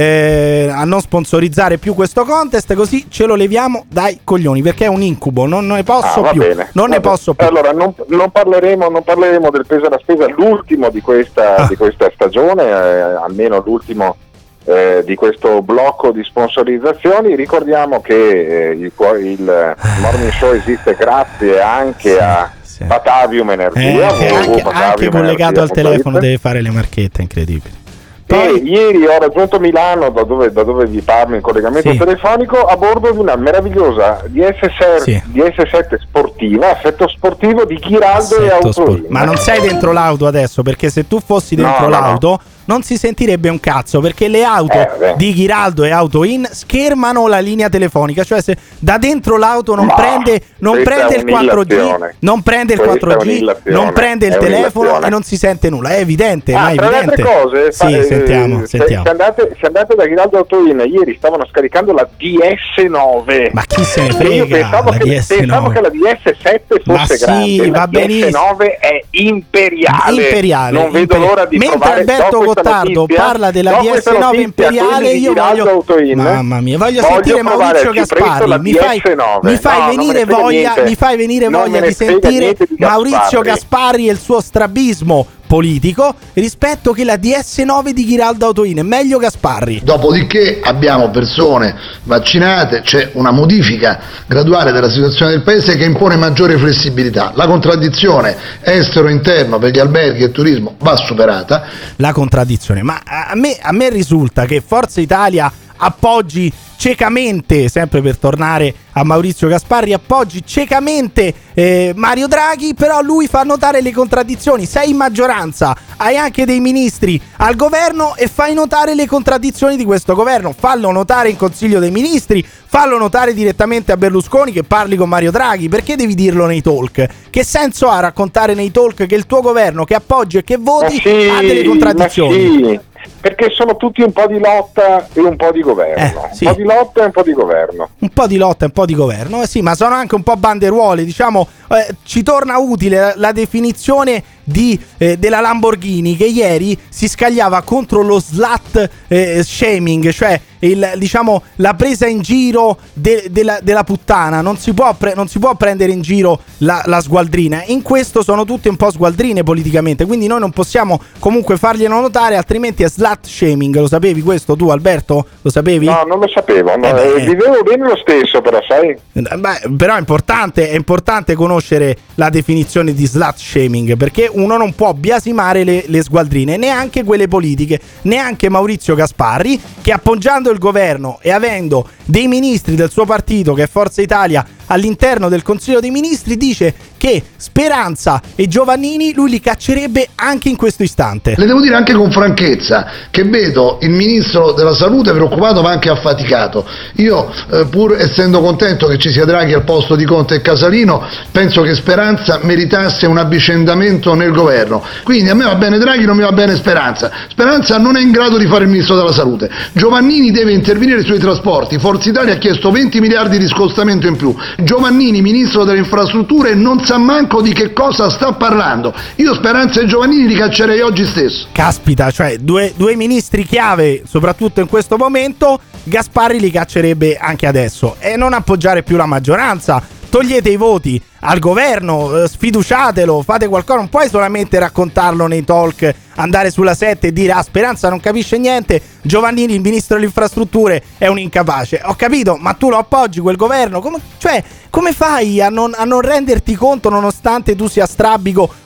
eh, a non sponsorizzare più questo contest, così ce lo leviamo dai coglioni, perché è un incubo, non ne posso Ah, va più. bene, non va ne bene. posso più. Allora non, non parleremo non parleremo del peso alla spesa, l'ultimo di questa, Ah. di questa stagione, eh, almeno l'ultimo eh, di questo blocco di sponsorizzazioni. Ricordiamo che eh, il, il Morning Show esiste grazie anche a Batavium Eh, Energia, che w w w anche, punto anche batavium collegato al energia punto it. telefono deve fare le marchette, incredibile. E ieri ho raggiunto Milano, da dove, da dove vi parlo in collegamento Sì. telefonico, a bordo di una meravigliosa D S Sì. sette sportiva, assetto sportivo di Ghiraldo e Assetto Autoin. sport- Ma non sei dentro l'auto adesso, perché se tu fossi dentro No, no, l'auto non si sentirebbe un cazzo, perché le auto Eh, beh. di Ghiraldo e Autoin schermano la linea telefonica, cioè se da dentro l'auto non Ma prende, non questa prende è il quattro G, un'illazione. non prende il Questa è quattro G, un'illazione. non prende il È telefono un'illazione. e non si sente nulla, è evidente, Ah, ma è tra le evidente. altre cose, sì, fa- eh, sentiamo, se, sentiamo. Se, andate, se andate da Ghiraldo Autoin, ieri stavano scaricando la D S nove. Ma chi se ne E io frega, pensavo, la che, D S nove. pensavo che la D S sette Ma fosse sì, grande, va la benissimo. D S nove è imperiale. Imperiale, Non vedo imperiale. l'ora di Mentre provare. Alberto do questa Gottardo notizia, parla della do D S questa nove notizia a imperiale, quelli di io Ghiraldo voglio Autoin. mamma mia, voglio, Voglio sentire provare Maurizio al più presto Gasparri. la Mi fai, D S nove. mi fai No, non me venire ne frega voglia, niente. mi fai venire Non voglia me ne di frega sentire niente di Maurizio Gasparri. Gasparri e il suo strabismo politico rispetto che la D S nove di Ghiraldo Autoin. È meglio Gasparri. Dopodiché abbiamo persone vaccinate, c'è una modifica graduale della situazione del paese che impone maggiore flessibilità. La contraddizione estero-interno per gli alberghi e il turismo va superata. La contraddizione, ma a me, a me risulta che Forza Italia appoggi ciecamente, sempre per tornare a Maurizio Gasparri, appoggi ciecamente eh, Mario Draghi, però lui fa notare le contraddizioni. Sei in maggioranza, hai anche dei ministri al governo e fai notare le contraddizioni di questo governo. Fallo notare in Consiglio dei Ministri, fallo notare direttamente a Berlusconi che parli con Mario Draghi. Perché devi dirlo nei talk? Che senso ha raccontare nei talk che il tuo governo, che appoggi e che voti, Ma sì, ha delle contraddizioni? ma sì, perché sono tutti un po' di lotta e un po' di governo. Eh, sì. Un po' di lotta e un po' di governo. Un po' di lotta e un po' di governo, eh sì, ma sono anche un po' banderuole, diciamo, eh, ci torna utile la, la definizione di, eh, della Lamborghini, che ieri si scagliava contro lo slut eh, shaming, cioè il, diciamo, la presa in giro de, della, della puttana. Non si può, pre, non si può prendere in giro la, la sgualdrina. In questo sono tutte un po' sgualdrine politicamente, quindi noi non possiamo comunque farglielo notare, altrimenti è slut shaming. Lo sapevi questo tu, Alberto? Lo sapevi? No, non lo sapevo, no, Eh beh, eh, vivevo bene lo stesso, però sai. Beh, però è importante, è importante conoscere la definizione di slut shaming, perché uno non può biasimare le, le sgualdrine, neanche quelle politiche, neanche Maurizio Gasparri, che appoggiando il governo e avendo dei ministri del suo partito, che è Forza Italia, all'interno del Consiglio dei Ministri, dice che Speranza e Giovannini lui li caccerebbe anche in questo istante. Le devo dire anche con franchezza che vedo il ministro della salute preoccupato ma anche affaticato. Io eh, pur essendo contento che ci sia Draghi al posto di Conte e Casalino, penso che Speranza meritasse un avvicendamento nel governo. Quindi a me va bene Draghi, non mi va bene Speranza. Speranza non è in grado di fare il ministro della salute. Giovannini deve intervenire sui trasporti. Forza Italia ha chiesto venti miliardi di scostamento in più. Giovannini, ministro delle infrastrutture, non sa manco di che cosa sta parlando. Io Speranza e Giovannini li caccerei oggi stesso. Caspita, cioè due, due ministri chiave, soprattutto in questo momento. Gasparri li caccerebbe anche adesso. E non appoggiare più la maggioranza. Togliete i voti al governo, eh, sfiduciatelo, fate qualcosa. Non puoi solamente raccontarlo nei talk, andare sulla sette e dire ah, Speranza non capisce niente, Giovannini, il ministro delle infrastrutture, è un incapace. Ho capito, ma tu lo appoggi quel governo? Come, cioè, come fai a non, a non renderti conto, nonostante tu sia strabico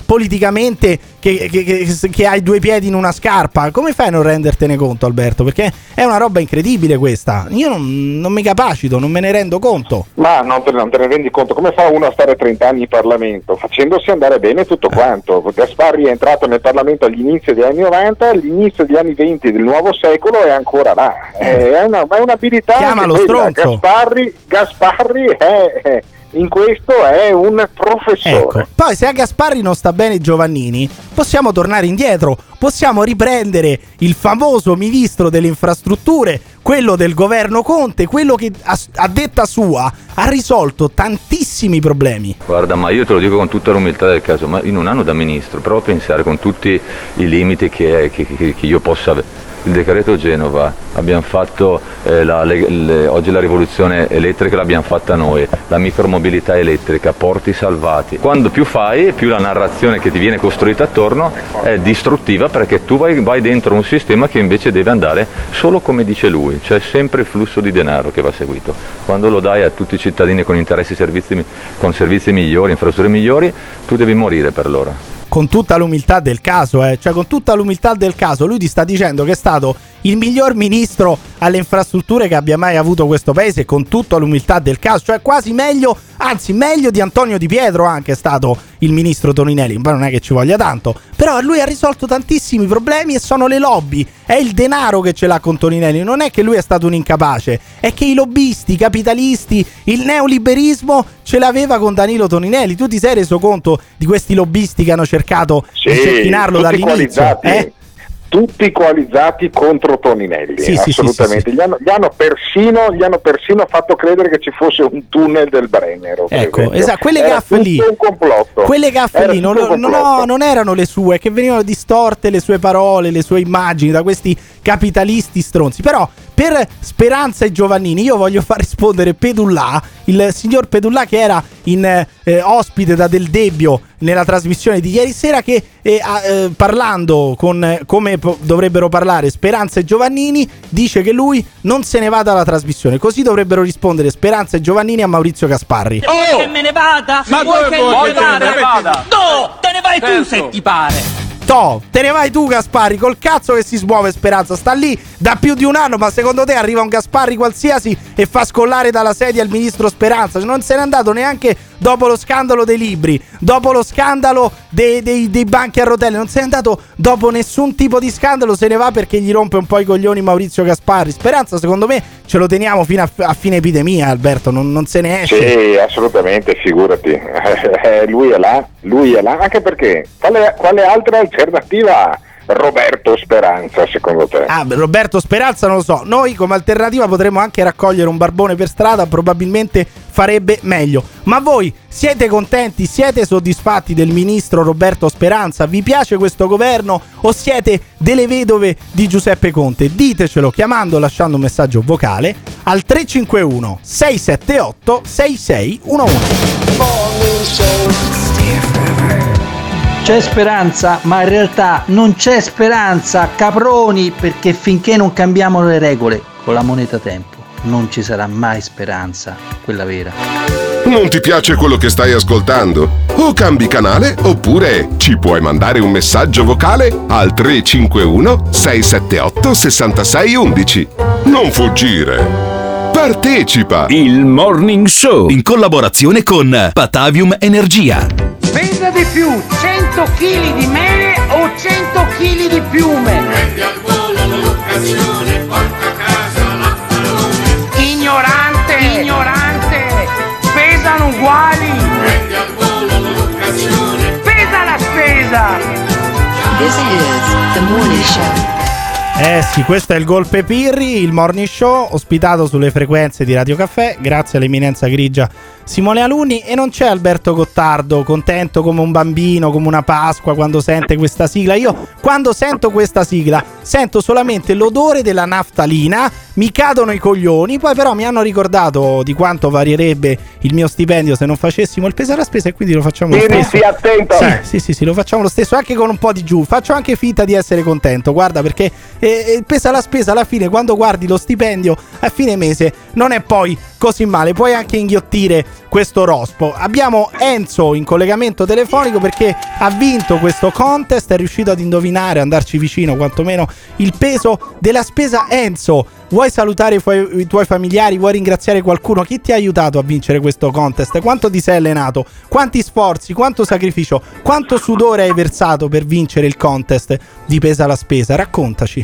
politicamente che, che, che, che hai due piedi in una scarpa. Come fai a non rendertene conto, Alberto? Perché è una roba incredibile questa. Io non, non mi capacito, non me ne rendo conto. Ma non te, non te ne rendi conto? Come fa uno a stare trenta anni in Parlamento? Facendosi andare bene tutto quanto. Gasparri è entrato nel Parlamento agli inizi degli anni novanta, all'inizio degli anni venti del nuovo secolo è ancora là. È, una, è un'abilità. Chiamalo stronzo. Gasparri, Gasparri è... è in questo è un professore. Ecco. Poi se a Gasparri non sta bene Giovannini, possiamo tornare indietro, possiamo riprendere il famoso ministro delle infrastrutture, quello del governo Conte, quello che a, a detta sua ha risolto tantissimi problemi. Guarda, ma io te lo dico con tutta l'umiltà del caso, ma in un anno da ministro, prova a pensare con tutti i limiti che, che, che, che io possa avere. Il decreto Genova, abbiamo fatto eh, la, le, le, oggi la rivoluzione elettrica l'abbiamo fatta noi, la micromobilità elettrica, porti salvati. Quando più fai, più la narrazione che ti viene costruita attorno è distruttiva, perché tu vai, vai dentro un sistema che invece deve andare solo come dice lui, cioè sempre il flusso di denaro che va seguito. Quando lo dai a tutti i cittadini con interessi servizi, con servizi migliori, infrastrutture migliori, tu devi morire per loro. Con tutta l'umiltà del caso, eh. cioè con tutta l'umiltà del caso, lui ti sta dicendo che è stato il miglior ministro alle infrastrutture che abbia mai avuto questo paese, con tutta l'umiltà del caso, cioè quasi meglio, anzi meglio di Antonio Di Pietro anche è stato il ministro Toninelli, poi non è che ci voglia tanto, però lui ha risolto tantissimi problemi e sono le lobby, è il denaro che ce l'ha con Toninelli, non è che lui è stato un incapace, è che i lobbisti, i capitalisti, il neoliberismo ce l'aveva con Danilo Toninelli. Tu ti sei reso conto di questi lobbisti che hanno cercato sì, di cecchinarlo dall'inizio? Eh? Tutti coalizzati contro Toninelli, sì, assolutamente. Sì, sì, sì. Gli, hanno, gli, hanno persino, gli hanno persino fatto credere che ci fosse un tunnel del Brennero. Ecco, esatto, quelle era gaffe lì, un complotto. Quelle gaffe era lì non, un no, non erano le sue, che venivano distorte le sue parole, le sue immagini da questi capitalisti stronzi. Però per Speranza e Giovannini io voglio far rispondere Pedullà, il signor Pedullà che era in eh, ospite da Del Debbio nella trasmissione di ieri sera, che eh, eh, parlando con eh, come po- dovrebbero parlare Speranza e Giovannini dice che lui non se ne va dalla trasmissione. Così dovrebbero rispondere Speranza e Giovannini a Maurizio Gasparri. Oh! Che me ne vada? Ma vuoi dove che vuoi me ne vada? No, te ne vai certo. tu se ti pare. To, te ne vai tu Gasparri, col cazzo che si smuove Speranza, sta lì da più di un anno, ma secondo te arriva un Gasparri qualsiasi e fa scollare dalla sedia il ministro Speranza? Non se n'è andato neanche dopo lo scandalo dei libri, dopo lo scandalo dei, dei, dei banchi a rotelle, non se n'è andato dopo nessun tipo di scandalo, se ne va perché gli rompe un po' i coglioni Maurizio Gasparri. Speranza secondo me ce lo teniamo fino a, a fine epidemia, Alberto, non, non se ne esce. Sì, assolutamente, figurati. Eh, lui è là, lui è là, anche perché quale, quale altra alternativa ha Roberto Speranza secondo te? Ah, Roberto Speranza non lo so, noi come alternativa potremmo anche raccogliere un barbone per strada, probabilmente farebbe meglio. Ma voi siete contenti, siete soddisfatti del ministro Roberto Speranza? Vi piace questo governo o siete delle vedove di Giuseppe Conte? Ditecelo chiamando o lasciando un messaggio vocale al tre cinque uno sei sette otto sei sei uno uno. C'è speranza, ma in realtà non c'è speranza, caproni, perché finché non cambiamo le regole con la moneta tempo non ci sarà mai speranza, quella vera. Non ti piace quello che stai ascoltando? O cambi canale oppure ci puoi mandare un messaggio vocale al tre cinque uno sei sette otto sei sei uno uno. Non fuggire! Partecipa! Il Morning Show in collaborazione con Patavium Energia. Pesa di più cento chili di mele o cento chili di piume? Prendi al volo l'occasione, porta a casa l'affarone. Ignorante, ignorante, pesano uguali. Prendi al volo l'occasione. Pesa la spesa. This is the Morning Show. Eh sì, questo è il Golpe Pirri, il Morning Show, ospitato sulle frequenze di Radio Caffè, grazie all'eminenza grigia Simone Alunni. E non c'è Alberto Gottardo, contento come un bambino, come una Pasqua, quando sente questa sigla. Io, quando sento questa sigla, sento solamente l'odore della naftalina, mi cadono i coglioni. Poi però mi hanno ricordato di quanto varierebbe il mio stipendio se non facessimo il peso alla spesa, e quindi lo facciamo lo stesso. Stia attento. Sì, sì, sì, sì, lo facciamo lo stesso, anche con un po' di giù. Faccio anche finta di essere contento, guarda, perché eh, il peso alla spesa alla fine, quando guardi lo stipendio a fine mese, non è poi così male. Puoi anche inghiottire questo rospo. Abbiamo Enzo in collegamento telefonico perché ha vinto questo contest, è riuscito ad indovinare, andarci vicino quantomeno, il peso della spesa. Enzo, vuoi salutare i, fu- i tuoi familiari? Vuoi ringraziare qualcuno? Chi ti ha aiutato a vincere questo contest? Quanto ti sei allenato? Quanti sforzi? Quanto sacrificio? Quanto sudore hai versato per vincere il contest di Pesa la Spesa? Raccontaci.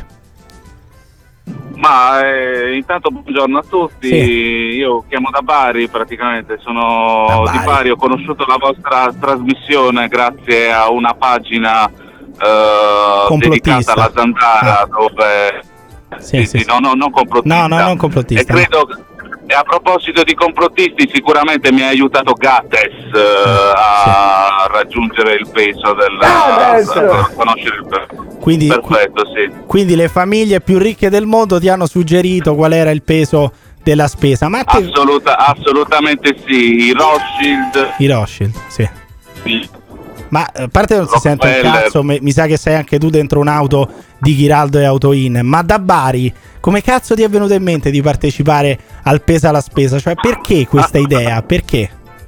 Ma eh, intanto buongiorno a tutti, sì. Io chiamo da Bari, praticamente sono da Bari. di Bari, ho conosciuto la vostra trasmissione grazie a una pagina eh, dedicata alla Zanzara, ah. dove sì, sì, sì, sì, no, no, non complottista. No, no, non complottista. E credo e a proposito di complottisti, sicuramente mi ha aiutato Gates eh, a sì. raggiungere il peso del a, a conoscere il peso. Quindi, perfetto, sì. Quindi le famiglie più ricche del mondo ti hanno suggerito qual era il peso della spesa. Ma te... Assoluta, assolutamente sì, i Rothschild. I Rothschild, sì. sì. Ma a parte non si sente un cazzo, mi, mi sa che sei anche tu dentro un'auto di Ghiraldo e Autoin. Ma da Bari, come cazzo ti è venuto in mente di partecipare al Pesa la Spesa? Cioè, perché questa idea? Perché?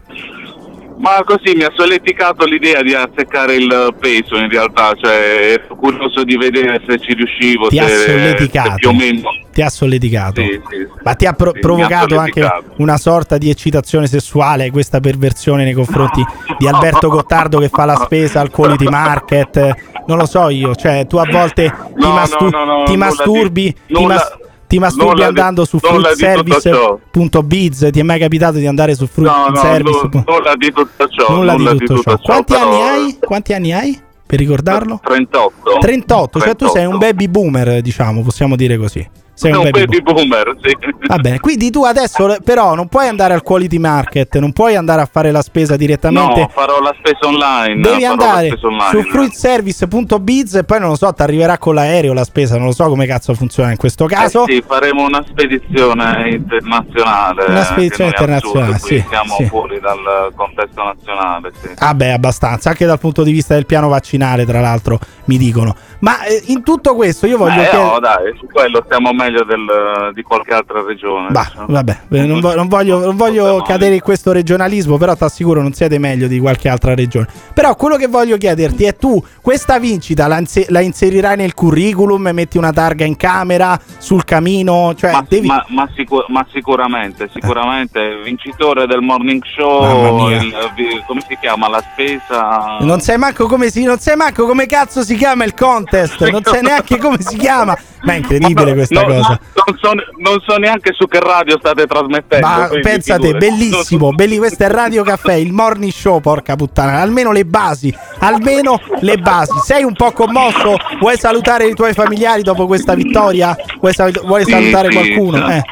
Ma così mi ha solleticato l'idea di azzeccare il peso, in realtà, cioè ero curioso di vedere se ci riuscivo. Ti se, ha solleticato. Se più o meno. Ti ha solleticato. Sì, sì, ma ti ha pro- sì, provocato ha anche una sorta di eccitazione sessuale, questa perversione nei confronti no. di Alberto Gottardo che fa la spesa al Quality Market? Non lo so io, cioè tu a volte no, ti, mastu- no, no, no, ti masturbi, di, ti, mas- ti masturbi andando di, su fruit service punto biz. Ti è mai capitato di andare su fruit no, no, service? No, nulla di tutto ciò. Nulla, nulla di tutto, di tutto ciò. ciò. Quanti però... anni hai? Quanti anni hai? Per ricordarlo? trentotto. trentotto, cioè tu sei un baby boomer, diciamo, possiamo dire così. Sei un, un baby, baby boomer, sì. Va bene, quindi tu adesso però non puoi andare al Quality Market, non puoi andare a fare la spesa direttamente. No, farò la spesa online. Devi farò andare online. su fruit service punto biz e poi non lo so, ti arriverà con l'aereo la spesa, non lo so come cazzo funziona in questo caso. Eh sì, faremo una spedizione internazionale. Una spedizione internazionale, sud, sì. Siamo sì. fuori dal contesto nazionale, sì. Ah beh, abbastanza, anche dal punto di vista del piano vaccinale, tra l'altro, mi dicono. Ma eh, in tutto questo io voglio eh, chiedere... no, dai, su quello stiamo meglio del, di qualche altra regione. Bah, diciamo. Vabbè, non, vo- non voglio, non voglio cadere in questo regionalismo, però ti assicuro non siete meglio di qualche altra regione. Però quello che voglio chiederti è: tu questa vincita la, inse- la inserirai nel curriculum, metti una targa in camera, sul camino, cioè ma, devi... ma, ma, sicur- ma sicuramente, sicuramente eh. vincitore del morning show, il, come si chiama, la spesa. Non sai manco come si, non sai manco come cazzo si chiama il contest, non sai neanche come si chiama. Ma è incredibile questa no, cosa. Non so, non so neanche su che radio state trasmettendo. Ma pensate, bellissimo, belli, questo è Radio Caffè, il morning show, porca puttana. Almeno le basi, almeno le basi. Sei un po' commosso? Vuoi salutare i tuoi familiari dopo questa vittoria? Vuoi, sal- vuoi sì, salutare sì, qualcuno? Sì. Eh.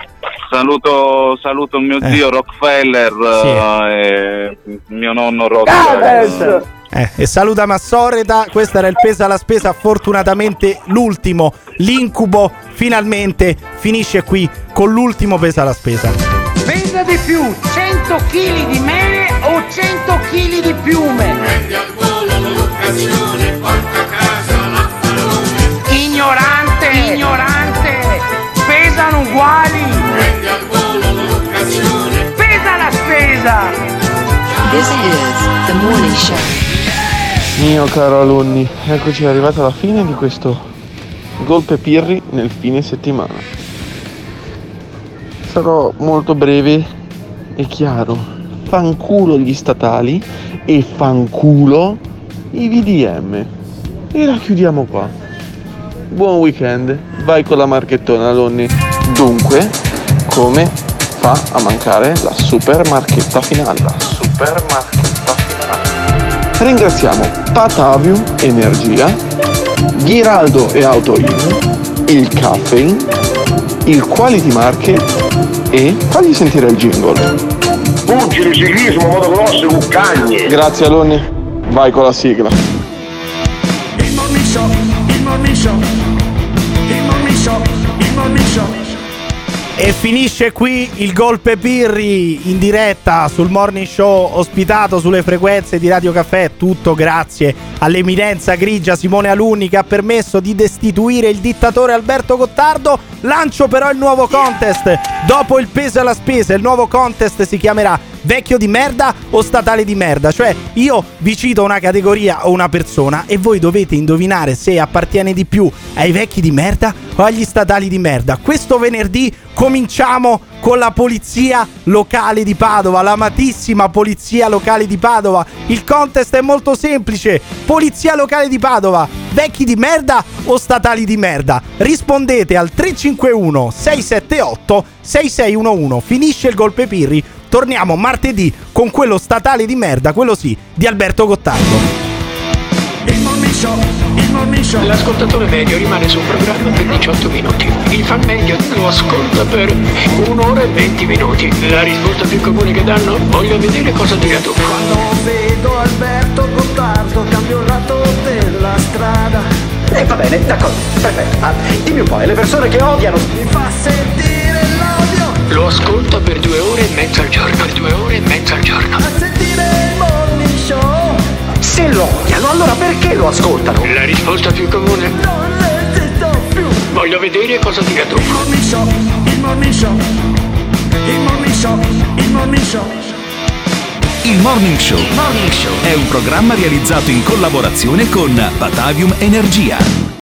Saluto, saluto mio eh. zio Rockefeller sì. uh, e mio nonno Rockefeller. Eh, e saluta Massoreta. Questo era il Pesa la Spesa, fortunatamente l'ultimo. L'incubo finalmente finisce qui con l'ultimo Pesa la Spesa. Pesa di più cento chili di mele o cento chili di piume? Prendi al volo l'occasione, porta a casa l'affarone. Ignorante, ignorante, pesano uguali. Prendi al volo l'occasione. Pesa la spesa. This is the morning show. Mio caro alunni, eccoci arrivati alla fine di questo Golpe Pirri nel fine settimana. Sarò molto breve e chiaro. Fanculo gli statali e fanculo i V D M. E la chiudiamo qua. Buon weekend, vai con la marchettona alunni. Dunque, come fa a mancare la super marchetta finale? La super marchetta finale. Ringraziamo Patavium Energia, Ghiraldo e Autoin, il Caffeine, il Quality Market e fagli sentire il jingle. Pugili, ciclismo, motocross, cuccagne. Grazie alunni, vai con la sigla. Il morning show, il morning show, il morning show, il morning show. E finisce qui il Golpe Pirri in diretta sul Morning Show, ospitato sulle frequenze di Radio Caffè. Tutto grazie all'eminenza grigia Simone Alunni, che ha permesso di destituire il dittatore Alberto Gottardo. Lancio però il nuovo contest. Dopo il peso e la spesa, il nuovo contest si chiamerà vecchio di merda o statale di merda. Cioè io vi cito una categoria o una persona e voi dovete indovinare se appartiene di più ai vecchi di merda o agli statali di merda. Questo venerdì cominciamo con la polizia locale di Padova, l'amatissima polizia locale di Padova. Il contest è molto semplice: polizia locale di Padova, vecchi di merda o statali di merda? Rispondete al tre cinque uno sei sette otto sei sei uno uno. Finisce il Golpe Pirri, torniamo martedì con quello statale di merda, quello sì, di Alberto Gottardo. Il Morning Show, il Morning Show. L'ascoltatore medio rimane sul programma per diciotto minuti. Il fan medio lo ascolta per un'ora e venti minuti. La risposta più comune che danno: voglio vedere cosa dirà tu. Quando vedo Alberto Gottardo cambio il lato della strada. E eh, va bene, d'accordo, perfetto. Ah, dimmi un po', e le persone che odiano? Mi fa sentire l'odio. Lo ascolta per due ore e mezza al giorno. Per due ore e mezza al giorno. A sentire il Morning Show. Se lo odiano, allora perché lo ascoltano? La risposta più comune: non resisto più. Voglio vedere cosa dirà tu. Il Morning Show, il Morning Show, il Morning Show, il Morning Show. Il Morning Show. Morning Show è un programma realizzato in collaborazione con Batavium Energia.